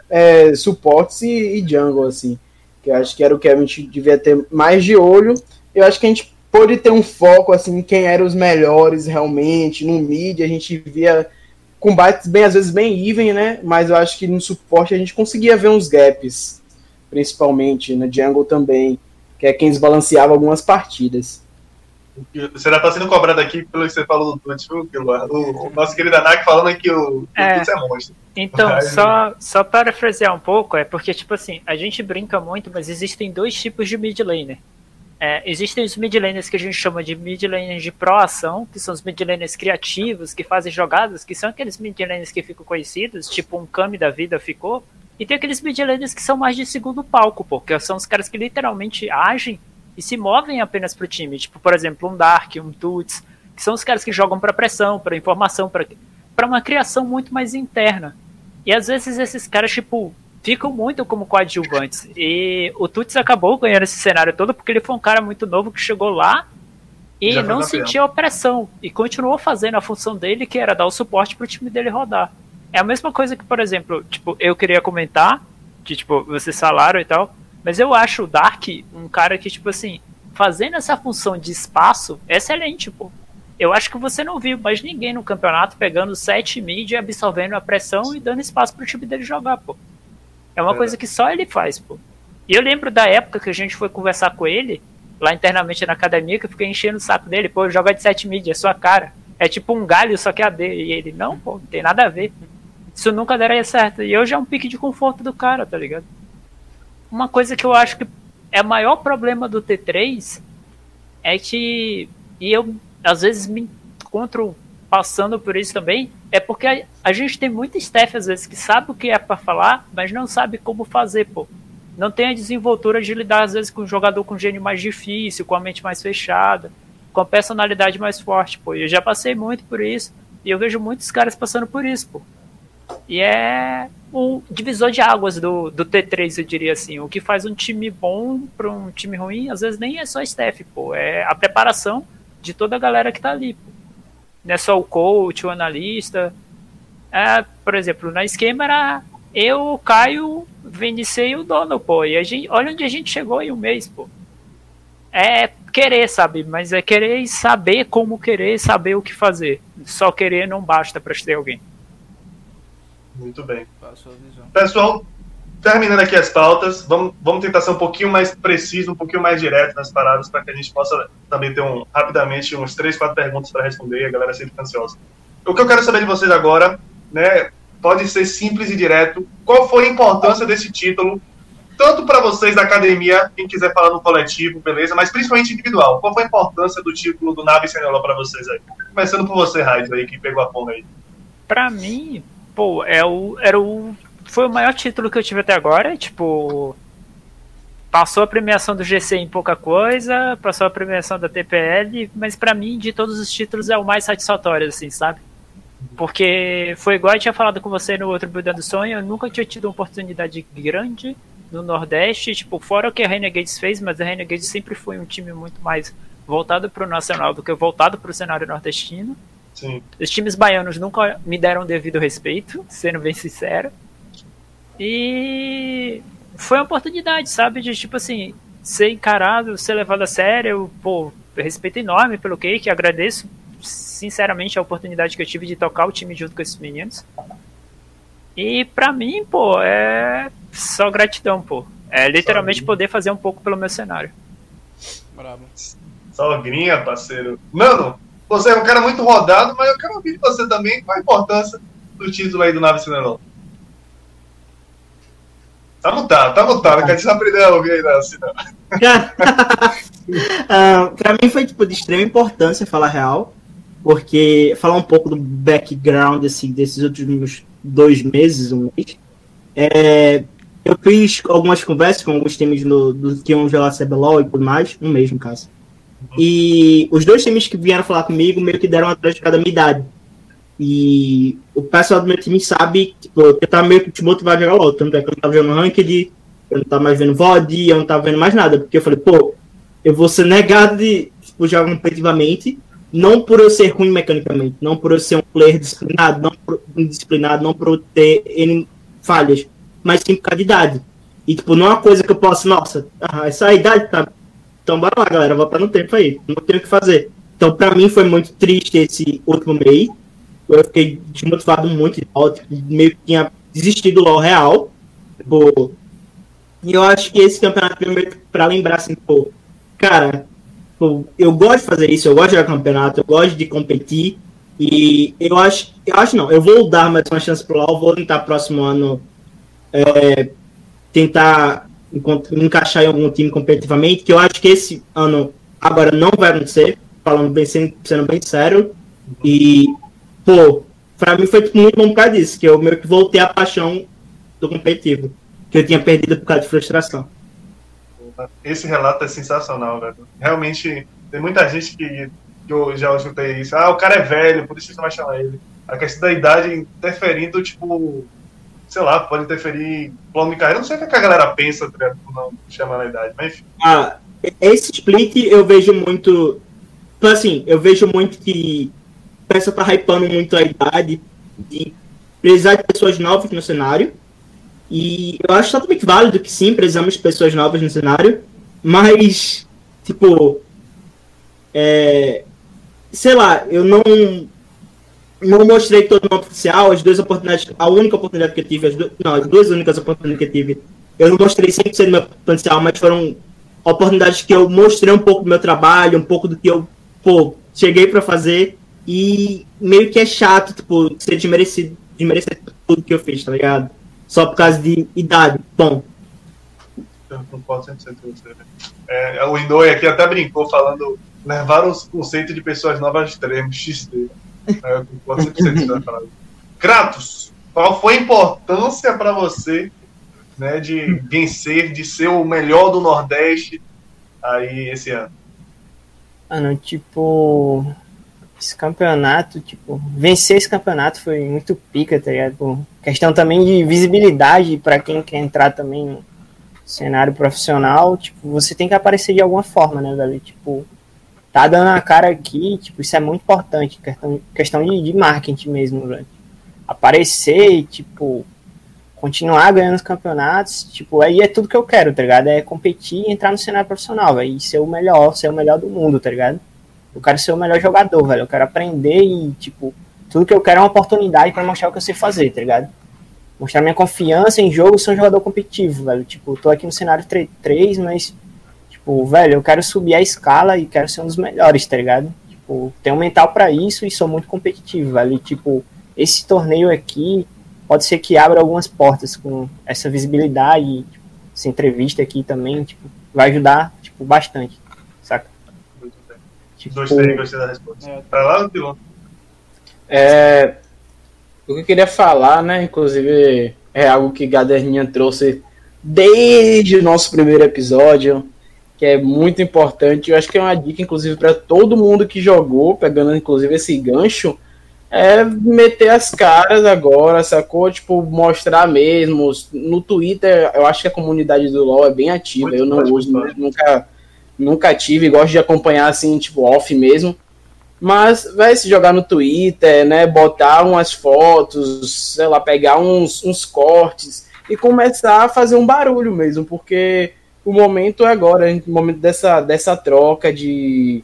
suportes e jungle, assim, que eu acho que era o que a gente devia ter mais de olho. Eu acho que a gente pôde ter um foco, assim, em quem eram os melhores realmente, no mid, a gente via combates bem, às vezes bem even, né, mas eu acho que no suporte a gente conseguia ver uns gaps, principalmente, no jungle também, que é quem desbalanceava algumas partidas. Você já tá sendo cobrado aqui pelo que você falou do Tuts, viu, o nosso querido Anak falando que o Tuts é monstro. Então, só para parafrasear um pouco, é porque, tipo assim, a gente brinca muito, mas existem dois tipos de mid laner. Existem os mid laners que a gente chama de mid laners de proação, que são os mid laners criativos, que fazem jogadas, que são aqueles mid laners que ficam conhecidos, tipo um Kami da vida ficou, e tem aqueles mid laners que são mais de segundo palco, porque são os caras que literalmente agem e se movem apenas pro time, tipo, por exemplo, um Dark, um Tuts, que são os caras que jogam para pressão, para informação, para uma criação muito mais interna. E às vezes esses caras, tipo, ficam muito como coadjuvantes. E o Tuts acabou ganhando esse cenário todo porque ele foi um cara muito novo que chegou lá e não sentiu a pressão e continuou fazendo a função dele, que era dar o suporte pro time dele rodar. É a mesma coisa que, por exemplo, tipo, eu queria comentar, que, tipo, vocês falaram e tal, mas eu acho o Dark um cara que, tipo assim, fazendo essa função de espaço, é excelente, pô. Eu acho que você não viu mais ninguém no campeonato pegando 7 mid, absorvendo a pressão e dando espaço pro time dele jogar, pô. É uma coisa que só ele faz, pô. E eu lembro da época que a gente foi conversar com ele, lá internamente na academia, que eu fiquei enchendo o saco dele, pô, joga de 7 mid, é sua cara. É tipo um galho, só que AD. E ele, não, pô, não tem nada a ver. Isso nunca daria certo. E hoje é um pique de conforto do cara, tá ligado? Uma coisa que eu acho que é o maior problema do T3 é que, e eu às vezes me encontro passando por isso também, é porque a gente tem muita staff às vezes que sabe o que é pra falar, mas não sabe como fazer, pô. Não tem a desenvoltura de lidar às vezes com um jogador com gênio mais difícil, com a mente mais fechada, com a personalidade mais forte, pô. E eu já passei muito por isso, e eu vejo muitos caras passando por isso, pô. E é o divisor de águas do T3, eu diria assim. O que faz um time bom para um time ruim, às vezes nem é só staff, pô. É a preparação de toda a galera que tá ali, pô. Não é só o coach, o analista. Por exemplo, na esquema era eu, o Caio, o VNC e o dono, pô. E a gente, olha onde a gente chegou em um mês, pô. É querer, sabe? Mas é querer e saber como querer, saber o que fazer. Só querer não basta para ter alguém. Muito bem. Pessoal, terminando aqui as pautas, vamos tentar ser um pouquinho mais preciso, um pouquinho mais direto nas paradas, para que a gente possa também ter rapidamente uns 3, 4 perguntas para responder e a galera sempre fica ansiosa. O que eu quero saber de vocês agora, né, pode ser simples e direto, qual foi a importância desse título, tanto para vocês da academia, quem quiser falar no coletivo, beleza, mas principalmente individual. Qual foi a importância do título do Navi Seneló para vocês aí? Começando por você, Raid, aí, que pegou a ponta aí. Para mim, pô, foi o maior título que eu tive até agora, tipo, passou a premiação do GC em pouca coisa, passou a premiação da TPL, mas pra mim, de todos os títulos, é o mais satisfatório, assim, sabe? Porque foi igual eu tinha falado com você no outro Build do Sonho, eu nunca tinha tido uma oportunidade grande no Nordeste, tipo, fora o que a Renegades fez, mas a Renegades sempre foi um time muito mais voltado pro nacional do que voltado pro cenário nordestino. Sim. Os times baianos nunca me deram devido respeito, sendo bem sincero. E foi uma oportunidade, sabe? De, tipo assim, ser encarado, ser levado a sério. Pô, respeito enorme pelo Cake, agradeço sinceramente, a oportunidade que eu tive de tocar o time junto com esses meninos. E pra mim, pô, é só gratidão, pô. É literalmente poder fazer um pouco pelo meu cenário. Bravo. Sogrinha, parceiro. Mano, você é um cara muito rodado, mas eu quero ouvir de você também qual a importância do título aí do Nave Cinelon. Tá mutado, que a gente não aprendeu a ouvir ainda assim, não. Pra mim foi tipo de extrema importância falar a real, porque falar um pouco do background assim, desses últimos 2 meses, um mês. Eu fiz algumas conversas com alguns times do que iam jogar CBLOL e tudo mais, um mês no caso. E os 2 times que vieram falar comigo meio que deram uma trajecada da minha idade. E o pessoal do meu time sabe, tipo, eu tava meio que te motivar a jogar LOL. Tanto é que eu não tava jogando Ranked, eu não tava mais vendo VOD, eu não tava vendo mais nada. Porque eu falei, pô, eu vou ser negado de tipo, jogar competitivamente, não por eu ser ruim mecanicamente, não por eu ser um player disciplinado, não por eu ter N falhas, mas sim por causa de idade. E tipo, não é uma coisa que eu posso, nossa, essa idade tá. Então bora lá, galera, vou para no tempo aí, não tenho o que fazer. Então pra mim foi muito triste esse último mês. Eu fiquei desmotivado muito, meio que tinha desistido do LoL real. Tipo, e eu acho que esse campeonato é meio pra lembrar assim, pô, cara, pô, eu gosto de fazer isso, eu gosto de jogar campeonato, eu gosto de competir. E eu acho não, eu vou dar mais uma chance pro LoL, vou tentar próximo ano tentar me encaixar em algum time competitivamente, que eu acho que esse ano agora não vai acontecer, falando bem, sendo bem sério. E pô, pra mim foi muito bom por causa disso, que eu meio que voltei à paixão do competitivo, que eu tinha perdido por causa de frustração. Esse relato é sensacional, velho. Realmente, tem muita gente que eu já escutei isso. O cara é velho, por isso que você vai chamar ele. A questão da idade interferindo, tipo, sei lá, pode interferir plano de carreira. Eu não sei o que a galera pensa, por não chamar na idade, mas enfim. Esse split eu vejo muito, assim, eu vejo muito que a pessoa tá hypando muito a idade de precisar de pessoas novas no cenário. E eu acho totalmente válido que sim, precisamos de pessoas novas no cenário. Mas, tipo, sei lá, eu não mostrei todo o potencial. As 2 oportunidades, a única oportunidade que eu tive, as 2 únicas oportunidades que eu tive, eu não mostrei 100% do meu potencial, mas foram oportunidades que eu mostrei um pouco do meu trabalho, um pouco do que eu, pô, cheguei pra fazer. E meio que é chato, tipo, ser desmerecer tudo que eu fiz, tá ligado? Só por causa de idade, bom. Eu não posso 100% você. O Indoi aqui até brincou falando, levaram os conceitos de pessoas novas ao extremo, XD. Eu não posso 100% você falar. Kratos, qual foi a importância pra você, né, de vencer, de ser o melhor do Nordeste aí esse ano? Mano, tipo, esse campeonato, tipo, vencer esse campeonato foi muito pica, tá ligado? Pô, questão também de visibilidade pra quem quer entrar também no cenário profissional, tipo, você tem que aparecer de alguma forma, né, velho? Tipo, tá dando a cara aqui, tipo, isso é muito importante, questão de marketing mesmo, velho. Aparecer e, tipo, continuar ganhando os campeonatos, tipo, aí é tudo que eu quero, tá ligado? É competir e entrar no cenário profissional, velho, e ser o melhor do mundo, tá ligado? Eu quero ser o melhor jogador, velho, eu quero aprender e, tipo, tudo que eu quero é uma oportunidade pra mostrar o que eu sei fazer, tá ligado? Mostrar minha confiança em jogo, ser um jogador competitivo, velho, tipo, tô aqui no cenário 3, mas, tipo, velho, eu quero subir a escala e quero ser um dos melhores, tá ligado? Tipo, tenho mental pra isso e sou muito competitivo, velho, e, tipo, esse torneio aqui pode ser que abra algumas portas com essa visibilidade, tipo, essa entrevista aqui também, tipo, vai ajudar, tipo, bastante, saca? Muito bem. Tipo, Gostei da resposta. Vai lá, Pilão. O que eu queria falar, né, inclusive é algo que Gaderninha trouxe desde o nosso primeiro episódio, que é muito importante. Eu acho que é uma dica, inclusive, para todo mundo que jogou, pegando, inclusive, esse gancho, meter as caras agora, sacou? Tipo, mostrar mesmo. No Twitter, eu acho que a comunidade do LoL é bem ativa. Eu não uso, nunca tive, gosto de acompanhar, assim, tipo, off mesmo. Mas vai se jogar no Twitter, né? Botar umas fotos, sei lá, pegar uns cortes e começar a fazer um barulho mesmo, porque o momento é agora, o momento dessa troca de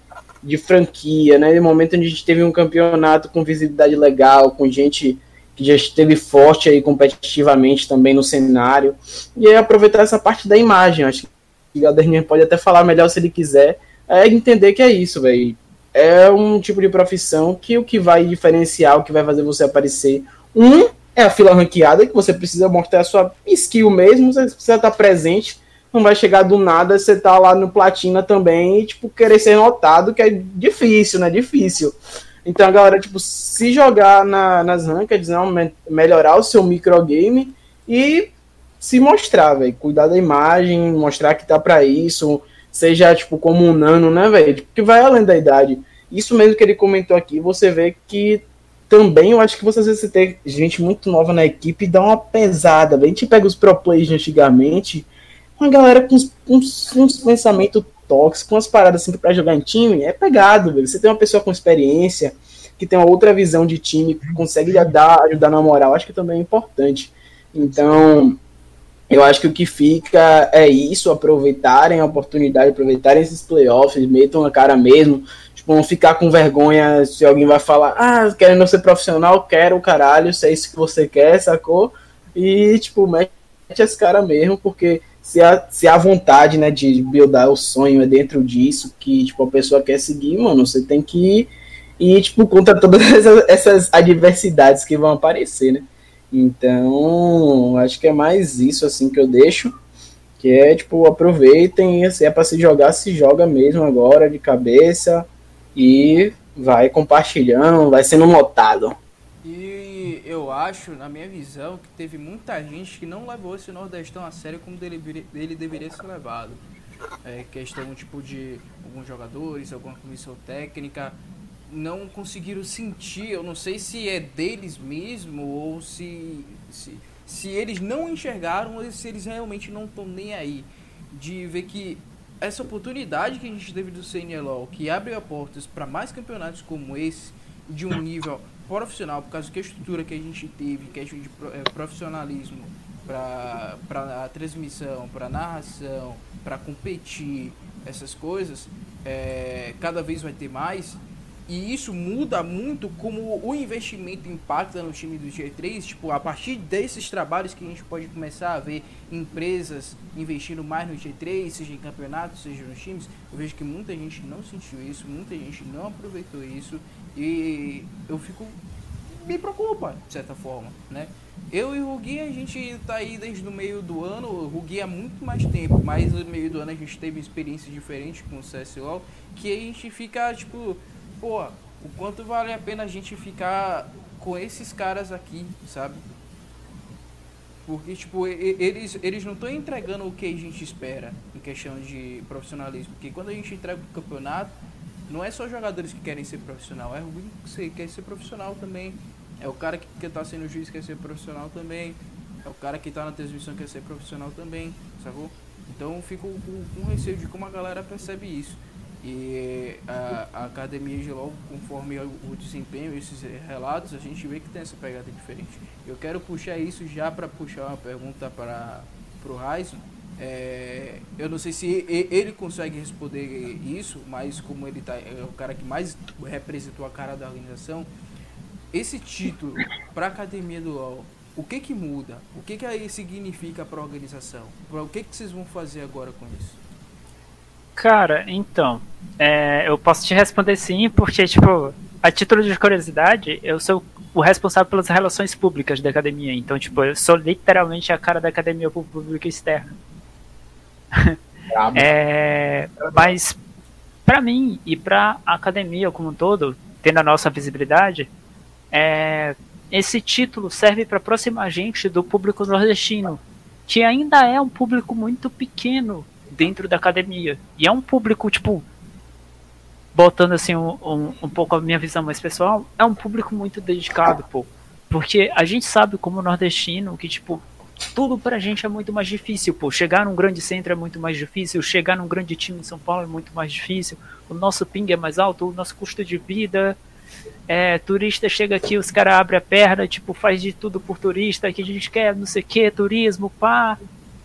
de franquia, né? No momento onde a gente teve um campeonato com visibilidade legal, com gente que já esteve forte aí competitivamente também no cenário, e aí aproveitar essa parte da imagem. Acho que o Gaderninha pode até falar melhor se ele quiser, entender que é isso, velho. É um tipo de profissão que o que vai diferenciar, o que vai fazer você aparecer, é a fila ranqueada, que você precisa mostrar a sua skill mesmo, você precisa estar presente, não vai chegar do nada, você tá lá no platina também e, tipo, querer ser notado, que é difícil, né? Difícil. Então a galera, tipo, se jogar nas rankeds, né, melhorar o seu microgame e se mostrar, velho. Cuidar da imagem, mostrar que tá pra isso, seja, tipo, como um nano, né, velho? Que vai além da idade. Isso mesmo que ele comentou aqui, você vê que também eu acho que você, às vezes, você tem gente muito nova na equipe e dá uma pesada, velho. A gente pega os pro players de antigamente, uma galera com uns pensamentos tóxicos, com umas paradas assim pra jogar em time, é pegado, velho. Você tem uma pessoa com experiência, que tem uma outra visão de time, que consegue ajudar na moral, acho que também é importante. Então, eu acho que o que fica é isso, aproveitarem a oportunidade, aproveitarem esses playoffs, metam a cara mesmo, tipo, não ficar com vergonha se alguém vai falar, querendo ser profissional, quero, caralho, se é isso que você quer, sacou? E, tipo, mete as caras mesmo, porque se a vontade, né, de buildar o sonho é dentro disso, que, tipo, a pessoa quer seguir, mano, você tem que ir, tipo, contra todas essas adversidades que vão aparecer, né? Então, acho que é mais isso, assim, que eu deixo, que é, tipo, aproveitem, se é pra se jogar, se joga mesmo agora, de cabeça, e vai compartilhando, vai sendo notado. E eu acho, na minha visão, que teve muita gente que não levou esse Nordestão a sério como ele deveria ser levado. Questão, tipo, de alguns jogadores, alguma comissão técnica, não conseguiram sentir, eu não sei se é deles mesmo ou se eles não enxergaram ou se eles realmente não estão nem aí, de ver que essa oportunidade que a gente teve do CNLOL, que abre as portas para mais campeonatos como esse, de um nível profissional, por causa que a estrutura que a gente teve, questão de profissionalismo para a transmissão, para narração, para competir, essas coisas, cada vez vai ter mais. E isso muda muito como o investimento impacta no time do G3, tipo, a partir desses trabalhos que a gente pode começar a ver empresas investindo mais no G3, seja em campeonatos, seja nos times. Eu vejo que muita gente não sentiu isso, muita gente não aproveitou isso, e me preocupa, de certa forma, né? Eu e o Rugui, a gente tá aí desde o meio do ano, o Rugui há muito mais tempo, mas no meio do ano a gente teve experiências diferentes com o CSLOL, que a gente fica, tipo, pô, o quanto vale a pena a gente ficar com esses caras aqui, sabe? Porque, tipo, eles não estão entregando o que a gente espera em questão de profissionalismo. Porque quando a gente entrega o campeonato, não é só jogadores que querem ser profissional, é o que quer ser profissional também. É o cara que tá sendo juiz que quer ser profissional também. É o cara que tá na transmissão que quer ser profissional também, sacou? Então eu fico com receio de como a galera percebe isso. E a academia de LoL, conforme o desempenho, esses relatos, a gente vê que tem essa pegada diferente. Eu quero puxar isso já para puxar uma pergunta para o Raison. Eu não sei se ele consegue responder isso, mas como ele é o cara que mais representou a cara da organização, esse título para a academia do LoL, o que muda? O que aí significa para a organização? O que vocês vão fazer agora com isso? Cara, então, eu posso te responder sim, porque, tipo, a título de curiosidade, eu sou o responsável pelas relações públicas da academia, então, tipo, eu sou literalmente a cara da academia pro público externo. Mas, pra mim e pra academia como um todo, tendo a nossa visibilidade, esse título serve para aproximar a gente do público nordestino, que ainda é um público muito pequeno dentro da academia. E é um público, tipo, botando assim um pouco a minha visão mais pessoal, é um público muito dedicado, pô. Porque a gente sabe como nordestino que, tipo, tudo pra gente é muito mais difícil, pô. Chegar num grande centro é muito mais difícil, chegar num grande time em São Paulo é muito mais difícil, o nosso ping é mais alto, o nosso custo de vida, turista chega aqui, os caras abrem a perna, tipo, faz de tudo por turista, que a gente quer, não sei o que, turismo, pá.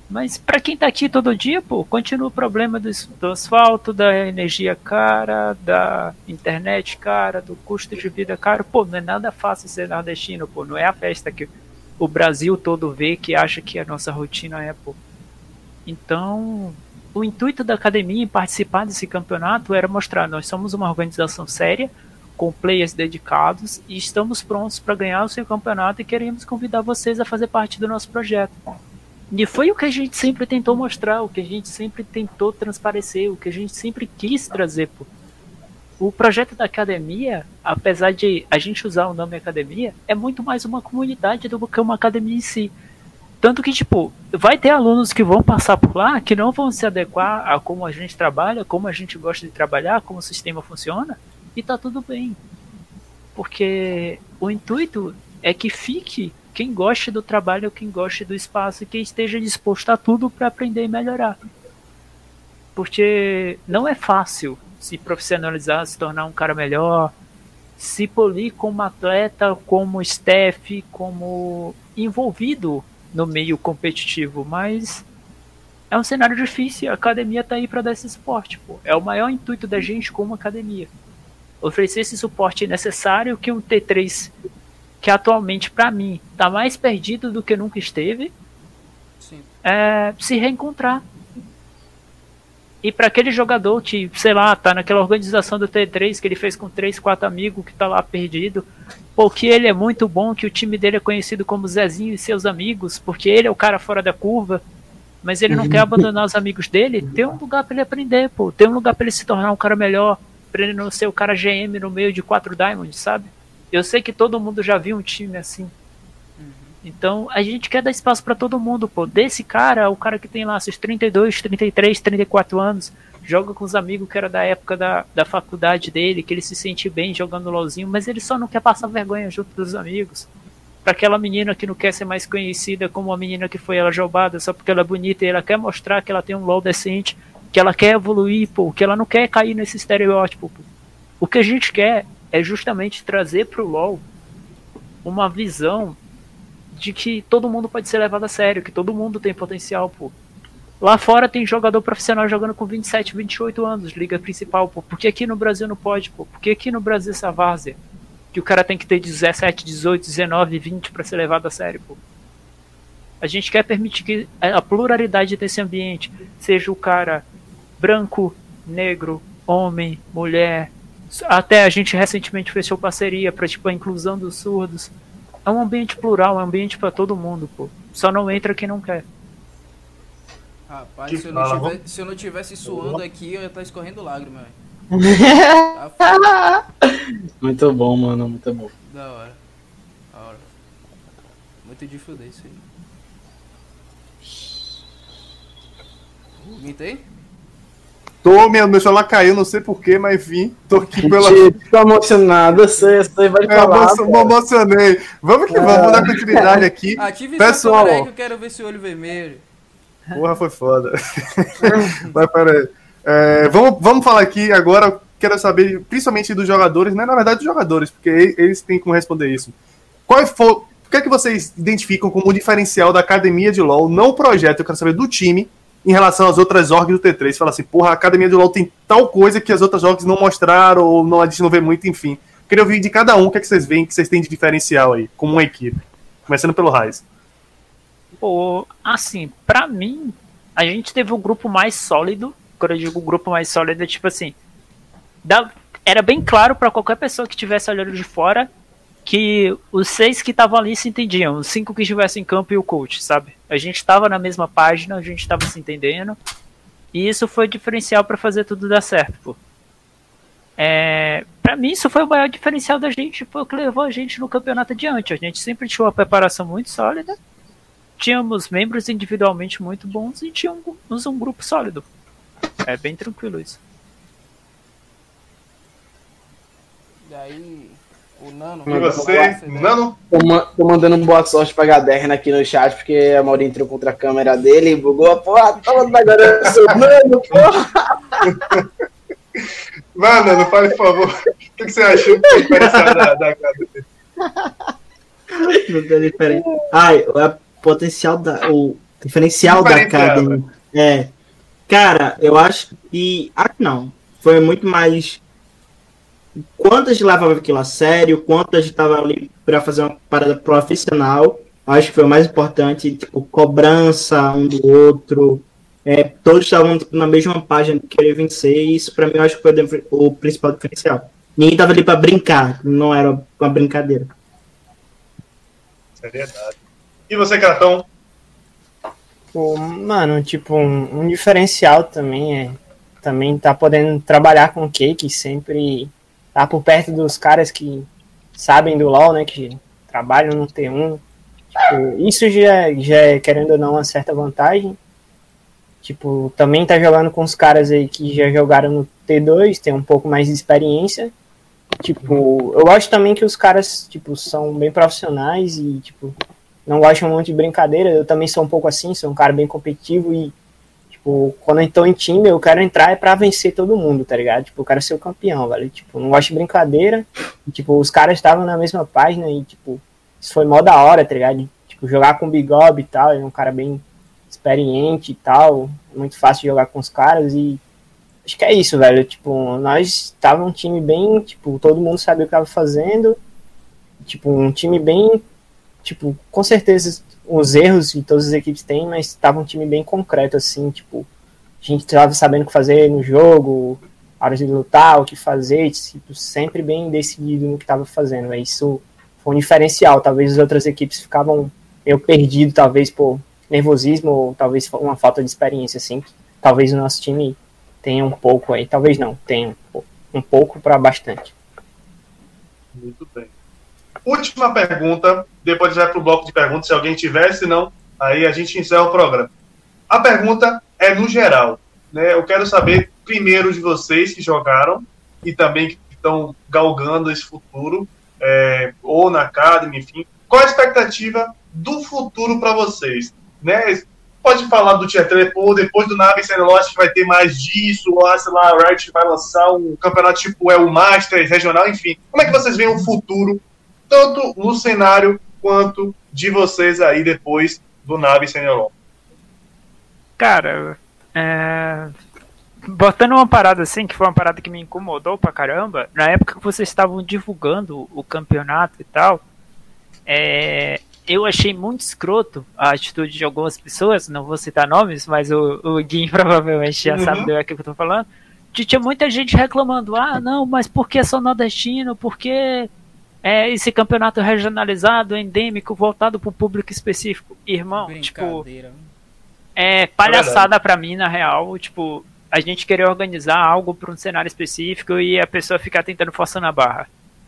Mas pra quem tá aqui todo dia, pô, continua o problema do asfalto, da energia cara, da internet cara, do custo de vida caro. Pô, não é nada fácil ser nordestino, pô. Não é a festa que o Brasil todo vê, que acha que a nossa rotina é, pô. Então, o intuito da academia em participar desse campeonato era mostrar: nós somos uma organização séria, com players dedicados, e estamos prontos para ganhar o seu campeonato e queremos convidar vocês a fazer parte do nosso projeto. E foi o que a gente sempre tentou mostrar, o que a gente sempre tentou transparecer, o que a gente sempre quis trazer, pô. O projeto da academia, apesar de a gente usar o nome academia, é muito mais uma comunidade do que uma academia em si. Tanto que, tipo, vai ter alunos que vão passar por lá que não vão se adequar a como a gente trabalha, como a gente gosta de trabalhar, como o sistema funciona, e tá tudo bem. Porque o intuito é que fique quem goste do trabalho, quem goste do espaço e quem esteja disposto a tudo para aprender e melhorar. Porque não é fácil se profissionalizar, se tornar um cara melhor, se polir como atleta, como staff, como envolvido no meio competitivo, mas é um cenário difícil. A academia tá aí para dar esse suporte, pô. É o maior intuito da gente como academia. Oferecer esse suporte necessário que um T3, que atualmente para mim tá mais perdido do que nunca esteve, Sim. Se reencontrar. E para aquele jogador que, sei lá, tá naquela organização do T3 que ele fez com 3, 4 amigos que tá lá perdido, porque ele é muito bom, que o time dele é conhecido como Zezinho e seus amigos, porque ele é o cara fora da curva, mas ele não quer abandonar os amigos dele, tem um lugar para ele aprender, pô, tem um lugar para ele se tornar um cara melhor, pra ele não ser o cara GM no meio de 4 Diamonds, sabe? Eu sei que todo mundo já viu um time assim. Então, a gente quer dar espaço pra todo mundo, pô. Desse cara, o cara que tem lá seus 32, 33, 34 anos, joga com os amigos que era da época da faculdade dele, que ele se sente bem jogando LOLzinho, mas ele só não quer passar vergonha junto dos amigos. Pra aquela menina que não quer ser mais conhecida como a menina que foi ela jogada só porque ela é bonita e ela quer mostrar que ela tem um LOL decente, que ela quer evoluir, pô, que ela não quer cair nesse estereótipo, pô. O que a gente quer é justamente trazer pro LoL uma visão de que todo mundo pode ser levado a sério, que todo mundo tem potencial, pô. Lá fora tem jogador profissional jogando com 27, 28 anos, liga principal, pô. Por que aqui no Brasil não pode, pô? Por que aqui no Brasil essa várzea? Que o cara tem que ter 17, 18, 19, 20 pra ser levado a sério, pô. A gente quer permitir que a pluralidade desse ambiente seja o cara branco, negro, homem, mulher. Até a gente recentemente fechou parceria para tipo a inclusão dos surdos. É um ambiente plural, é um ambiente para todo mundo, pô. Só não entra quem não quer. Rapaz, se eu não tivesse suando aqui, eu ia estar escorrendo lágrima, velho. Muito bom, mano, muito bom. Da hora. Da hora. Muito de fuder isso aí. Gritei? Meu celular caiu, não sei porquê, mas vim. Tô aqui pela. Tô emocionado, você vai falar. Me emocionei. Vamos que vamos dar continuidade aqui. Ative pessoal, essa aí que eu quero ver esse olho vermelho. Porra, foi foda. Mas pera aí. Vamos falar aqui agora. Quero saber, principalmente dos jogadores, né? Na verdade, dos jogadores, porque eles têm como responder isso. O que é que vocês identificam como o diferencial da academia de LoL, não o projeto, eu quero saber do time, em relação às outras orgs do T3? Fala assim, porra, a academia do LoL tem tal coisa que as outras orgs não mostraram, ou não, a gente não vê muito, enfim. Queria ouvir de cada um o que é que vocês veem, que vocês têm de diferencial aí, como uma equipe. Começando pelo Raiz. Pô, assim, pra mim, a gente teve o grupo mais sólido. Quando eu digo o grupo mais sólido, é tipo assim, era bem claro pra qualquer pessoa que estivesse olhando de fora que os 6 que estavam ali se entendiam, os 5 que estivessem em campo e o coach, sabe? A gente estava na mesma página, a gente estava se entendendo, e isso foi diferencial para fazer tudo dar certo, pô. Pra mim isso foi o maior diferencial da gente, foi o que levou a gente no campeonato adiante. A gente sempre tinha uma preparação muito sólida, tínhamos membros individualmente muito bons e tínhamos um grupo sólido. É bem tranquilo isso. E aí, o Nano... E você, Nano? Tô mandando boa sorte pra Gaderna aqui no chat, porque a Mauri entrou contra a câmera dele e bugou a porra toda, agora eu sou Nano, porra! Vai, Nano, fale, por favor. O que você achou do diferencial da Não tem diferença. O potencial Diferencial da Academy. Cara, eu acho que. Não. Foi muito mais. Quanto a gente levava aquilo a sério, quanto a gente tava ali pra fazer uma parada profissional. Acho que foi o mais importante. Tipo, cobrança um do outro. Todos estavam na mesma página de querer vencer. E isso pra mim eu acho que foi o principal diferencial. Ninguém tava ali pra brincar. Não era uma brincadeira. Isso é verdade. E você, Catão? Pô, mano, tipo, um diferencial também também tá podendo trabalhar com o Cake, sempre tá por perto dos caras que sabem do LoL, né, que trabalham no T1. Tipo, isso já é, querendo ou não, uma certa vantagem. Tipo, também tá jogando com os caras aí que já jogaram no T2, tem um pouco mais de experiência. Tipo, eu acho também que os caras, tipo, são bem profissionais e, tipo, não gostam muito de brincadeira. Eu também sou um pouco assim, sou um cara bem competitivo e, tipo, quando eu tô em time, eu quero entrar pra vencer todo mundo, tá ligado? Tipo, eu quero ser o campeão, velho. Tipo, não gosto de brincadeira. E, tipo, os caras estavam na mesma página e, tipo, isso foi mó da hora, tá ligado? Tipo, jogar com o Bigob e tal, ele é um cara bem experiente e tal, muito fácil de jogar com os caras e acho que é isso, velho. Tipo, nós estávamos um time bem, tipo, todo mundo sabia o que estava fazendo. Tipo, um time bem, tipo, com certeza os erros que todas as equipes têm, mas estava um time bem concreto, assim, tipo, a gente estava sabendo o que fazer no jogo, a hora de lutar, o que fazer, tipo, sempre bem decidido no que estava fazendo, véio. Isso foi um diferencial. Talvez as outras equipes ficavam meio perdido, talvez por nervosismo ou talvez uma falta de experiência, assim. Talvez o nosso time tenha um pouco aí, talvez não, tenha um pouco para bastante. Muito bem. Última pergunta, depois já para o bloco de perguntas, se alguém tiver, senão aí a gente encerra o programa. A pergunta é no geral, né? Eu quero saber primeiro de vocês que jogaram e também que estão galgando esse futuro, ou na Academy, enfim. Qual a expectativa do futuro para vocês? Né? Pode falar do Tier 3, depois do Navi Senelot, acho que vai ter mais disso, ou sei lá, a Riot vai lançar um campeonato tipo o Masters, regional, enfim. Como é que vocês veem o futuro, tanto no cenário quanto de vocês aí depois do Navi Senelot? Cara, botando uma parada assim, que foi uma parada que me incomodou pra caramba, na época que vocês estavam divulgando o campeonato e tal, eu achei muito escroto a atitude de algumas pessoas, não vou citar nomes, mas o Gui provavelmente já sabe do que eu tô falando, que tinha muita gente reclamando, não, mas por que só nordestino, por que esse campeonato regionalizado, endêmico, voltado pro público específico? Irmão, tipo, palhaçada pra mim, na real, tipo, a gente querer organizar algo pra um cenário específico e a pessoa ficar tentando forçar na barra.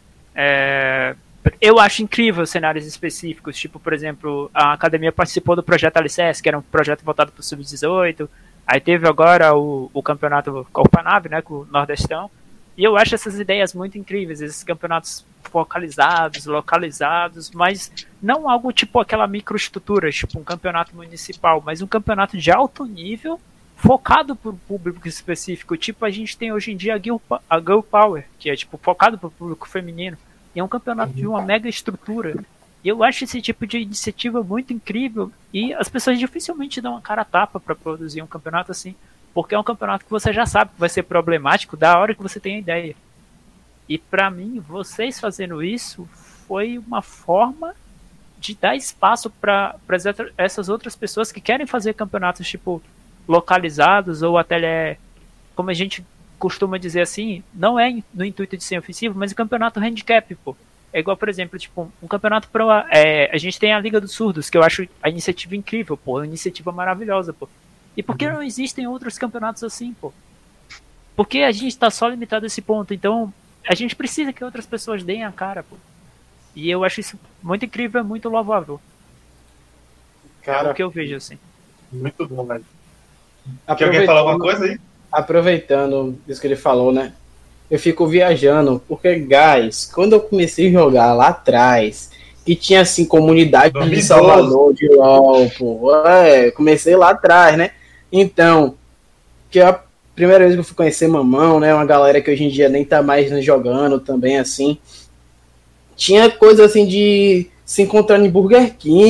Eu acho incrível cenários específicos, tipo, por exemplo, a academia participou do projeto Alicerce, que era um projeto voltado para o Sub-18, aí teve agora o campeonato Copa Nave, né, com o Nordestão, e eu acho essas ideias muito incríveis, esses campeonatos focalizados, localizados, mas não algo tipo aquela microestrutura, tipo um campeonato municipal, mas um campeonato de alto nível, focado para o público específico, tipo a gente tem hoje em dia a Girl Power, que é tipo focado para o público feminino. E é um campeonato de uma mega estrutura. E eu acho esse tipo de iniciativa muito incrível. E as pessoas dificilmente dão uma cara a tapa para produzir um campeonato assim. Porque é um campeonato que você já sabe que vai ser problemático da hora que você tem a ideia. E pra mim, vocês fazendo isso foi uma forma de dar espaço para essas outras pessoas que querem fazer campeonatos tipo localizados ou até, como a gente costuma dizer assim, não é no intuito de ser ofensivo, mas o campeonato handicap, pô. É igual, por exemplo, tipo, um campeonato a gente tem a Liga dos Surdos, que eu acho a iniciativa incrível, pô, uma iniciativa maravilhosa, pô. E por que não existem outros campeonatos assim, pô? Porque a gente tá só limitado a esse ponto, então a gente precisa que outras pessoas deem a cara, pô. E eu acho isso muito incrível, muito louvável. Cara, é o que eu vejo, assim. Muito bom, velho. Quer alguém falar alguma coisa aí? Aproveitando isso que ele falou, né? Eu fico viajando, porque, guys, quando eu comecei a jogar lá atrás, que tinha, assim, comunidade 2012. De Salvador, de LOL, pô, comecei lá atrás, né? Então, que a primeira vez que eu fui conhecer Mamão, né? Uma galera que hoje em dia nem tá mais jogando também, assim. Tinha coisa, assim, de se encontrar em Burger King,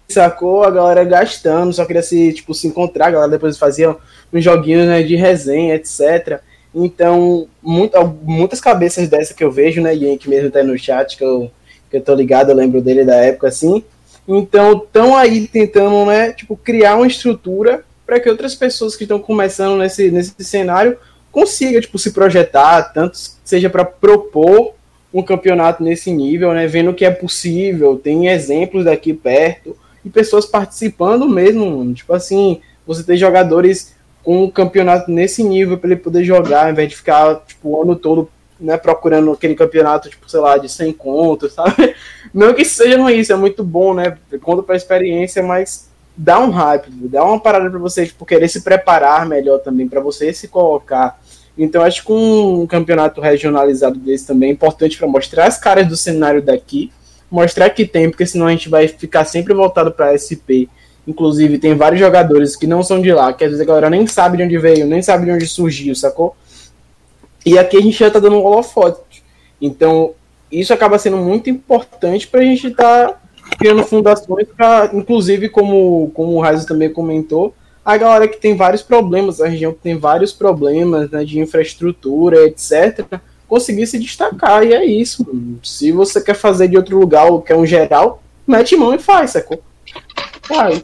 sacou? A galera gastando, só queria se encontrar, a galera depois fazia uns joguinhos, né, de resenha, etc. Então, muitas cabeças dessa que eu vejo, né, Yank mesmo tá no chat, que eu tô ligado, eu lembro dele da época, assim. Então, estão aí tentando, né, criar uma estrutura para que outras pessoas que estão começando nesse cenário consigam, se projetar, tanto seja para propor um campeonato nesse nível, né, vendo que é possível, tem exemplos daqui perto, e pessoas participando mesmo, assim, você tem jogadores com um campeonato nesse nível para ele poder jogar, ao invés de ficar, o ano todo, né, procurando aquele campeonato, sei lá, de 100 contos, sabe? Não que seja ruim, isso é muito bom, né, conta pra experiência, mas dá um hype, dá uma parada para você, querer se preparar melhor também, para você se colocar. Então, acho que um campeonato regionalizado desse também é importante para mostrar as caras do cenário daqui, mostrar que tem, porque senão a gente vai ficar sempre voltado para SP. Inclusive, tem vários jogadores que não são de lá, que às vezes a galera nem sabe de onde veio, nem sabe de onde surgiu, sacou? E aqui a gente já tá dando um holofote. Então, isso acaba sendo muito importante pra gente estar criando fundações para, inclusive, como o Raizo também comentou, a galera que tem vários problemas, a região que tem vários problemas, né, de infraestrutura, etc., conseguir se destacar, e é isso. Se você quer fazer de outro lugar ou quer um geral, mete mão e faz, sacou? Vai.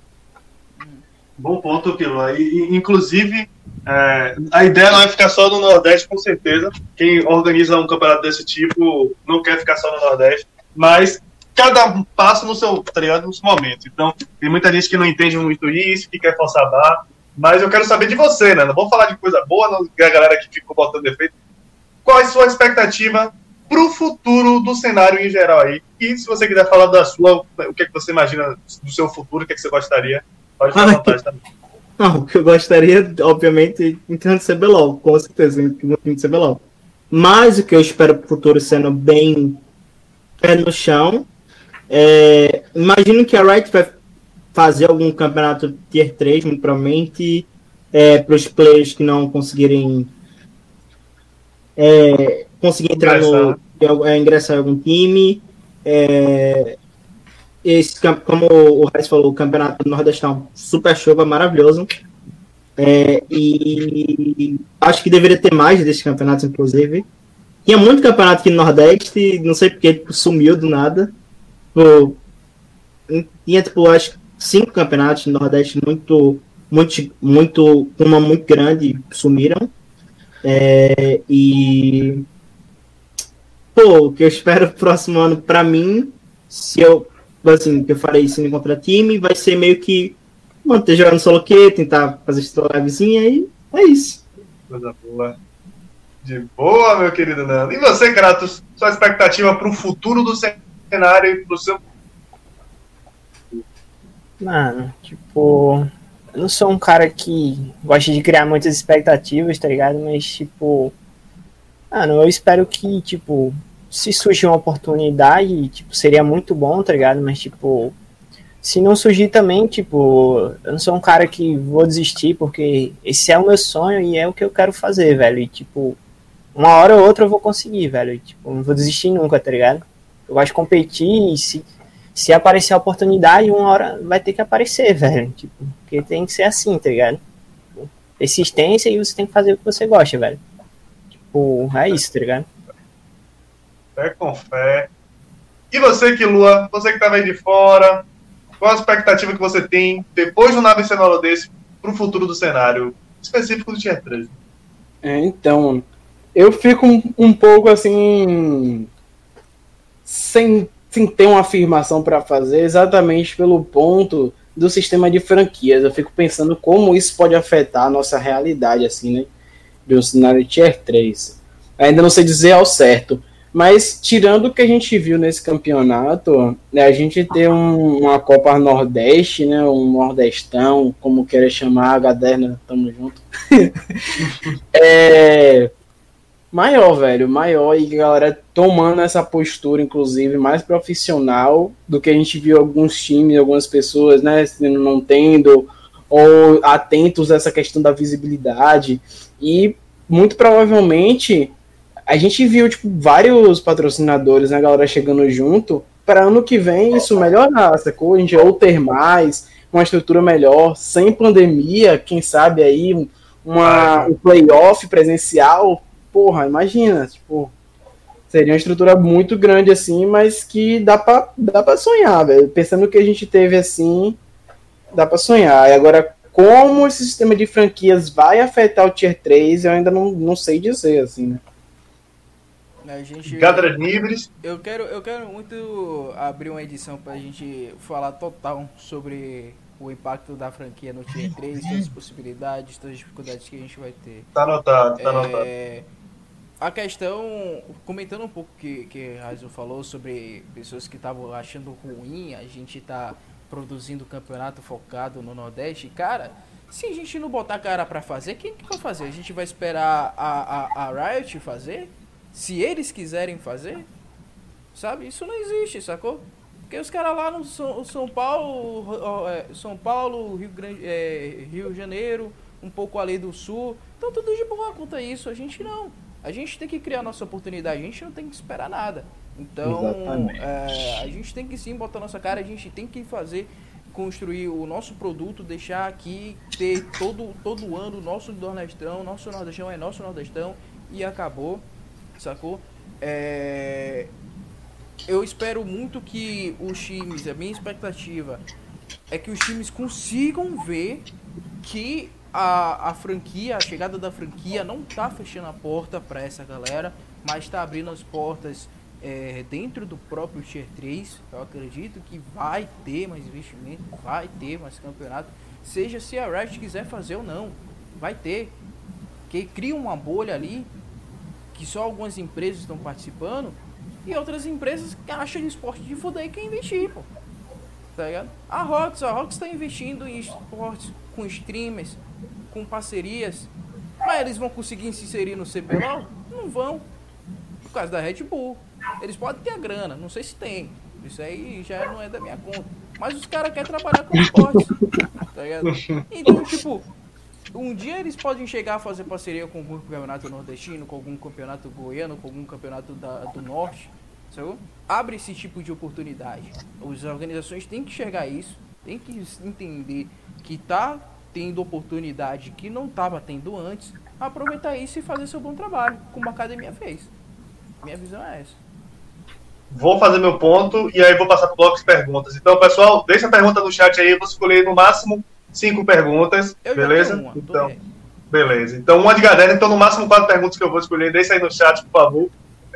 Bom ponto, Pilo. Inclusive, a ideia não é ficar só no Nordeste, com certeza. Quem organiza um campeonato desse tipo não quer ficar só no Nordeste, mas cada passo no seu, tá ligado, no seu momento. Então, tem muita gente que não entende muito isso, que quer forçar a barra, mas eu quero saber de você, né? Não vamos falar de coisa boa, não, a galera que ficou botando defeito. Qual é a sua expectativa pro futuro do cenário em geral aí? E se você quiser falar da sua, o que é que você imagina do seu futuro, o que é que você gostaria? Pode ficar à vontade também. Não, o que eu gostaria, obviamente, entendo de CBLOL, com certeza, no time de CBLOL. Mas o que eu espero pro futuro sendo bem pé no chão, imagino que a Riot vai fazer algum campeonato Tier 3, muito provavelmente, para os players que não conseguirem conseguir entrar ingressar em algum time. Como o Raiz falou, o campeonato do Nordestão super show, é maravilhoso. E acho que deveria ter mais desses campeonatos, inclusive. Tinha muito campeonato aqui no Nordeste, não sei porque ele sumiu do nada. Tinha, acho 5 campeonatos no Nordeste muito grande, sumiram. O que eu espero pro próximo ano, pra mim, se eu, assim, que eu farei isso contra time, vai ser meio que manter jogando solo Q, tentar fazer essa livezinha e é isso. Coisa boa. De boa, meu querido Nando. E você, Kratos, sua expectativa pro futuro do cenário e pro seu... Mano, eu não sou um cara que gosta de criar muitas expectativas, tá ligado? Mas, mano, eu espero que, se surgir uma oportunidade, seria muito bom, tá ligado? Mas, se não surgir também, eu não sou um cara que vou desistir, porque esse é o meu sonho e é o que eu quero fazer, velho. E, uma hora ou outra eu vou conseguir, velho. Não vou desistir nunca, tá ligado? Eu gosto de competir e se aparecer a oportunidade, uma hora vai ter que aparecer, velho. Porque tem que ser assim, tá ligado? Persistência e você tem que fazer o que você gosta, velho. É isso, tá ligado? Fé com fé. E você, Killua, você que tava aí de fora, qual a expectativa que você tem depois de um nave cenário desse pro futuro do cenário específico do Tier 3? Então, eu fico um pouco assim sem ter uma afirmação para fazer, exatamente pelo ponto do sistema de franquias. Eu fico pensando como isso pode afetar a nossa realidade, assim, né? Do cenário Tier 3. Ainda não sei dizer ao certo, mas tirando o que a gente viu nesse campeonato, né, a gente tem uma Copa Nordeste, né, um Nordestão, como queira chamar, a Gaderna, tamo junto. Maior, velho, maior, e a galera tomando essa postura, inclusive, mais profissional do que a gente viu alguns times, algumas pessoas, né, não tendo, ou atentos a essa questão da visibilidade, e muito provavelmente a gente viu, tipo, vários patrocinadores, né, galera chegando junto, para ano que vem isso melhorar, sacou? A gente ou ter mais, uma estrutura melhor, sem pandemia, quem sabe aí, um playoff presencial, porra, imagina, tipo, seria uma estrutura muito grande assim, mas que dá pra sonhar, velho. Pensando no que a gente teve assim, dá pra sonhar. E agora, como esse sistema de franquias vai afetar o Tier 3, eu ainda não sei dizer, assim, né? Cadras livres. Eu quero muito abrir uma edição pra gente falar total sobre o impacto da franquia no Tier 3, todas as possibilidades, todas as dificuldades que a gente vai ter. Tá anotado. A questão, comentando um pouco que Raizo falou sobre pessoas que estavam achando ruim a gente tá produzindo campeonato focado no Nordeste, cara, se a gente não botar a cara pra fazer, quem que vai fazer? A gente vai esperar a Riot fazer? Se eles quiserem fazer? Sabe? Isso não existe, sacou? Porque os caras lá no São Paulo, Rio de Janeiro, um pouco ali do Sul, então tudo de boa quanto a isso. A gente não. A gente tem que criar nossa oportunidade, a gente não tem que esperar nada. Então, a gente tem que sim botar nossa cara, a gente tem que construir o nosso produto, deixar aqui, ter todo ano nosso Nordestão é nosso Nordestão e acabou, sacou? Eu espero muito que os times, a minha expectativa é que os times consigam ver que a franquia, a chegada da franquia não tá fechando a porta para essa galera, mas tá abrindo as portas dentro do próprio Tier 3. Eu acredito que vai ter mais investimento, vai ter mais campeonato, seja se a Riot quiser fazer ou não, vai ter. Que cria uma bolha ali, que só algumas empresas estão participando, e outras empresas que acham de esporte de foder e quer investir, pô. Tá ligado? A Rox tá investindo em esportes com streamers, com parcerias, mas eles vão conseguir se inserir no CBLOL? Não vão, por causa da Red Bull. Eles podem ter a grana, não sei se tem, isso aí já não é da minha conta, mas os caras querem trabalhar com esportes, tá ligado? Então, tipo, um dia eles podem chegar a fazer parceria com algum campeonato nordestino, com algum campeonato goiano, com algum campeonato do norte, sabe? Abre esse tipo de oportunidade. As organizações têm que enxergar isso, têm que entender que tá tendo oportunidade que não estava tendo antes, aproveitar isso e fazer seu bom trabalho, como a academia fez. Minha visão é essa. Vou fazer meu ponto e aí vou passar para o bloco de perguntas. Então, pessoal, deixa a pergunta no chat aí, eu vou escolher no máximo 5 perguntas, beleza? Então, beleza. Então, uma de galera, então no máximo 4 perguntas que eu vou escolher, deixa aí no chat, por favor.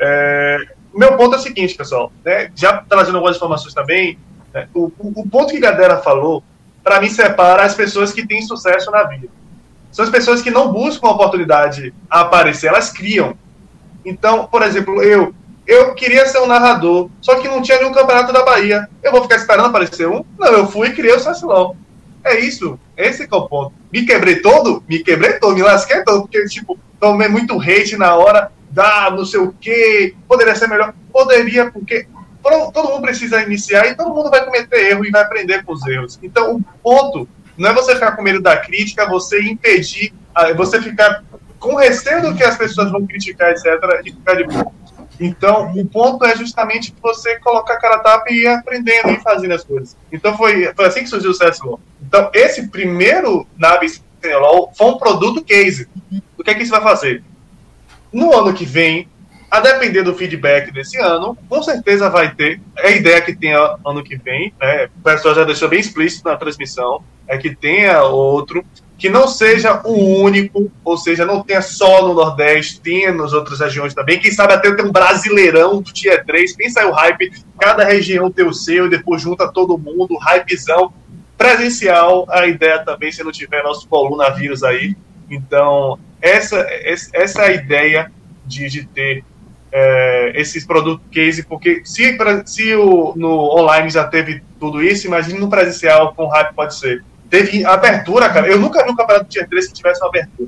Meu ponto é o seguinte, pessoal, né? Já trazendo algumas informações também, né? O ponto que a galera falou, para mim, separa as pessoas que têm sucesso na vida. São as pessoas que não buscam a oportunidade a aparecer, elas criam. Então, por exemplo, eu queria ser um narrador, só que não tinha nenhum campeonato da Bahia. Eu vou ficar esperando aparecer um? Não, eu fui e criei o CSLOL. É isso, esse que é o ponto. Me quebrei todo, me lasquei todo, porque, tipo, tomei muito hate na hora, não sei o quê, poderia ser melhor. Poderia, porque todo mundo precisa iniciar e todo mundo vai cometer erro e vai aprender com os erros. Então, o ponto não é você ficar com medo da crítica, você impedir, você ficar com receio do que as pessoas vão criticar, etc., e ficar de boa. Então, o ponto é justamente você colocar a cara a tapa e ir aprendendo e fazendo as coisas. Então, foi assim que surgiu o CSLOL. Então, esse primeiro Navi CSLOL foi um produto case. O que é que isso vai fazer? No ano que vem, a depender do feedback desse ano, com certeza vai ter. A ideia que tenha ano que vem, né? O pessoal já deixou bem explícito na transmissão, é que tenha outro, que não seja o único, ou seja, não tenha só no Nordeste, tenha nas outras regiões também. Quem sabe até ter um brasileirão do Tier 3, pensa aí o hype, cada região tem o seu, e depois junta todo mundo, hypezão. Presencial, a ideia também, se não tiver nosso coronavírus aí. Então, essa é a ideia de ter esses produtos case, porque se no online já teve tudo isso, imagine no presencial com hype pode ser. Teve abertura, cara. Eu nunca vi um campeonato de Tier 3 que tivesse uma abertura.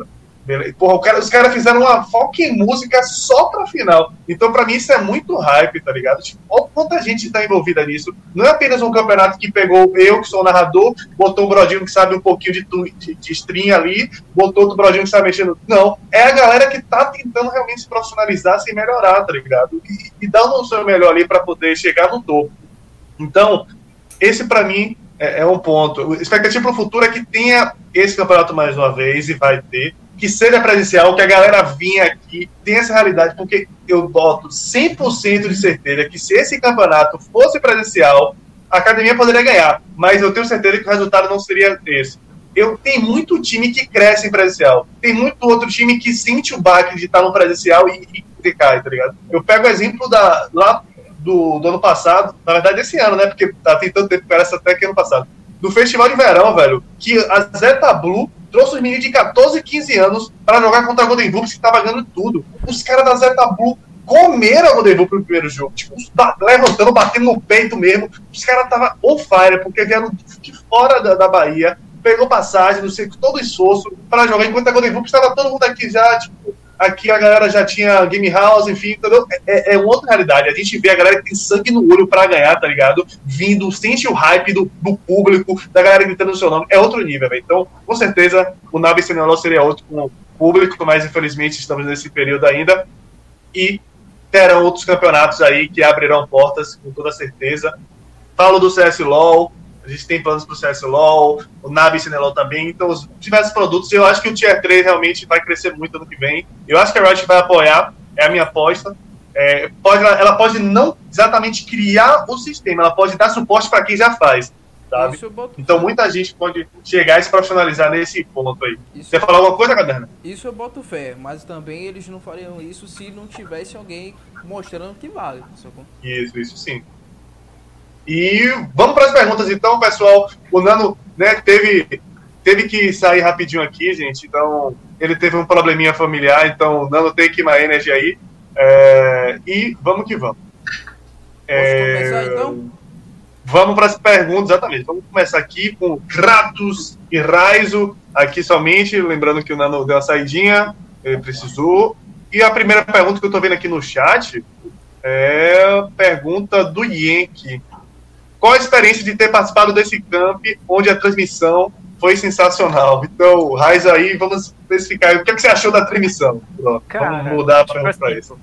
Porra, os caras fizeram uma fucking música só pra final. Então, pra mim, isso é muito hype, tá ligado? Tipo, olha quanta gente tá envolvida nisso. Não é apenas um campeonato que pegou eu, que sou o narrador, botou um brodinho que sabe um pouquinho de stream ali, botou outro brodinho que sabe mexendo. Não, é a galera que tá tentando realmente se profissionalizar sem melhorar, tá ligado? E dando o seu melhor ali pra poder chegar no topo. Então, esse pra mim é um ponto. A expectativa pro futuro é que tenha esse campeonato mais uma vez, e vai ter, que seja presencial, que a galera vinha aqui, tenha essa realidade, porque eu boto 100% de certeza que se esse campeonato fosse presencial, a academia poderia ganhar, mas eu tenho certeza que o resultado não seria esse. Tem muito time que cresce em presencial, tem muito outro time que sente o baque de estar no presencial e decai, tá ligado? Eu pego o exemplo lá do ano passado, na verdade esse ano, né, porque tem tanto tempo que parece até que ano passado, do Festival de Verão, velho, que a Zeta Blue trouxe os meninos de 14, 15 anos para jogar contra a Golden Vulpes, que tava ganhando tudo. Os caras da Zeta Blue comeram a Golden Vulpes no primeiro jogo, tipo, levantando, batendo no peito mesmo. Os caras tava on fire, porque vieram de fora da Bahia, pegou passagem, não sei, todo o esforço para jogar, enquanto a Golden Vulpes tava todo mundo aqui já, tipo, aqui a galera já tinha Game House, enfim, entendeu? É uma outra realidade. A gente vê a galera que tem sangue no olho pra ganhar, tá ligado? Vindo, sente o hype do público, da galera gritando o seu nome. É outro nível, velho. Então, com certeza, o Nabi Seneló seria outro com o público, mas infelizmente estamos nesse período ainda. E terão outros campeonatos aí que abrirão portas, com toda certeza. Falo do CSLOL, a gente tem planos pro CSLOL, o Nabi Senelol também, então os diversos produtos. Eu acho que o Tier 3 realmente vai crescer muito ano que vem. Eu acho que a Riot vai apoiar, é a minha aposta. Ela pode não exatamente criar o sistema, ela pode dar suporte para quem já faz, sabe? Então muita gente pode chegar e se profissionalizar nesse ponto aí. Você ia falar alguma coisa, Caderna? Isso eu boto fé, mas também eles não fariam isso se não tivesse alguém mostrando que vale. Isso sim. E vamos para as perguntas então, pessoal. O Nano, né, teve que sair rapidinho aqui, gente. Então, ele teve um probleminha familiar, então o Nano tem que ir uma energy aí. E vamos que vamos. Posso começar então? Vamos para as perguntas, exatamente. Vamos começar aqui com Kratos e Raizo, aqui somente. Lembrando que o Nano deu uma saidinha, ele precisou. E a primeira pergunta que eu estou vendo aqui no chat é a pergunta do Yankee. Qual a experiência de ter participado desse camp, onde a transmissão foi sensacional? Então, Raiz aí, vamos especificar o que você achou da transmissão. Cara, vamos mudar tipo para assim, isso.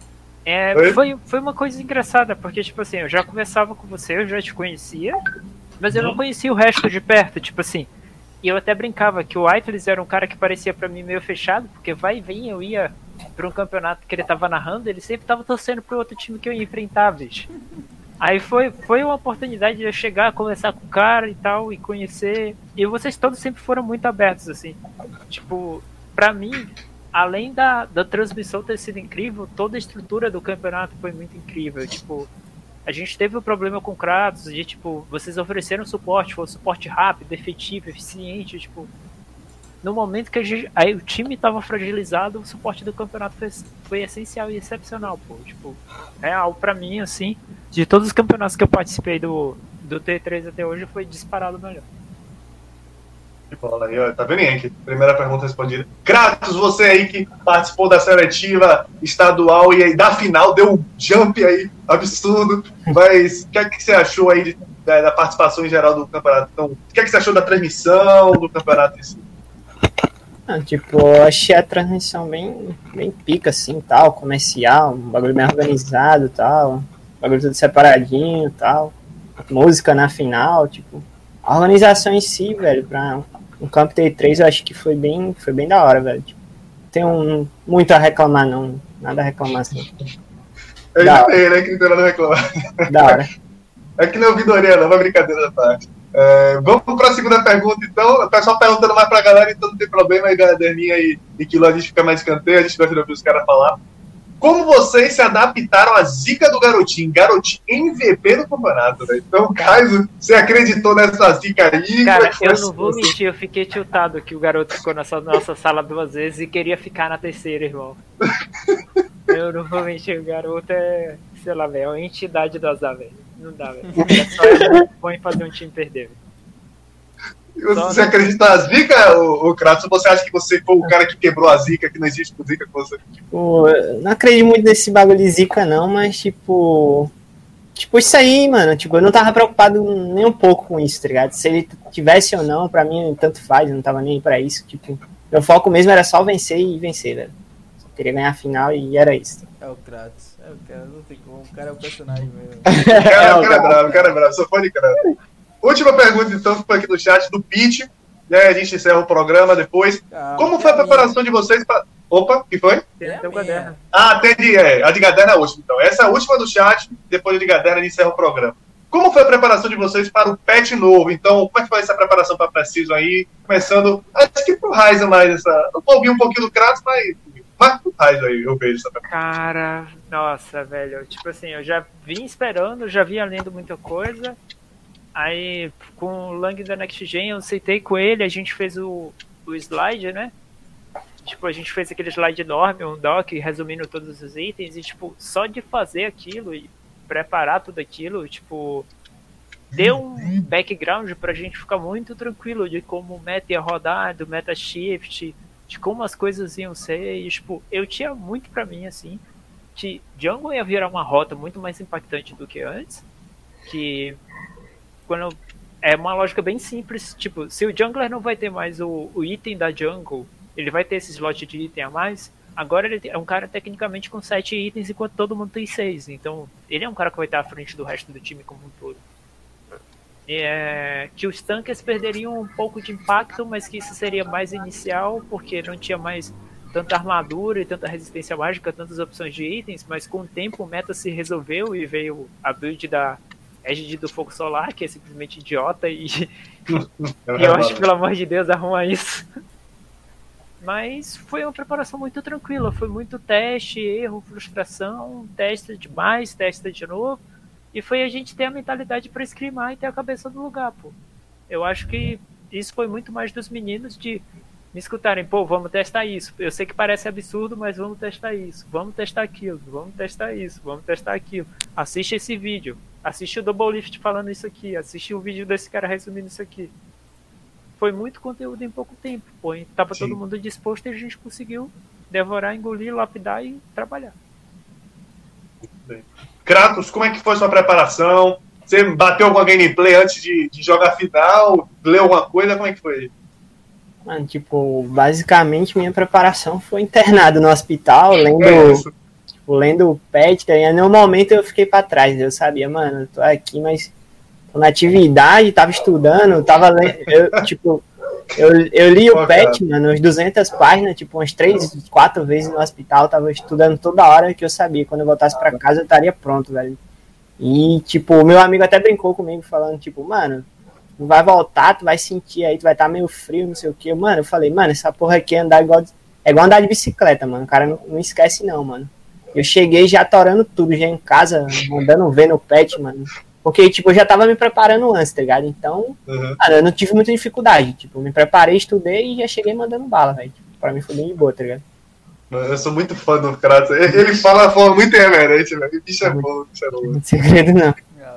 Foi uma coisa engraçada, porque, tipo assim, eu já conversava com você, eu já te conhecia, mas eu não conhecia o resto de perto, tipo assim. E eu até brincava que o Whiteless era um cara que parecia pra mim meio fechado, porque vai e vem, eu ia pra um campeonato que ele tava narrando, ele sempre tava torcendo pro outro time que eu ia enfrentar, bicho. Aí foi uma oportunidade de eu chegar, conversar com o cara e tal, e conhecer. E vocês todos sempre foram muito abertos, assim. Tipo, pra mim, além da transmissão ter sido incrível, toda a estrutura do campeonato foi muito incrível. Tipo, a gente teve um problema com o Kratos, de tipo, vocês ofereceram suporte, foi um suporte rápido, efetivo, eficiente, tipo. No momento que aí o time tava fragilizado, o suporte do campeonato foi essencial e excepcional, pô. Tipo, real pra mim, assim, de todos os campeonatos que eu participei do T3 até hoje, foi disparado melhor. Que bola aí, ó. Tá vendo, Henrique? Primeira pergunta respondida. Kratos, você aí que participou da seletiva estadual e aí da final, deu um jump aí absurdo, mas o que é que você achou aí da participação em geral do campeonato? Então, o que é que você achou da transmissão do campeonato em si? Tipo, eu achei a transmissão bem pica, assim, tal, comercial, um bagulho bem organizado, tal, um bagulho tudo separadinho, tal, música na final, tipo, a organização em si, velho, pra um Camp T3 eu acho que foi bem da hora, velho, tipo, não tenho muito a reclamar, não, nada a reclamar, assim. Eu já tenho, né, que não tem nada a reclamar. Da hora. É que não é ouvidoria, não, é uma brincadeira da parte. Vamos para a segunda pergunta, então. O pessoal perguntando mais para a galera, então não tem problema. Aí, Gaderninha e Kilo, a gente fica mais escanteio, a gente vai ouvir os caras falar. Como vocês se adaptaram à zica do Garotinho? Garotinho MVP do campeonato, né? Então, Kaizo, você acreditou nessa zica aí? Cara, eu não vou mentir, eu fiquei tiltado que o garoto ficou nessa nossa sala 2 vezes e queria ficar na terceira, irmão. Eu não vou mentir, o garoto é, sei lá, velho, é uma entidade do azar, velho. Não dá, velho. É só bom em fazer um time perder, velho. Você acredita na zica, o Kratos? Ou você acha que você foi o cara que quebrou a zica, que não existe zica com você? Tipo, eu não acredito muito nesse bagulho de zica, não, mas, tipo, isso aí, mano, tipo, eu não tava preocupado nem um pouco com isso, tá ligado? Se ele tivesse ou não, pra mim, tanto faz, eu não tava nem aí pra isso, tipo, meu foco mesmo era só vencer e vencer, velho. Só queria ganhar a final e era isso. É o Kratos, não tem como, o cara é o personagem mesmo. O cara é bravo, sou fã de Kratos. Última pergunta, então, que foi aqui no chat, do Pete, né, a gente encerra o programa depois. Como foi a preparação de vocês para... Opa, que foi? Entendi, a de Gaderna é a última, então. Essa é a última do chat, depois a de Gaderna a gente encerra o programa. Como foi a preparação de vocês para o patch novo? Então, como é que foi essa preparação para Precision aí? Começando, acho que pro Ryzen mais essa... Eu ouvi um pouquinho do Kratos, mas pro Ryzen aí eu vejo essa preparação. Cara, nossa, velho. Tipo assim, eu já vim esperando, já vinha lendo muita coisa. Aí, com o Lang da Next Gen, eu aceitei com ele, a gente fez o slide, né? Tipo, a gente fez aquele slide enorme, um doc, resumindo todos os itens, e, tipo, só de fazer aquilo e preparar tudo aquilo, tipo, deu um background pra gente ficar muito tranquilo de como o meta ia rodar, do meta shift, de como as coisas iam ser, e, tipo, eu tinha muito pra mim, assim, que Jungle ia virar uma rota muito mais impactante do que antes, que... Quando é uma lógica bem simples, tipo, se o jungler não vai ter mais o item da jungle, ele vai ter esse slot de item a mais, agora ele é um cara tecnicamente com 7 itens, enquanto todo mundo tem 6, então ele é um cara que vai estar à frente do resto do time como um todo. Que os tanques perderiam um pouco de impacto, mas que isso seria mais inicial, porque não tinha mais tanta armadura e tanta resistência mágica, tantas opções de itens, mas com o tempo o meta se resolveu e veio a build da Edge do Fogo Solar, que é simplesmente idiota e eu acho que, pelo amor de Deus, arruma isso. Mas foi uma preparação muito tranquila, foi muito teste, erro, frustração, testa demais, testa de novo, e foi a gente ter a mentalidade para escrimar e ter a cabeça no lugar, pô. Eu acho que isso foi muito mais dos meninos de me escutarem, pô, vamos testar isso. Eu sei que parece absurdo, mas vamos testar isso, vamos testar aquilo, vamos testar isso, vamos testar aquilo. Assiste esse vídeo. Assiste o Double Lift falando isso aqui, assiste o vídeo desse cara resumindo isso aqui. Foi muito conteúdo em pouco tempo, pô. Tava todo mundo disposto e a gente conseguiu devorar, engolir, lapidar e trabalhar. Kratos, como é que foi sua preparação? Você bateu alguma gameplay antes de jogar final? Leu alguma coisa? Como é que foi? Mano, tipo, basicamente minha preparação foi internado no hospital, lendo o patch, tá ligado? No momento eu fiquei pra trás, eu sabia, mano, eu tô aqui, mas tô na atividade, tava estudando, tava lendo, eu li o patch, mano, umas 200 páginas, tipo, umas 3, 4 vezes no hospital, tava estudando toda hora que eu sabia, quando eu voltasse pra casa eu estaria pronto, velho. E, tipo, o meu amigo até brincou comigo, falando, tipo, mano, tu vai voltar, tu vai sentir aí, tu vai estar meio frio, não sei o que. Mano, eu falei, mano, essa porra aqui é igual andar de bicicleta, mano, o cara não esquece não, mano. Eu cheguei já torando tudo, já em casa, mandando ver no patch, mano. Porque, tipo, eu já tava me preparando antes, tá ligado? Então, cara, eu não tive muita dificuldade. Tipo, eu me preparei, estudei e já cheguei mandando bala, velho. Tipo, pra mim foi bem de boa, tá ligado? Eu sou muito fã do Kratos. Ele fala de forma muito irreverente, velho. Bicho é bom, bicho é bom. Não tem segredo, não.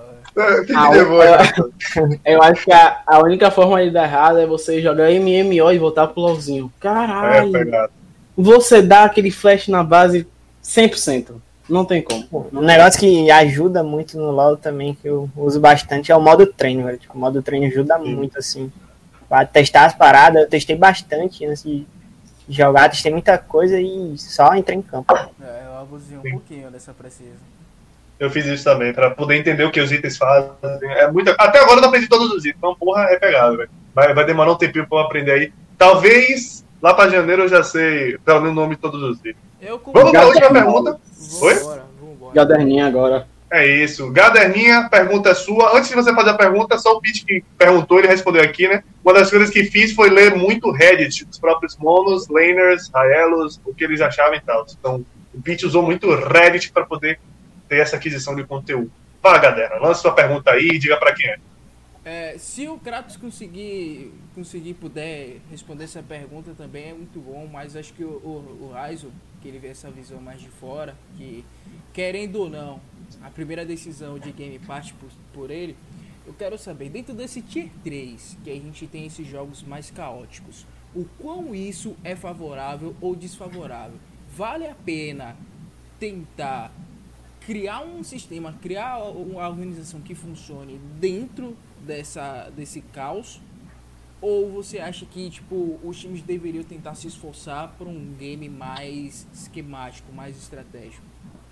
Eu acho que a única forma de dar errado é você jogar MMO e voltar pro LOLzinho. Caralho! Você dá aquele flash na base 100%. Não tem como. Um negócio que ajuda muito no LoL também, que eu uso bastante, é o modo treino, velho. Tipo, o modo treino ajuda muito, assim. Pra testar as paradas, eu testei bastante antes de jogar, testei muita coisa e só entrei em campo. Eu abusei um pouquinho dessa precisa. Eu fiz isso também, pra poder entender o que os itens fazem. Até agora eu não aprendi todos os itens, então porra, é pegado, velho. Vai demorar um tempinho pra eu aprender aí. Talvez lá pra janeiro eu já sei pelo menos o nome de todos os itens. Vamos pra última pergunta. Oi? Gaderninha agora. É isso. Gaderninha, pergunta sua. Antes de você fazer a pergunta, só o Pete que perguntou, ele respondeu aqui, né? Uma das coisas que fiz foi ler muito Reddit, os próprios monos, laners, raelos, o que eles achavam e tal. Então, o Pete usou muito Reddit para poder ter essa aquisição de conteúdo. Fala, Gaderna, lança sua pergunta aí e diga para quem é. Se o Kratos conseguir puder responder essa pergunta também é muito bom, mas acho que o Raizo, que ele vê essa visão mais de fora, que querendo ou não, a primeira decisão de game parte por ele, Eu quero saber, dentro desse Tier 3, que a gente tem esses jogos mais caóticos, o quão isso é favorável ou desfavorável? Vale a pena tentar criar um sistema, criar uma organização que funcione dentro desse caos? Ou você acha que tipo, os times deveriam tentar se esforçar por um game mais esquemático, mais estratégico?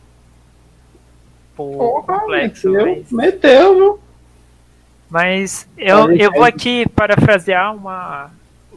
Porra, Complexo, meteu, viu? Mas eu vou aqui parafrasear uma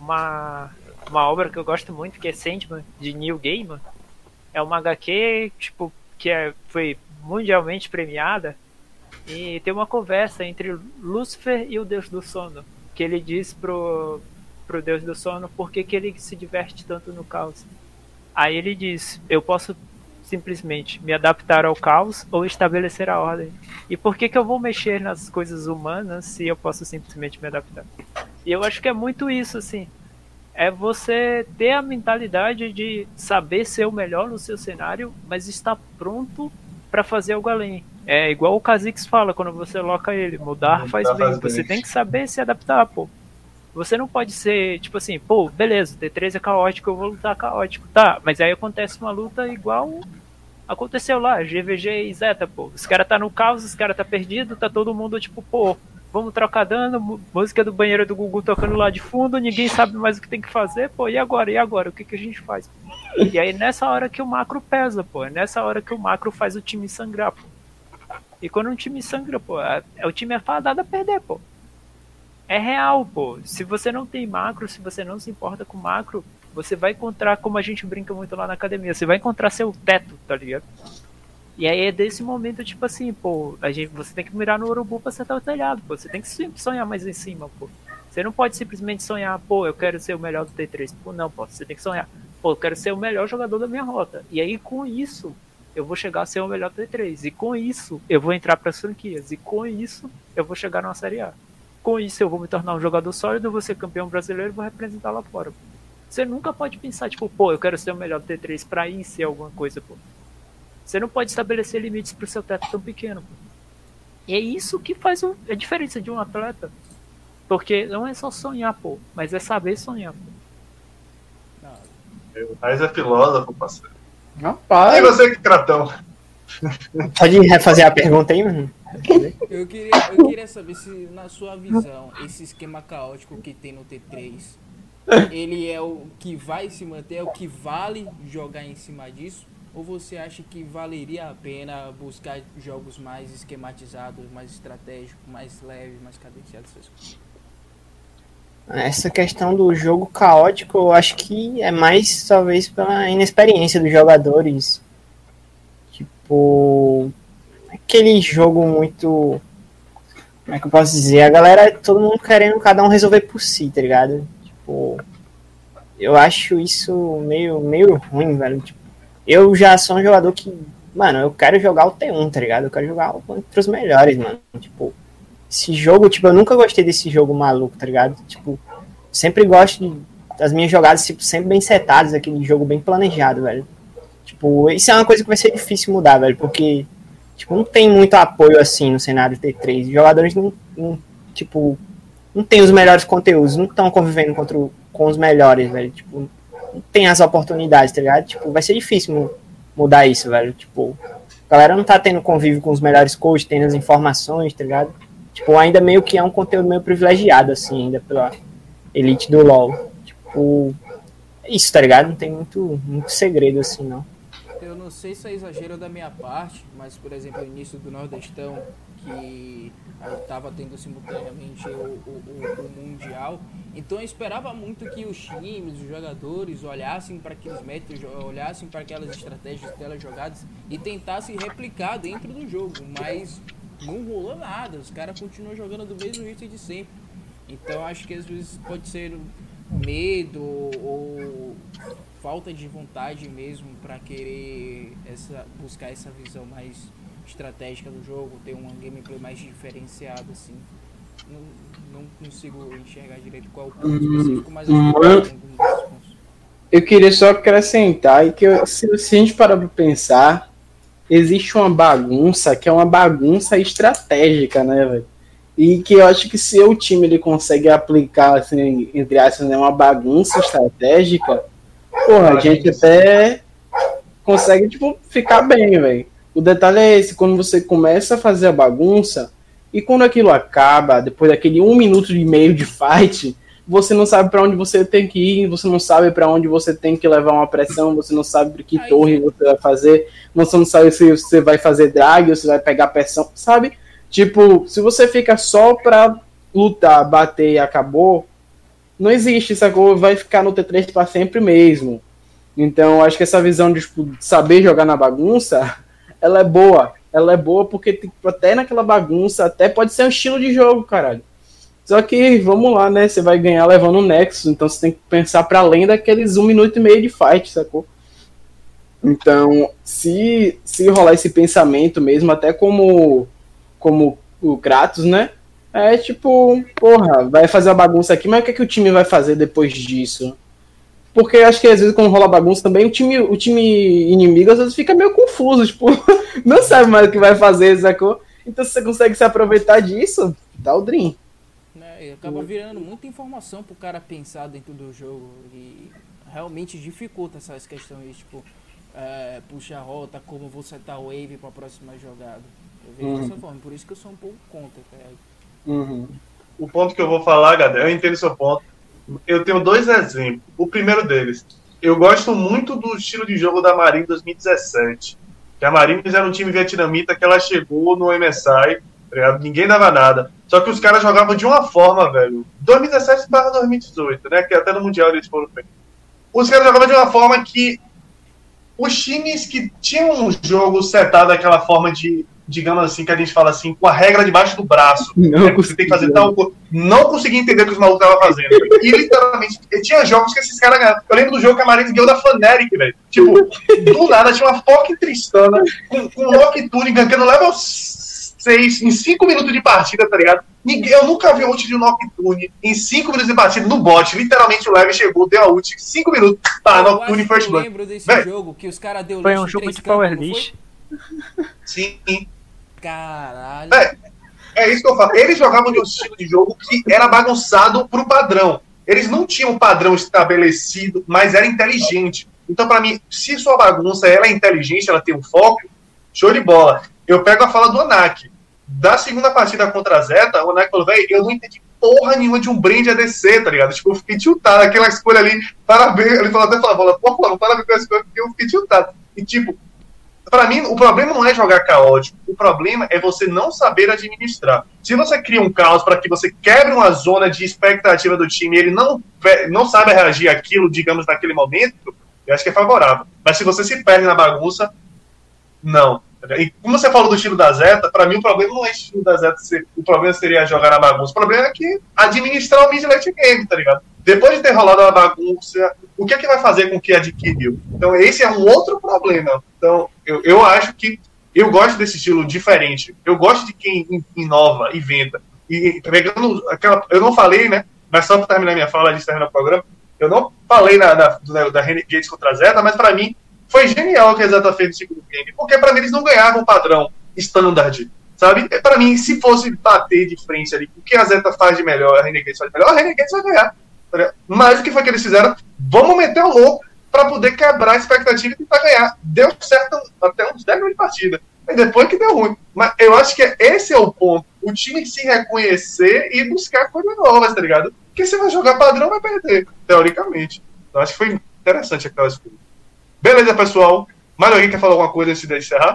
obra que eu gosto muito, que é Sandman, de Neil Gaiman. É uma HQ tipo, que foi mundialmente premiada, e tem uma conversa entre Lúcifer e o Deus do Sono, que ele diz pro Deus do Sono por que ele se diverte tanto no caos. Aí ele diz, eu posso simplesmente me adaptar ao caos ou estabelecer a ordem. E por que eu vou mexer nas coisas humanas se eu posso simplesmente me adaptar? E eu acho que é muito isso, assim. É você ter a mentalidade de saber ser o melhor no seu cenário, mas estar pronto para fazer algo além. É igual o Kha'Zix fala quando você loca ele, mudar faz bem. Você tem que saber se adaptar, pô. Você não pode ser, tipo assim, pô, beleza, T3 é caótico, eu vou lutar caótico. Tá, mas aí acontece uma luta igual aconteceu lá, GVG e Zeta, pô. Os caras tá no caos, os caras tá perdido, tá todo mundo tipo, pô, vamos trocar dano, música do banheiro do Gugu tocando lá de fundo, ninguém sabe mais o que tem que fazer, pô, e agora? E agora? O que a gente faz? E aí nessa hora que o macro pesa, pô, é nessa hora que o macro faz o time sangrar, pô. E quando um time sangra, pô, o time é fadado a perder, pô. É real, pô. Se você não tem macro, se você não se importa com macro, você vai encontrar, como a gente brinca muito lá na academia, você vai encontrar seu teto, tá ligado? E aí é desse momento, tipo assim, pô, você tem que mirar no urubu pra acertar o telhado, pô. Você tem que sempre sonhar mais em cima, pô. Você não pode simplesmente sonhar, pô, eu quero ser o melhor do T3. Pô, não, pô, você tem que sonhar, pô, eu quero ser o melhor jogador da minha rota. E aí, com isso, eu vou chegar a ser o melhor T3. E com isso, eu vou entrar pras franquias. E com isso, eu vou chegar numa Série A. Com isso, eu vou me tornar um jogador sólido, vou ser campeão brasileiro e vou representar lá fora. Pô. Você nunca pode pensar, tipo, pô, eu quero ser o melhor T3 pra ir ser alguma coisa, pô. Você não pode estabelecer limites pro seu teto tão pequeno, pô. E é isso que faz a diferença de um atleta. Porque não é só sonhar, pô, mas é saber sonhar, pô. Mas é filósofo, parceiro. Rapaz. E você, que tratão? Pode refazer a pergunta aí, mano? Eu queria saber se, na sua visão, esse esquema caótico que tem no T3, ele é o que vai se manter, é o que vale jogar em cima disso? Ou você acha que valeria a pena buscar jogos mais esquematizados, mais estratégicos, mais leves, mais cadenciados? Essa questão do jogo caótico, eu acho que é mais, talvez, pela inexperiência dos jogadores. Tipo, aquele jogo muito... Como é que eu posso dizer? A galera, todo mundo querendo cada um resolver por si, tá ligado? Tipo, eu acho isso meio ruim, velho. Tipo, eu já sou um jogador que, mano, eu quero jogar o T1, tá ligado? Eu quero jogar entre os melhores, mano. Tipo, esse jogo, tipo, eu nunca gostei desse jogo maluco, tá ligado? Tipo, sempre gosto das minhas jogadas, tipo, sempre bem setadas, aquele jogo bem planejado, velho. Tipo, isso é uma coisa que vai ser difícil mudar, velho, porque, tipo, não tem muito apoio, assim, no cenário T3. Os jogadores não tipo, não tem os melhores conteúdos, não estão convivendo com os melhores, velho. Tipo, não tem as oportunidades, tá ligado? Tipo, vai ser difícil mudar isso, velho. Tipo, a galera não tá tendo convívio com os melhores coaches, tendo as informações, tá ligado? Tipo, ainda meio que é um conteúdo meio privilegiado, assim, ainda pela elite do LoL. Tipo, é isso, tá ligado? Não tem muito segredo, assim, não. Eu não sei se é exagero da minha parte, mas, por exemplo, no início do Nordestão, que estava tendo simultaneamente o Mundial, então eu esperava muito que os times, os jogadores, olhassem para aqueles métodos, olhassem para aquelas estratégias delas jogadas e tentassem replicar dentro do jogo, mas não rolou nada, os caras continuam jogando do mesmo jeito de sempre. Então acho que às vezes pode ser medo ou falta de vontade mesmo para querer buscar essa visão mais estratégica do jogo, ter um gameplay mais diferenciado, assim. Não consigo enxergar direito qual o ponto específico, mas acho que tem alguns pontos. Eu queria só acrescentar que se a gente parar para pensar, existe uma bagunça que é uma bagunça estratégica, né, velho? E que eu acho que se o time ele consegue aplicar, assim, entre aspas, né, uma bagunça estratégica, porra, a gente até consegue, tipo, ficar bem, velho. O detalhe é esse, quando você começa a fazer a bagunça, e quando aquilo acaba, depois daquele 1 minuto e meio de fight, você não sabe pra onde você tem que ir, você não sabe pra onde você tem que levar uma pressão, você não sabe por que torre você vai fazer, você não sabe se você vai fazer drag ou se vai pegar pressão, sabe? Tipo, se você fica só pra lutar, bater e acabou, não existe, sacou? Vai ficar no T3 pra sempre mesmo. Então, acho que essa visão de tipo, saber jogar na bagunça, ela é boa. Ela é boa porque tipo, até naquela bagunça, até pode ser um estilo de jogo, caralho. Só que, vamos lá, né? Você vai ganhar levando o Nexus, então você tem que pensar para além daqueles 1 minuto e meio de fight, sacou? Então, se rolar esse pensamento mesmo, até como o Kratos, né? É tipo, porra, vai fazer a bagunça aqui, mas o que o time vai fazer depois disso? Porque acho que às vezes quando rola bagunça também, o time inimigo às vezes fica meio confuso, tipo, não sabe mais o que vai fazer, sacou? Então se você consegue se aproveitar disso, dá o dream. E acaba virando muita informação pro cara pensar dentro do jogo e realmente dificulta essas questões, tipo, puxa a rota, como você tá o wave pra próxima jogada. Eu vejo dessa forma, por isso que eu sou um pouco contra, cara. O ponto que eu vou falar, Gadel, eu entendo o seu ponto. Eu tenho 2 exemplos. O primeiro deles, eu gosto muito do estilo de jogo da Marines 2017. Que a Marines era um time vietnamita que ela chegou no MSI, ninguém dava nada. Só que os caras jogavam de uma forma, velho. 2017/2018, né? Que até no Mundial eles foram bem. Os caras jogavam de uma forma que os times que tinham um jogo setado daquela forma de, digamos assim, que a gente fala assim, com a regra debaixo do braço. Né? Você tem que fazer tal coisa. Não conseguia entender o que os malucos estavam fazendo. E literalmente, tinha jogos que esses caras ganharam. Eu lembro do jogo que a Marines ganhou da Fnatic, velho. Tipo, do nada tinha uma Poc Tristana com Nocturne ganhando level 6 em 5 minutos de partida, tá ligado? Eu nunca vi ult de Nocturne em 5 minutos de partida no bot. Literalmente o Level chegou, deu a ult, 5 minutos, tá, Nocturne first blood. Eu lembro desse jogo que os caras deu foi um jogo de Power List. Sim. Caralho. É isso que eu falo. Eles jogavam de um estilo de jogo que era bagunçado pro padrão. Eles não tinham um padrão estabelecido, mas era inteligente. Então, pra mim, se sua bagunça ela é inteligente, ela tem um foco, show de bola. Eu pego a fala do Anak. Da segunda partida contra a Zeta, o Anak falou, velho, eu não entendi porra nenhuma de um brand ADC, tá ligado? Tipo, eu fiquei tiltado, aquela escolha ali, parabéns. Ele falou até, pô, parabéns pela escolha, porque eu fiquei tiltado. E, tipo, pra mim, o problema não é jogar caótico. O problema é você não saber administrar. Se você cria um caos para que você quebre uma zona de expectativa do time e ele não sabe reagir àquilo, digamos, naquele momento, eu acho que é favorável. Mas se você se perde na bagunça, não. E como você falou do estilo da Zeta, pra mim o problema não é o estilo da Zeta, o problema seria jogar na bagunça. O problema é que administrar o mid-late game, tá ligado? Depois de ter rolado a bagunça, o que é que vai fazer com o que adquiriu? Então esse é um outro problema. Então eu acho que eu gosto desse estilo diferente. Eu gosto de quem inova, inventa. E pegando aquela... Eu não falei, né? Mas só pra terminar minha fala, a gente terminar o programa, eu não falei da Renegades contra a Zeta, mas pra mim foi genial o que a Zeta fez no segundo game, porque pra mim eles não ganhavam o padrão standard, sabe? Pra mim, se fosse bater de frente ali, o que a Zeta faz de melhor, a Renegades faz de melhor, a Renegades vai ganhar. Mas o que foi que eles fizeram? Vamos meter o louco pra poder quebrar a expectativa e tentar ganhar. Deu certo até uns 10 minutos de partida. Mas depois que deu ruim. Mas eu acho que esse é o ponto. O time se reconhecer e buscar coisas novas, tá ligado? Porque se vai jogar padrão, vai perder, teoricamente. Então acho que foi interessante aquela escolha. Beleza, pessoal. Mais alguém quer falar alguma coisa antes de encerrar?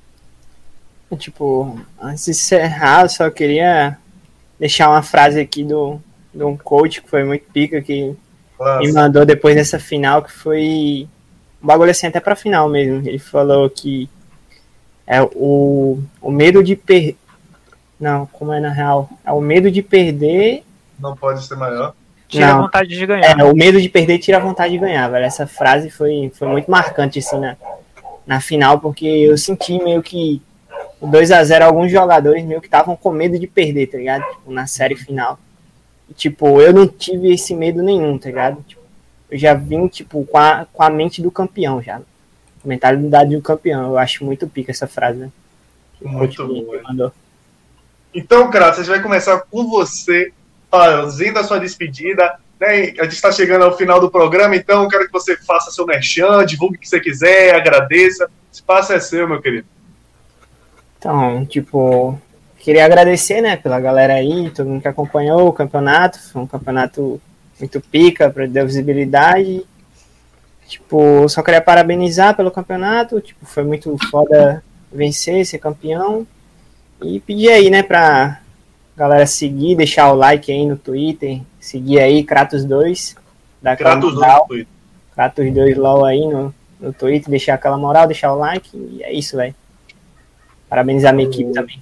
Tipo, antes de encerrar, eu só queria deixar uma frase aqui de um coach que foi muito pica, que me mandou depois dessa final, que foi um bagulho assim até pra final mesmo. Ele falou que é o medo de perder. Não, como é na real? É o medo de perder. Não pode ser maior. Tira a vontade de ganhar. O medo de perder tira a vontade de ganhar, velho. Essa frase foi muito marcante, assim, na final, porque eu senti meio que o 2-0, alguns jogadores meio que estavam com medo de perder, tá ligado? Tipo, na série final. E, tipo, eu não tive esse medo nenhum, tá ligado? Tipo, eu já vim, tipo, com a mente do campeão, já. A mentalidade do campeão. Eu acho muito pica essa frase, né? Muito bom, mandou. Então, Kratos, a gente vai começar com você, fazendo a sua despedida. Né? A gente está chegando ao final do programa, então eu quero que você faça seu merchan, divulgue o que você quiser, agradeça. O espaço é seu, meu querido. Então, tipo, queria agradecer, né, pela galera aí, todo mundo que acompanhou o campeonato. Foi um campeonato muito pica, para dar visibilidade. Tipo, só queria parabenizar pelo campeonato. Tipo, foi muito foda vencer, ser campeão. E pedir aí, né, pra galera seguir, deixar o like aí no Twitter, seguir aí Kratos2, Kratos2 LOL aí no Twitter, deixar aquela moral, deixar o like, e é isso, velho. Parabenizar a minha equipe também.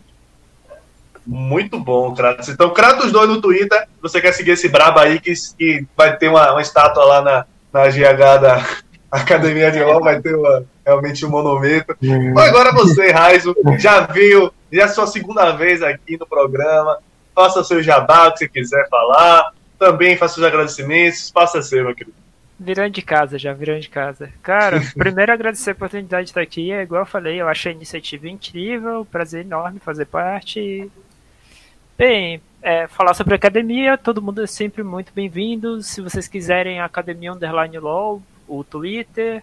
Muito bom, Kratos. Então, Kratos2 no Twitter, você quer seguir esse brabo aí, que vai ter uma estátua lá na GH da Academia de LOL, vai ter realmente um monumento. Agora você, Raizo, já veio, já é a sua segunda vez aqui no programa, faça seu jabá, o que você quiser falar, também faça os agradecimentos, espaço é seu, meu querido. Virando de casa. Cara, primeiro agradecer a oportunidade de estar aqui, é igual eu falei, eu achei a iniciativa incrível, prazer enorme fazer parte. Bem, falar sobre a academia, todo mundo é sempre muito bem-vindo. Se vocês quiserem, Academia _ LOL, o Twitter.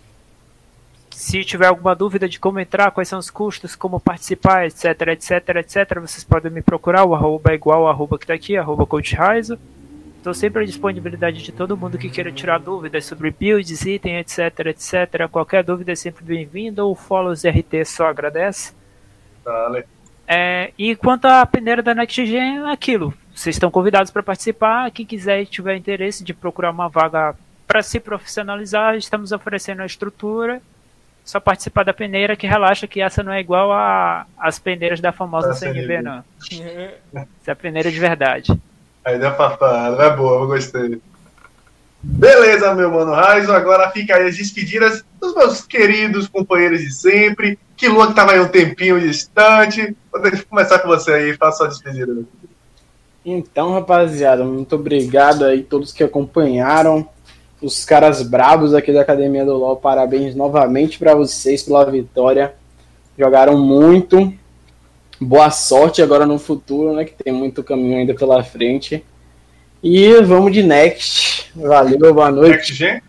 Se tiver alguma dúvida de como entrar, quais são os custos, como participar, etc, vocês podem me procurar, o arroba é igual ao arroba que tá aqui, arroba CoachRaizo. Estou sempre à disponibilidade de todo mundo que queira tirar dúvidas sobre builds, itens, etc. Qualquer dúvida é sempre bem-vinda, ou follows RT só agradece. Vale. E quanto à peneira da NextGen, é aquilo. Vocês estão convidados para participar. Quem quiser e tiver interesse de procurar uma vaga para se profissionalizar, estamos oferecendo a estrutura. Só participar da peneira, que relaxa que essa não é igual às peneiras da famosa CNB, não. Essa é a peneira de verdade. Aí deu papado, é boa, eu gostei. Beleza, meu mano Raizo, agora fica aí as despedidas dos meus queridos companheiros de sempre. Que Lua que tava aí um tempinho distante. Vou começar com você aí, faça a despedida. Então, rapaziada, muito obrigado aí todos que acompanharam. Os caras bravos aqui da Academia do LoL, parabéns novamente para vocês pela vitória. Jogaram muito. Boa sorte agora no futuro, né? Que tem muito caminho ainda pela frente. E vamos de Next. Valeu, boa noite. Next Gen?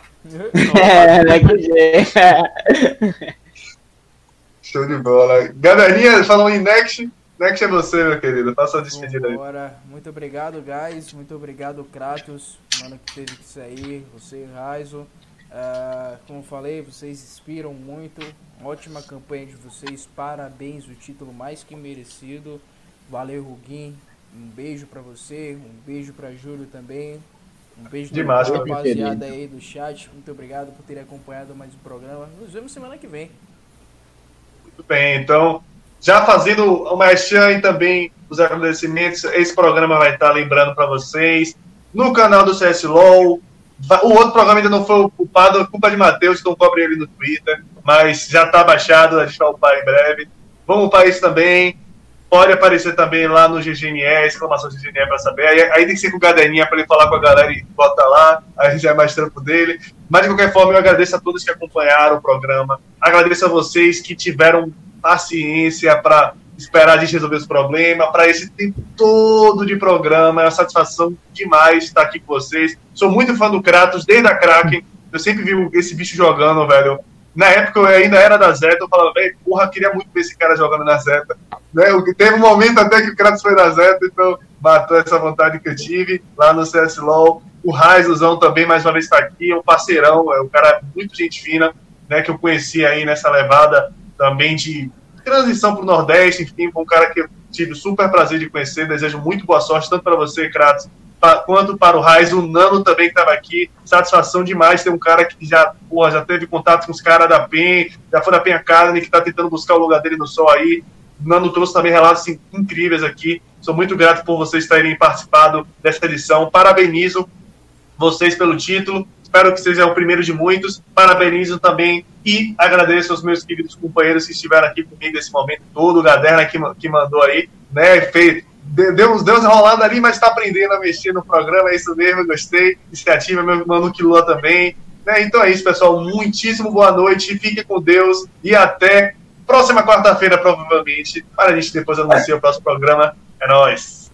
Next Gen. Show de bola. Galerinha, falando em Next é você, meu querido. Faça a despedida aí. Muito obrigado, guys. Muito obrigado, Kratos. Mano, que teve que sair. Você, Raizo. Como falei, vocês inspiram muito. Ótima campanha de vocês. Parabéns, o título mais que merecido. Valeu, Ruguinho. Um beijo pra você. Um beijo pra Júlio também. Um beijo pra rapaziada aí do chat. Muito obrigado por terem acompanhado mais um programa. Nos vemos semana que vem. Muito bem, então, já fazendo o merchan e também os agradecimentos, esse programa vai estar lembrando para vocês no canal do CS LOL. O outro programa ainda não foi upado, culpa de Matheus, então cobre ele no Twitter, mas já está baixado, a gente vai upar em breve. Vamos upar isso também. Pode aparecer também lá no GGNE, exclamação GGNE para saber. Aí tem que ser com o Gadeninha para ele falar com a galera e botar lá. A gente já é mais trampo dele. Mas, de qualquer forma, eu agradeço a todos que acompanharam o programa. Agradeço a vocês que tiveram paciência para esperar a gente resolver os problemas. Para esse tempo todo de programa. É uma satisfação demais estar aqui com vocês. Sou muito fã do Kratos, desde a Kraken. Eu sempre vi esse bicho jogando, velho. Na época eu ainda era da Zeta, eu falava, velho, porra, queria muito ver esse cara jogando na Zeta. Né? Teve um momento até que o Kratos foi na Zeta, então matou essa vontade que eu tive lá no CS LOL. O Raizozão também, mais uma vez, está aqui, é um parceirão, é um cara muito gente fina, né, que eu conheci aí nessa levada também de transição para o Nordeste, enfim, um cara que eu tive o super prazer de conhecer, desejo muito boa sorte, tanto para você, Kratos, quanto para o Raizo, o Nano também que estava aqui, satisfação demais ter um cara que já teve contato com os caras da PEN, já foi da PEN Academy, que está tentando buscar o lugar dele no sol aí. O Nano trouxe também relatos assim, incríveis aqui. Sou muito grato por vocês terem participado dessa edição. Parabenizo vocês pelo título. Espero que seja o primeiro de muitos. Parabenizo também e agradeço aos meus queridos companheiros que estiveram aqui comigo nesse momento todo. O Gaderna que mandou aí, né? Deu uns enrolando ali, mas está aprendendo a mexer no programa. É isso mesmo, gostei. Iniciativa, meu mano Quilua também. Né? Então é isso, pessoal. Muitíssimo boa noite. Fique com Deus e até próxima quarta-feira, provavelmente, para a gente depois anunciar o próximo programa. É nóis!